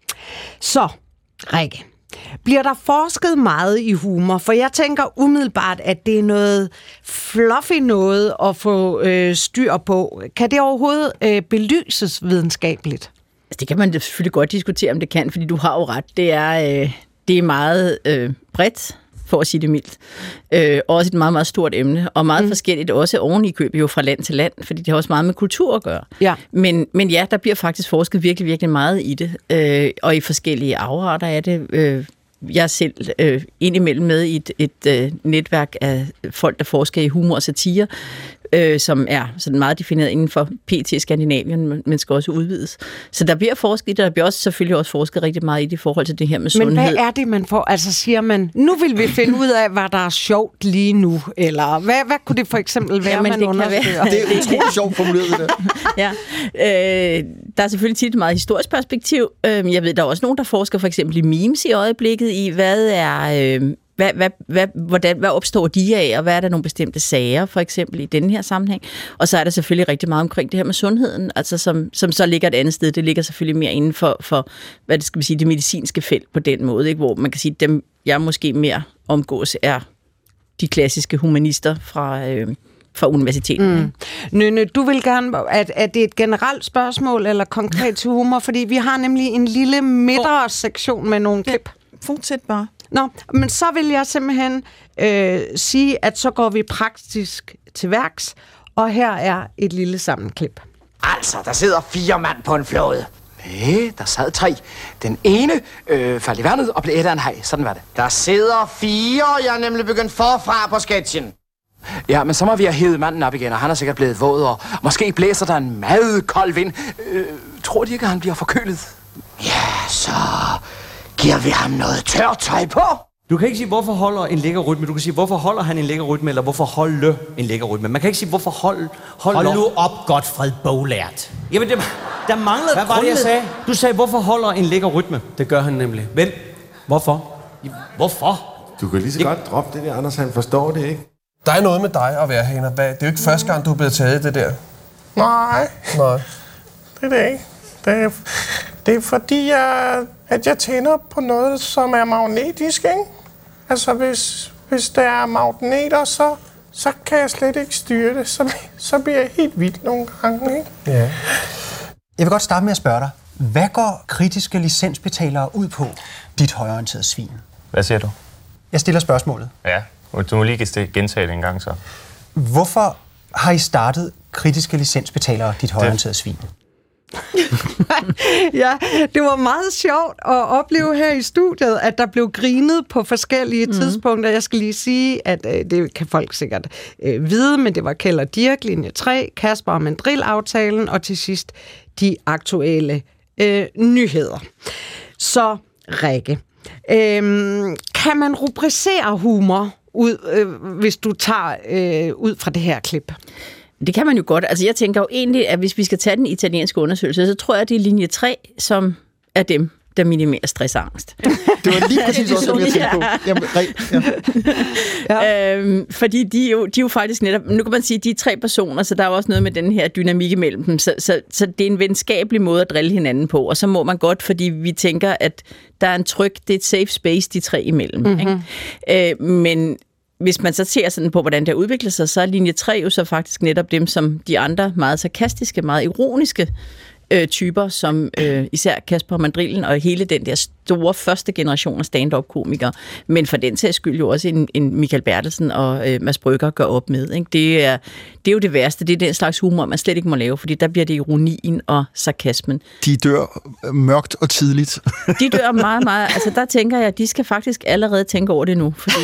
A: Så, Rikke, bliver der forsket meget i humor? For jeg tænker umiddelbart, at det er noget fluffy noget at få styr på. Kan det overhovedet belyses videnskabeligt?
M: Altså, det kan man selvfølgelig godt diskutere, om det kan, fordi du har jo ret. Det er meget bredt, for at sige det mildt. Også et meget, meget stort emne, og meget forskelligt også oven i købet jo fra land til land, fordi det har også meget med kultur at gøre.
A: Ja.
M: Men ja, der bliver faktisk forsket virkelig, virkelig meget i det, og i forskellige afarter af det. Jeg er selv indimellem med i et netværk af folk, der forsker i humor og satire, som er sådan meget defineret inden for PT Skandinavien, men skal også udvides. Så der bliver forsket i det, der bliver også selvfølgelig også forsket rigtig meget i det i forhold til det her med sundhed.
A: Men hvad er det, man får? Altså siger man, nu vil vi finde ud af, hvad der er sjovt lige nu, eller hvad kunne det for eksempel være, man undersøger?
B: Det er utroligt sjovt formuleret, det der.
M: Ja, der er selvfølgelig tit et meget historisk perspektiv. Jeg ved, der er også nogen, der forsker for eksempel i memes i øjeblikket, i hvad er... Hvad opstår de af, og hvad er der nogle bestemte sager, for eksempel i denne her sammenhæng? Og så er der selvfølgelig rigtig meget omkring det her med sundheden, altså som så ligger et andet sted. Det ligger selvfølgelig mere inden for hvad det skal vi sige, det medicinske felt på den måde, ikke? Hvor man kan sige, dem jeg måske mere omgås er de klassiske humanister fra universitetet.
A: Nynne, du vil gerne, at det er et generelt spørgsmål eller konkret til humor, fordi vi har nemlig en lille midtersektion med nogle klip.
C: Fortsæt bare.
A: Nå, men så vil jeg simpelthen sige, at så går vi praktisk til værks, og her er et lille sammenklip.
N: Altså, der sidder 4 mand på en flåde. Nej, der sad 3. Den ene faldt i vandet og blev ædt af en haj. Sådan var det. Der sidder 4, og jeg er nemlig begyndt forfra på sketchen. Ja, men så må vi have hævet manden op igen, og han er sikkert blevet våd, og måske blæser der en meget kold vind. Tror de ikke, at han bliver forkølet? Ja, så giver vi ham noget tørtøj på.
O: Du kan ikke sige, hvorfor holder en lækker rytme. Du kan sige, hvorfor holder han en lækker rytme, eller hvorfor holde en lækker rytme. Man kan ikke sige, hvorfor hold
P: nu op, Godfred Boglært.
O: Jamen, der manglede...
P: Hvad var det, jeg sagde?
O: Du sagde, hvorfor holder en lækker rytme.
P: Det gør han nemlig.
O: Hvem? Hvorfor? Hvorfor?
Q: Du kan lige så godt droppe det der, Anders, han forstår det ikke.
R: Der er noget med dig at være herinde. Det er jo ikke første gang, du er blevet taget det der.
S: Nej.
R: Nej.
S: Det er det ikke. Det er fordi, at jeg tænder på noget, som er magnetisk, ikke? Altså, hvis der er magneter, så kan jeg slet ikke styre det. Så bliver jeg helt vild nogle gange, ikke?
P: Ja. Jeg vil godt starte med at spørge dig. Hvad går kritiske licensbetalere ud på, dit højreorienterede svin?
T: Hvad siger du?
P: Jeg stiller spørgsmålet.
T: Ja, du må lige gentage det en gang så.
P: Hvorfor har I startet kritiske licensbetalere, dit højreorienterede svin?
A: Ja, det var meget sjovt at opleve her i studiet, at der blev grinet på forskellige tidspunkter. Jeg skal lige sige, at det kan folk sikkert vide, men det var Kjeld og Dirch, linje 3, Kasper og Mandrill-aftalen, og til sidst de aktuelle nyheder. Så Rikke, kan man rubricere humor ud, hvis du tager ud fra det her klip?
M: Det kan man jo godt. Altså jeg tænker jo egentlig, at hvis vi skal tage den italienske undersøgelse, så tror jeg, at det er linje 3, som er dem, der minimerer stress og angst.
B: Det var lige præcis også, som jeg tænkte på. Jamen,
M: fordi de er jo faktisk netop, nu kan man sige, de er 3 personer, så der er jo også noget med den her dynamik imellem dem. Så det er en venskabelig måde at drille hinanden på, og så må man godt, fordi vi tænker, at der er en tryg, det er et safe space, de 3 imellem. Mm-hmm. Ikke? Men hvis man så ser sådan på, hvordan det udvikler sig, så er linje 3 jo så faktisk netop dem, som de andre meget sarkastiske, meget ironiske typer, som især Kasper Mandrillen og hele den der store første generation af stand-up-komikere, men for den sags skyld jo også en Michael Bertelsen og Mads Brügger gør op med. Ikke? Det er jo det værste. Det er den slags humor, man slet ikke må lave, fordi der bliver det ironien og sarkasmen.
B: De dør mørkt og tidligt.
M: De dør meget, meget. Altså der tænker jeg, at de skal faktisk allerede tænke over det nu, fordi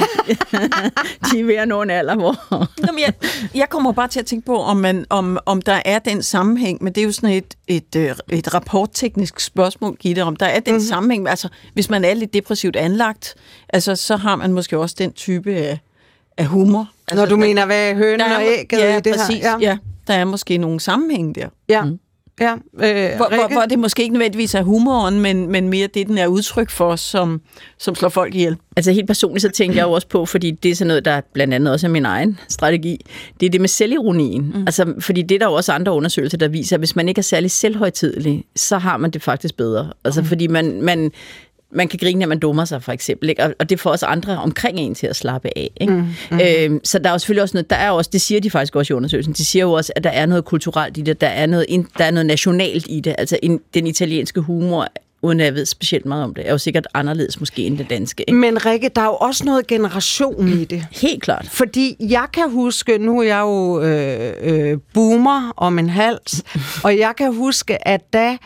M: de er ved at nå en alder, hvor...
C: Jamen, jeg kommer bare til at tænke på, om der er den sammenhæng, men det er jo sådan et rapportteknisk spørgsmål, Gitte, om der er den sammenhæng. Altså, hvis man er lidt depressivt anlagt, altså, så har man måske også den type af humor. Altså,
A: når du mener, hvad hønen og ægget
C: ja,
A: i det
C: præcis,
A: her?
C: Ja, der er måske nogle sammenhæng der.
A: Ja. Ja,
C: hvor det måske ikke nødvendigvis er humoren, men mere det, den er udtryk for, som slår folk ihjel.
M: Altså helt personligt, så tænker jeg jo også på, fordi det er sådan noget, der blandt andet også er min egen strategi, det er det med selvironien. Altså, fordi det er der jo også andre undersøgelser, der viser, at hvis man ikke er særlig selvhøjtidelig, så har man det faktisk bedre. Altså fordi man kan grine, at man dummer sig, for eksempel. Ikke? Og det får også andre omkring en til at slappe af. Ikke? Så der er jo selvfølgelig også noget, det siger de faktisk også i undersøgelsen, de siger jo også, at der er noget kulturelt i det, der er noget nationalt i det. Altså den italienske humor, uden at jeg ved specielt meget om det, er jo sikkert anderledes måske end det danske. Ikke?
A: Men Rikke, der er jo også noget generation i det.
M: Helt klart.
A: Fordi jeg kan huske, nu er jeg jo boomer om en hals, og jeg kan huske, at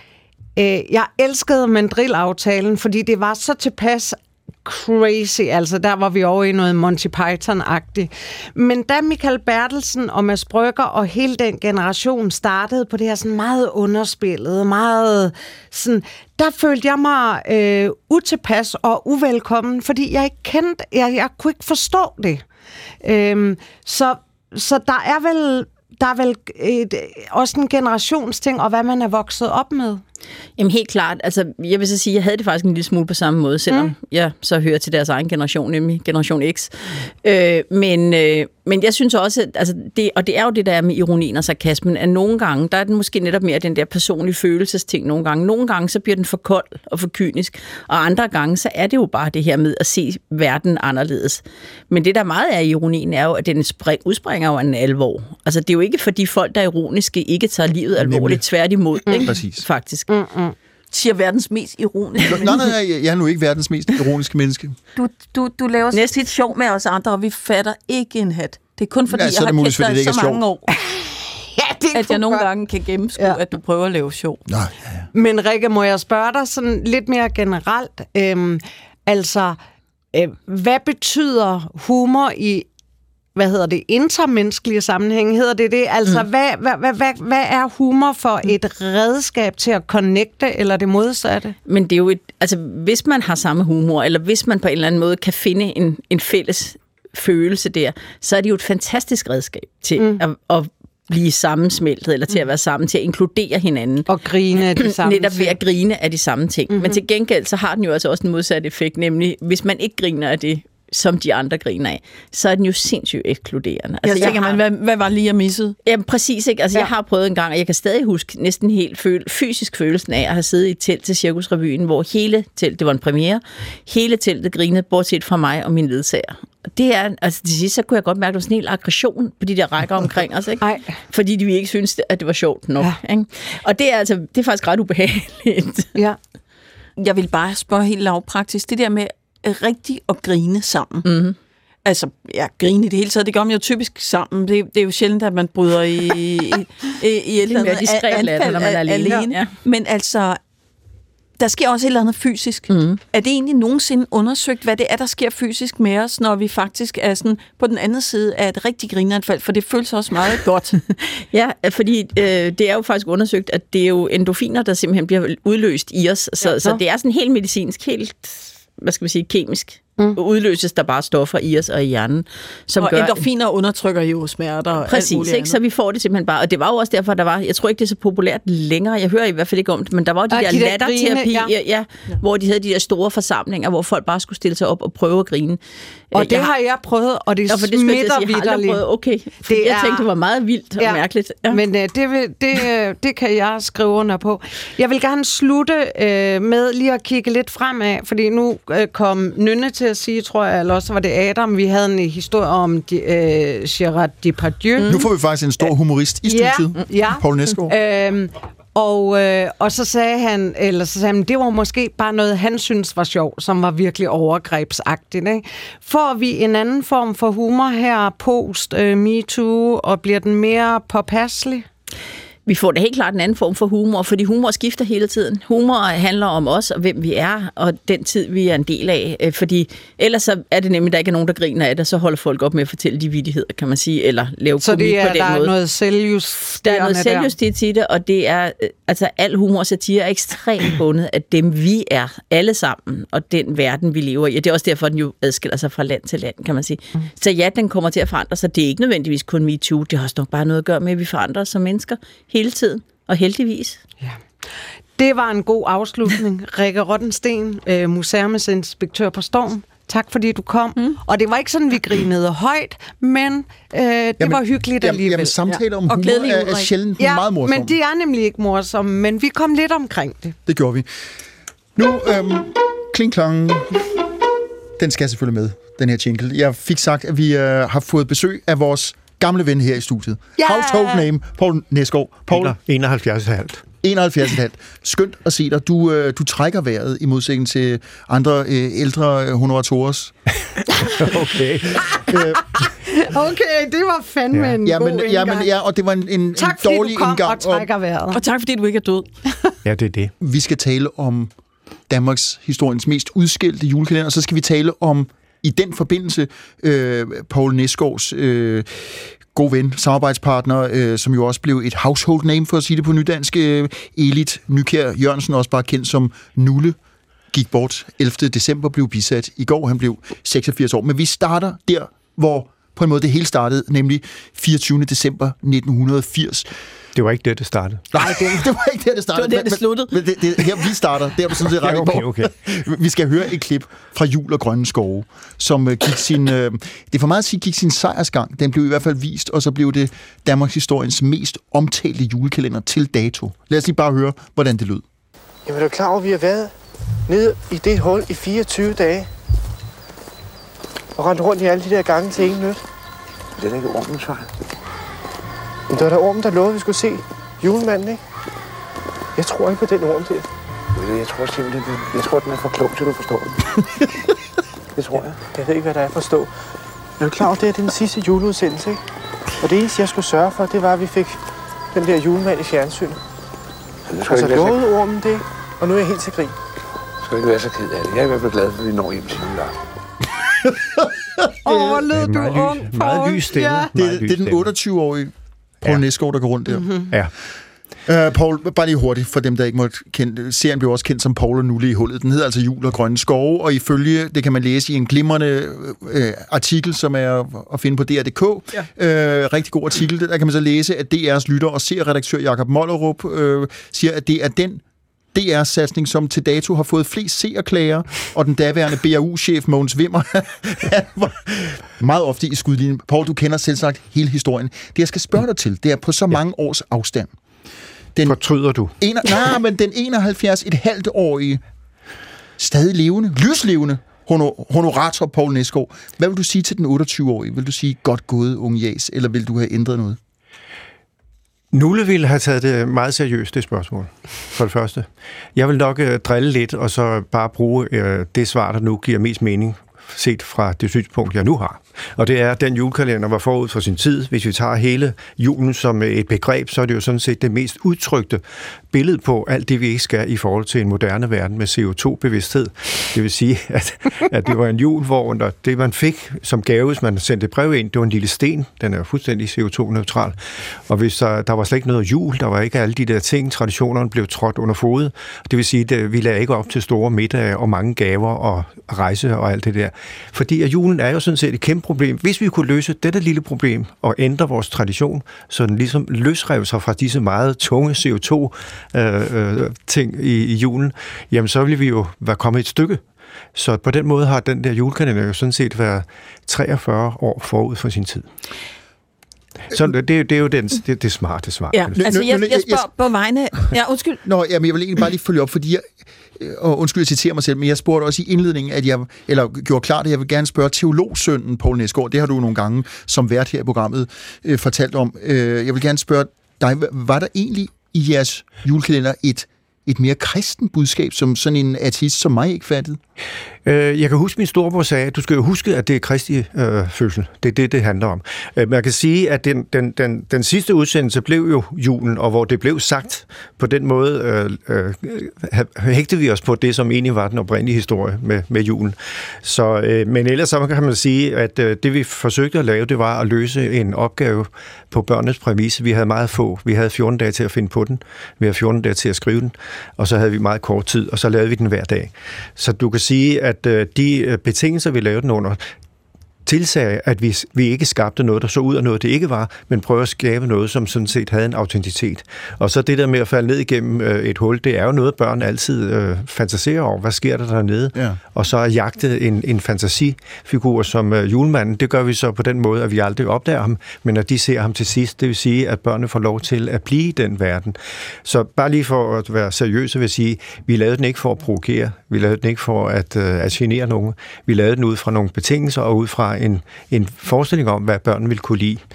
A: jeg elskede Mandrill-aftalen, fordi det var så tilpas crazy, altså der var vi over i noget Monty Python-agtigt. Men da Michael Bertelsen og Mads Brügger og hele den generation startede på det her sådan meget underspillet, meget sådan, der følte jeg mig utilpas og uvelkommen, fordi jeg ikke kendte, jeg kunne ikke forstå det. Så der er vel også en generationsting, og hvad man er vokset op med.
M: Jamen helt klart. Altså, jeg vil så sige, jeg havde det faktisk en lille smule på samme måde, selvom jeg så hører til deres egen generation, nemlig generation X. Men jeg synes også, altså det er jo det, der er med ironien og sarkasmen, at nogle gange, der er den måske netop mere den der personlige følelsesting nogle gange. Nogle gange, så bliver den for kold og for kynisk, og andre gange, så er det jo bare det her med at se verden anderledes. Men det, der meget er i ironien, er jo, at den udspringer jo af en alvor. Altså, det er jo ikke, fordi folk, der er ironiske, ikke tager livet alvorligt, tværtimod, ikke?
B: Præcis.
M: Faktisk.
C: Siger verdens mest ironiske
B: Nej, jeg er nu ikke verdens mest ironiske menneske.
C: Du laver så tit sjov med os andre, og vi fatter ikke en hat. Det er kun fordi, jeg har kendt dig i så mange år, at jeg nogle gange kan gennemskue, at du prøver at lave sjov.
B: Nej.
A: Men Rikke, må jeg spørge dig sådan lidt mere generelt? Hvad betyder humor i intermenneskelige sammenhæng, hedder det? Altså, hvad er humor for et redskab til at connecte, eller det modsatte?
M: Men det er jo hvis man har samme humor, eller hvis man på en eller anden måde kan finde en fælles følelse der, så er det jo et fantastisk redskab til at blive sammensmeltet, eller til at være sammen, til at inkludere hinanden.
A: Og grine af de samme ting.
M: Netop ved at grine af de samme ting. Men til gengæld, så har den jo altså også en modsat effekt, nemlig, hvis man ikke griner af det, som de andre griner af, så er den jo sindssygt ekskluderende.
C: Altså, hvad var lige jeg missede?
M: Jamen, præcis, ikke? Altså, jeg har prøvet en gang, og jeg kan stadig huske næsten helt fysisk følelsen af at have siddet i et telt til Cirkusrevyen, hvor hele teltet, det var en premiere, hele teltet grinede, bortset fra mig og min ledsager. Det er, altså til sidst, så kunne jeg godt mærke, at der var sådan en hel aggression på de der rækker omkring os, ikke? Fordi de ikke syntes, at det var sjovt nok. Ikke? Og det er faktisk ret ubehageligt.
A: Ja.
C: Jeg vil bare spørge helt lavpraktisk, det der med rigtig at grine sammen. Mm-hmm. Altså, grine i det hele taget, det gør man jo typisk sammen. Det er jo sjældent, at man bryder i et eller andet anfald, når man er alene. Ja. Men altså, der sker også et eller andet fysisk. Mm. Er det egentlig nogensinde undersøgt, hvad det er, der sker fysisk med os, når vi faktisk er sådan på den anden side af et rigtig grineanfald? For det føles også meget godt.
M: Ja, fordi det er jo faktisk undersøgt, at det er jo endorfiner, der simpelthen bliver udløst i os. Så det er sådan helt medicinsk, helt, kemisk. Udløses der bare stoffer i os og i hjernen. Som
C: og endorfiner undertrykker jo smerter.
M: Præcis, ikke? Så vi får det simpelthen bare. Og det var jo også derfor, der var, jeg tror ikke, det er så populært længere, jeg hører i hvert fald ikke om det, men der var jo de der latterterapi, hvor de havde de der store forsamlinger, hvor folk bare skulle stille sig op og prøve at grine.
A: Og det har jeg prøvet, og det smitter vitterligt.
M: Okay, jeg tænkte, det var meget vildt og mærkeligt. Ja.
A: Men det kan jeg skrive under på. Jeg vil gerne slutte med lige at kigge lidt fremad, fordi nu kom Nynne til at sige, tror jeg, eller også var det Adam, vi havde en historie om Gérard Depardieu.
B: Nu får vi faktisk en stor humorist i studiet, Poul Nesgaard.
A: Og så sagde han, det var måske bare noget, han synes var sjovt, som var virkelig overgrebsagtigt. Ikke? Får vi en anden form for humor her post MeToo, og bliver den mere påpasselig?
M: Vi får da helt klart en anden form for humor, fordi humor skifter hele tiden. Humor handler om os og hvem vi er, og den tid, vi er en del af. Fordi ellers så er det nemlig, der ikke er nogen, der griner af det, så holder folk op med at fortælle de vittigheder, kan man sige, eller lave komik på den måde. Så
A: der er noget selvjustits
M: i det, og det er, altså al humor og satire er ekstremt bundet af dem, vi er alle sammen, og den verden, vi lever i. Og det er også derfor, den jo adskiller sig fra land til land, kan man sige. Så ja, den kommer til at forandre sig. Det er ikke nødvendigvis kun MeToo, det har også nok bare noget at gøre med, at vi forandrer os som mennesker hele tiden, og heldigvis.
A: Ja. Det var en god afslutning. Rikke Rottensten, museumsinspektør på Storm. Tak fordi du kom. Og det var ikke sådan, vi grinede højt, men det var hyggeligt alligevel.
B: Jamen, samtaler om humor er sjældent meget morsomme.
A: Men de er nemlig ikke morsomme, men vi kom lidt omkring det.
B: Det gjorde vi. Nu, kling klong. Den skal selvfølgelig med, den her jingle. Jeg fik sagt, at vi har fået besøg af vores gamle ven her i studiet. Household name, Poul Nesgaard.
U: 71,5.
B: 71,5. Skønt at se dig. Du trækker vejret i modsætning til andre ældre honorators.
U: Okay.
A: Okay, det var fandme en god indgang.
B: Og det var en
A: tak,
B: dårlig indgang.
A: Tak fordi du kom og trækker vejret.
C: Og tak fordi du ikke er død.
U: Ja, det er det.
B: Vi skal tale om Danmarks historiens mest udskældte julekalender, og så skal vi tale om i den forbindelse Poul Nesgaards god ven, samarbejdspartner, som jo også blev et household name, for at sige det på nydansk. Elit Nykjær Jørgensen, også bare kendt som Nulle, gik bort 11. december, blev bisat i går. Han blev 86 år. Men vi starter der, hvor på en måde det hele startede, nemlig 24. december 1980.
U: Det var ikke der, det startede.
B: Nej, det var ikke der, det startede.
C: Det var der, det sluttede.
B: Men her vi starter, der er du sådan set ret
U: okay.
B: Vi skal høre et klip fra Jul og Grønne Skove, som gik sin... det er for meget at sige, gik sin sejrsgang. Den blev i hvert fald vist, og så blev det Danmarks historiens mest omtalte julekalender til dato. Lad os lige bare høre, hvordan det lød.
S: Jamen, er du klar over, at vi har været nede i det hul i 24 dage? Og rendt rundt i alle de der gange til ingen nyt.
Q: Det er da ikke ormens fejl.
S: Men det var da ormen, der lovede, at vi skulle se julemanden, ikke? Jeg tror ikke på den orm der.
Q: Jeg tror simpelthen, den er for klog, til du forstår den. Det tror jeg.
S: Jeg ved ikke, hvad der er at forstå. Er du klar over, det er den sidste juleudsendelse, ikke? Og det eneste, jeg skulle sørge for, det var, at vi fik den der julemand i fjernsynet. Og så lovede ormen det, og nu er jeg helt til grin.
Q: Du skal ikke være så ked af det. Jeg er i hvert fald glad for, at vi når hjem til juleaften.
A: lød du ung,
U: meget lys stemme.
A: Ja.
B: Det er den 28-årige Poul Nesgaard, der går rundt der.
A: Mm-hmm.
U: Ja.
B: Poul, bare lige hurtigt, for dem, der ikke måtte kende, serien blev også kendt som Poul og Nulle i hullet. Den hedder altså Jul og Grønne Skove, og ifølge, det kan man læse i en glimrende artikel, som er at finde på DR.dk. Ja. Rigtig god artikel. Der kan man så læse, at DR's lytter og serieredaktør Jakob Mollerup siger, at det er den DR-satsning, som til dato har fået flest seerklager, og den daværende BAU-chef Mogens Wimmer, han var meget ofte i skudlinjen. Poul, du kender selvsagt hele historien. Det, jeg skal spørge dig til, det er på så mange års afstand.
U: Fortryder du?
B: Men den 71,5-årige, stadig levende, lyslevende honorator Poul Nesgaard. Hvad vil du sige til den 28-årige? Vil du sige, godt gået, unge Jas, eller vil du have ændret noget?
U: Nulle ville have taget det meget seriøst, det spørgsmål, for det første. Jeg vil nok drille lidt, og så bare bruge det svar, der nu giver mest mening, set fra det synspunkt, jeg nu har. Og det er, at den julekalender var forud for sin tid. Hvis vi tager hele julen som et begreb, så er det jo sådan set det mest udtrykte billede på alt det, vi ikke skal i forhold til en moderne verden med CO2-bevidsthed. Det vil sige, at det var en jul, hvor det, man fik som gave, hvis man sendte brev ind, det var en lille sten. Den er fuldstændig CO2-neutral. Og hvis der var slet ikke noget jul, der var ikke alle de der ting, traditionerne blev trådt under fodet. Det vil sige, at vi lagde ikke op til store middage og mange gaver og rejse og alt det der. Fordi at julen er jo sådan set et kæmpe problem. Hvis vi kunne løse dette lille problem og ændre vores tradition, så den ligesom løsrev sig fra disse meget tunge CO2-ting i julen, jamen så ville vi jo være kommet et stykke. Så på den måde har den der julekalender jo sådan set været 43 år forud for sin tid. Så det er jo det smarte svar.
M: Ja, altså jeg spørger på vegne... Ja, undskyld.
B: Nå, jamen, jeg vil egentlig bare lige følge op, fordi og undskyld, jeg citerer mig selv, men jeg spurgte også i indledningen, gjorde klart, at jeg vil gerne spørge teologsønnen Poul Nesgaard. Det har du nogle gange som vært her i programmet fortalt om. Jeg vil gerne spørge dig, var der egentlig i jeres julekalender et mere kristen budskab, som sådan en ateist som mig ikke fattede?
U: Jeg kan huske, min storebror sagde, at du skal jo huske, at det er Kristi fødsel. Det er det handler om. Man kan sige, at den sidste udsendelse blev jo julen, og hvor det blev sagt på den måde, hægtede vi os på det, som egentlig var den oprindelige historie med julen. Så, men ellers så kan man sige, at det vi forsøgte at lave, det var at løse en opgave på børnenes præmisse. Vi havde meget få. Vi havde 14 dage til at finde på den. Vi havde 14 dage til at skrive den, og så havde vi meget kort tid, og så lavede vi den hver dag. Så du kan sige, at de betingelser, vi lavede den under, tilsagde, at vi ikke skabte noget, der så ud af noget, det ikke var, men prøve at skabe noget, som sådan set havde en autenticitet. Og så det der med at falde ned igennem et hul, det er jo noget, børn altid fantaserer over. Hvad sker der dernede? Ja. Og så at jagte en fantasifigur som julemanden, det gør vi så på den måde, at vi aldrig opdager ham, men at de ser ham til sidst. Det vil sige, at børnene får lov til at blive i den verden. Så bare lige for at være seriøse vil jeg sige, vi lavede den ikke for at provokere, vi lavede den ikke for at genere nogen. Vi lavede den ud fra nogle betingelser og ud fra en forestilling om, hvad børnene ville kunne lide.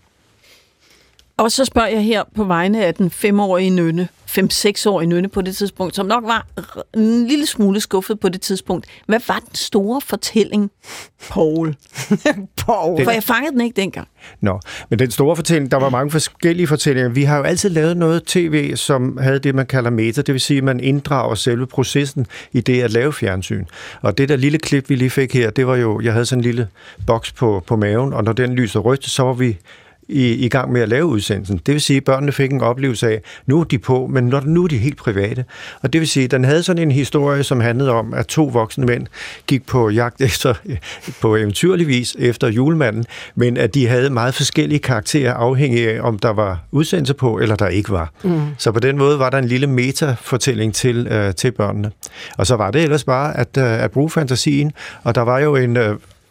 C: Og så spørger jeg her på vegne af den 5-årige Nynne, 5-6-årige Nynne på det tidspunkt, som nok var en lille smule skuffet på det tidspunkt. Hvad var den store fortælling, Poul? For jeg fangede den ikke dengang.
U: Nå, men den store fortælling, der var mange forskellige fortællinger. Vi har jo altid lavet noget tv, som havde det, man kalder meta, det vil sige, at man inddrager selve processen i det at lave fjernsyn. Og det der lille klip, vi lige fik her, det var jo, jeg havde sådan en lille boks på maven, og når den lyser rødt, så var vi i gang med at lave udsendelsen. Det vil sige, at børnene fik en oplevelse af, nu er de på, men nu er de helt private. Og det vil sige, at den havde sådan en historie, som handlede om, at 2 voksne mænd gik på jagt på eventyrlig vis efter julemanden, men at de havde meget forskellige karakterer, afhængig af, om der var udsendelse på, eller der ikke var. Mm. Så på den måde var der en lille metafortælling til børnene. Og så var det ellers bare at bruge fantasien, og der var jo en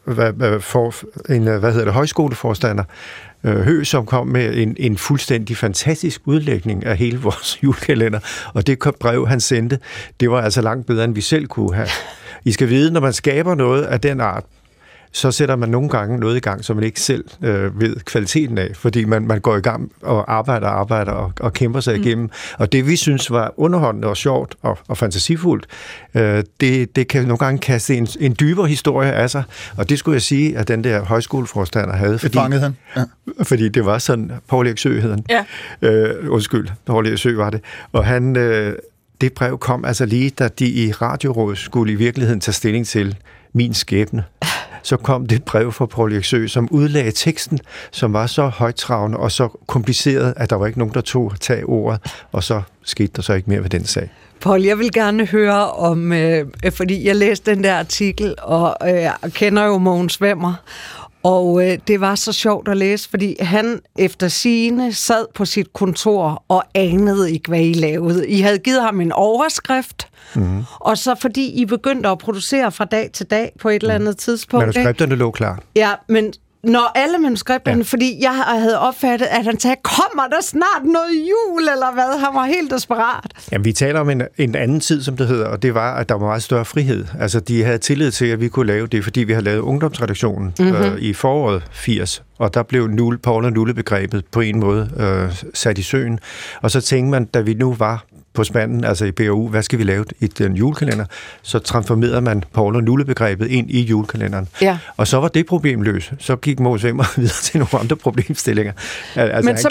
U: højskoleforstander, Høgh, som kom med en fuldstændig fantastisk udlægning af hele vores julekalender, og det brev, han sendte, det var altså langt bedre, end vi selv kunne have. I skal vide, når man skaber noget af den art, så sætter man nogle gange noget i gang, som man ikke selv ved kvaliteten af, fordi man går i gang og arbejder og kæmper sig igennem. Og det, vi synes var underholdende og sjovt og fantasifuldt, det kan nogle gange kaste en dybere historie af sig. Og det skulle jeg sige, at den der højskoleforstander havde.
B: Det fangede han. Ja.
U: Fordi det var sådan, Poul Erik Søe hed han. Ja. Poul Erik Søe var det. Og han... det brev kom altså lige, da de i radiorådet skulle i virkeligheden tage stilling til min skæbne. så kom det et brev fra Poul Erik Søe, som udlagde teksten, som var så højtravende og så kompliceret, at der var ikke nogen, der tag ordet, og så skete der så ikke mere ved den sag.
A: Poul, jeg vil gerne høre om, fordi jeg læste den der artikel, og jeg kender jo Mogens Wemmer, og det var så sjovt at læse, fordi han efter sigende sad på sit kontor og anede ikke, hvad I lavede. I havde givet ham en overskrift, og så fordi I begyndte at producere fra dag til dag på et eller andet tidspunkt.
U: Manuskripterne lå klar.
A: Ja, men når alle manuskripterne, fordi jeg havde opfattet, at han sagde, kommer der snart noget jul, eller hvad? Han var helt desperat.
U: Jamen, vi taler om en anden tid, som det hedder, og det var, at der var meget større frihed. Altså, de havde tillid til, at vi kunne lave det, fordi vi havde lavet ungdomsredaktionen i foråret 80, og der blev Poul og Nulle-begrebet på en måde sat i søen. Og så tænkte man, da vi nu var på spanden, altså i BRU, hvad skal vi lave i den julekalender? Så transformerede man Poul og Nulle-begrebet ind i julekalenderen. Ja. Og så var det problemløst. Så gik Mogens Wemmer videre til nogle andre problemstillinger. Altså,
A: men så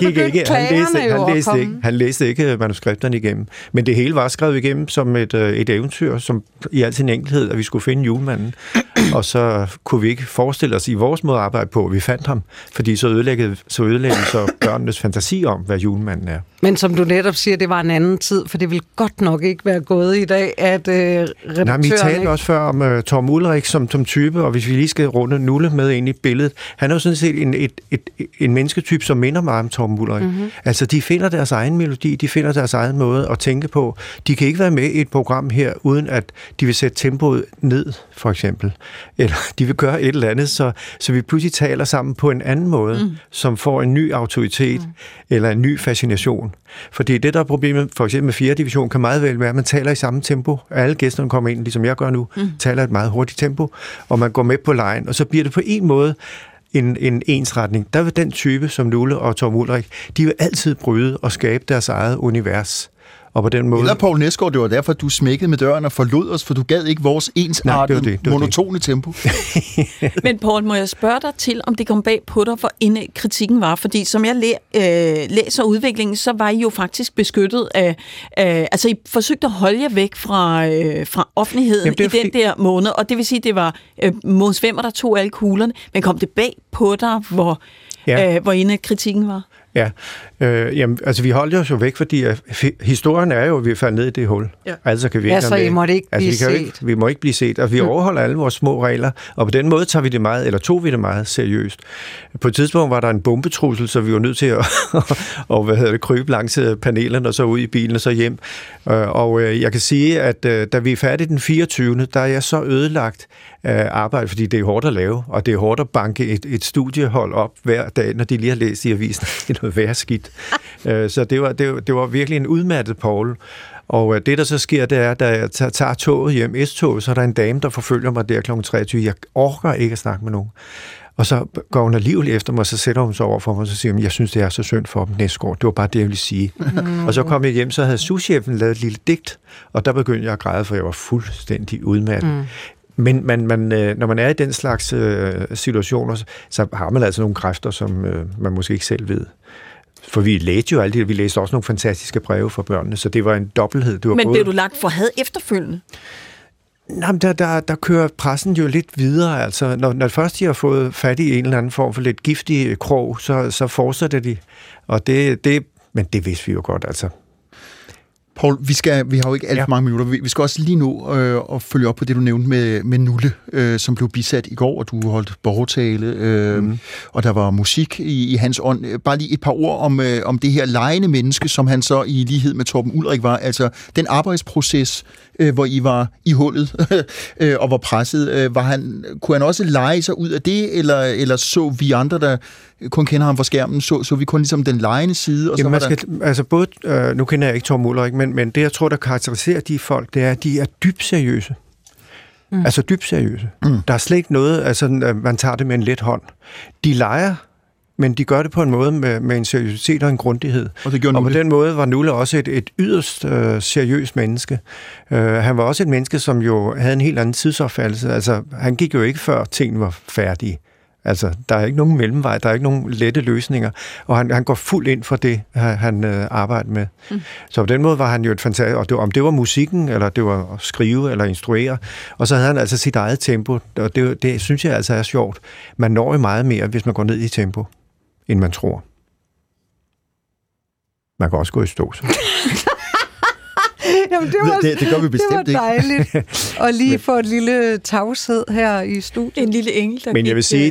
A: begyndte
U: han læste ikke manuskripterne igennem. Men det hele var skrevet igennem som et eventyr, som i al sin enkelhed, at vi skulle finde julemanden. Og så kunne vi ikke forestille os i vores måde at arbejde på, at vi fandt ham. Fordi så ødelægge så børnenes fantasi om, hvad julemanden er.
A: Men som du netop siger, det var en anden tid, for det vil godt nok ikke være gået i dag, at redaktøren...
U: Nej, vi talte også før om Torben Ulrik som type, og hvis vi lige skal runde Nulle med ind i billedet, han er jo sådan set en mennesketype, som minder meget om Torben Ulrik. Mm-hmm. Altså, de finder deres egen melodi, de finder deres egen måde at tænke på. De kan ikke være med i et program her, uden at de vil sætte tempoet ned, for eksempel. Eller de vil gøre et eller andet, så vi pludselig taler sammen på en anden måde, som får en ny autoritet, eller en ny fascination. Fordi det, der er problemet, for eksempel med 4. division, kan meget vel være, at man taler i samme tempo. Alle gæsterne kommer ind, ligesom jeg gør nu, taler et meget hurtigt tempo, og man går med på lejen, og så bliver det på en måde en ensretning. Der vil den type, som Nulle og Torben Ulrik, de vil altid bryde og skabe deres eget univers. Og på den måde...
B: Eller Poul Nesgaard, det var derfor, du smækkede med døren og forlod os, for du gad ikke vores ensartede, monotone tempo.
C: Men Poul, må jeg spørge dig til, om det kom bag på dig, hvor inde kritikken var? Fordi som jeg læser udviklingen, så var I jo faktisk beskyttet af... altså, I forsøgte at holde jer væk fra offentligheden i den der måned, og det vil sige, det var Mogens Wemmer, der tog alle kuglerne, men kom det bag på dig, hvor inde kritikken var?
U: Ja, jamen, altså vi holdt os jo væk, fordi historien er jo, at vi er faldet ned i det hul. Ja. Altså kan vi ikke
A: så I måtte ikke blive set.
U: Vi må ikke blive set, og vi overholder alle vores små regler, og på den måde tog vi det meget seriøst. På et tidspunkt var der en bombetrussel, så vi var nødt til at krybe langs panelerne, og så ud i bilen, og så hjem. Og jeg kan sige, at da vi er færdige den 24., der er jeg så ødelagt arbejde, fordi det er hårdt at lave, og det er hårdt at banke et studiehold op hver dag, når de lige har læst i avisen. Det er noget værre skidt. Så det var virkelig en udmattet Poul. Og det, der så sker, det er, da jeg tager toget hjem, S-toget, så er der en dame, der forfølger mig der kl. 23. Jeg orker ikke at snakke med nogen. Og så går hun alligevel efter mig, og så sætter hun sig over for mig, og så siger hun, jeg synes, det er så synd for dem Nesgaard. Det var bare det, jeg ville sige. Og så kom jeg hjem, så havde souschefen lavet et lille digt, og der begyndte jeg at græde, for jeg var fuldstændig udmattet. Men når man er i den slags situationer, så har man altså nogle kræfter, som man måske ikke selv ved. For vi læste jo altid, vi læste også nogle fantastiske breve for børnene, så det var en dobbelthed.
C: Men blev du lagt for had efterfølgende?
U: Jamen, der kører pressen jo lidt videre. Altså, når først de har fået fat i en eller anden form for lidt giftig krog, så fortsætter de. Og men det vidste vi jo godt, altså.
B: Poul, vi har jo ikke alt for mange minutter. Vi skal også lige nå at følge op på det, du nævnte med Nulle, som blev bisat i går, og du holdt borgertale, og der var musik i hans ånd. Bare lige et par ord om det her legende menneske, som han så i lighed med Torben Ulrik var. Altså den arbejdsproces, hvor I var i hullet og var presset. Kunne han også lege sig ud af det, eller så vi andre, der kun kender ham fra skærmen, så vi kun ligesom den legende side? Og
U: jamen, nu kender jeg ikke Torben Ulrik, men det, jeg tror, der karakteriserer de folk, det er, at de er dybt seriøse. Altså dybt seriøse. Der er slet ikke noget, altså man tager det med en let hånd. De leger, men de gør det på en måde med en seriøsitet og en grundighed. Og på den måde var Nulle også et yderst seriøst menneske. Han var også et menneske, som jo havde en helt anden tidsopfattelse. Altså, han gik jo ikke før tingene var færdige. Altså, der er ikke nogen mellemvej, der er ikke nogen lette løsninger, og han går fuldt ind for det, han arbejder med. Så på den måde var han jo et fantastisk, og om det var musikken, eller det var at skrive, eller instruere, og så havde han altså sit eget tempo, og det synes jeg altså er sjovt. Man når jo meget mere, hvis man går ned i tempo, end man tror. Man kan også gå i stå, så.
A: Jamen,
B: det gør vi bestemt
A: det var dejligt at lige få et lille tavshed her i studiet.
M: En lille engel, der
U: Men jeg vil sige,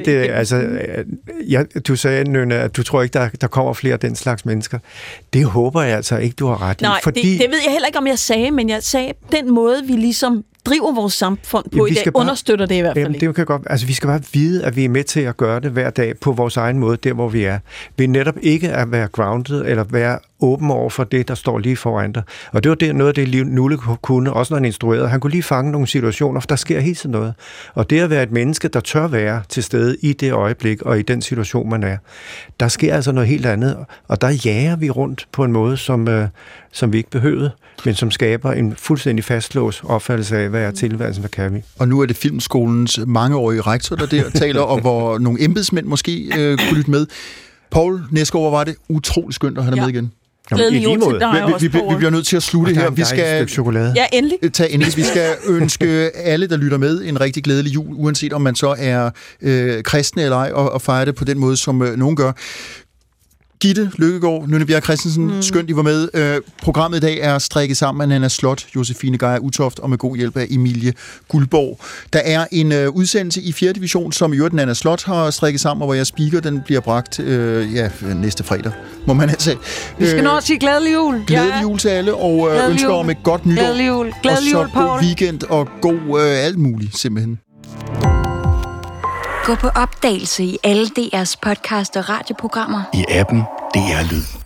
U: du sagde, Nynne, at du tror ikke, der kommer flere af den slags mennesker. Det håber jeg altså ikke, du har ret i.
C: Nej, det ved jeg heller ikke, om jeg sagde, men jeg sagde, den måde, vi ligesom driver vores samfund på i dag, understøtter det i hvert fald ikke.
U: Det kan godt. Altså, vi skal bare vide, at vi er med til at gøre det hver dag på vores egen måde, der hvor vi er. Vi er netop ikke at være grounded, eller være åben over for det, der står lige foran dig. Og det var noget af det, Nulle kunne, også når han instruerede. Han kunne lige fange nogle situationer, for der sker hele tiden noget. Og det at være et menneske, der tør være til stede i det øjeblik, og i den situation, man er, der sker altså noget helt andet. Og der jager vi rundt på en måde, som vi ikke behøvede, men som skaber en fuldstændig fastlåst opfattelse af, hvad er tilværelsen, hvad kan vi.
B: Og nu er det Filmskolens mangeårige rektor, der taler, og hvor nogle embedsmænd måske kunne lytte med. Poul Nesgaard, hvor var det utroligt skønt at have dig med igen. Vi bliver nødt til at slutte her. Vi skal tage endelig. Vi skal ønske alle, der lytter med, en rigtig glædelig jul, uanset om man så er kristne eller ej, og fejre det på den måde, som nogen gør. Gitte Løkkegaard, Nynne Bjerg Christensen, skønt, I var med. Programmet i dag er strikket sammen af Nanna Slot, Josefine Geyer Utoft og med god hjælp af Emilie Guldborg. Der er en udsendelse i 4. division, som i øvrigt Nanna Slot har strikket sammen, og hvor jeg speaker, den bliver bragt næste fredag, må man altså sige.
A: Vi skal nå at sige glædelig jul.
B: Glædelig jul til alle, og ønsker om et godt nytår.
A: Glædelig jul. Glædelig jul, Poul.
B: God weekend og god alt muligt, simpelthen.
D: Gå på opdagelse i alle DR's podcast og radioprogrammer.
V: I appen DR Lyd.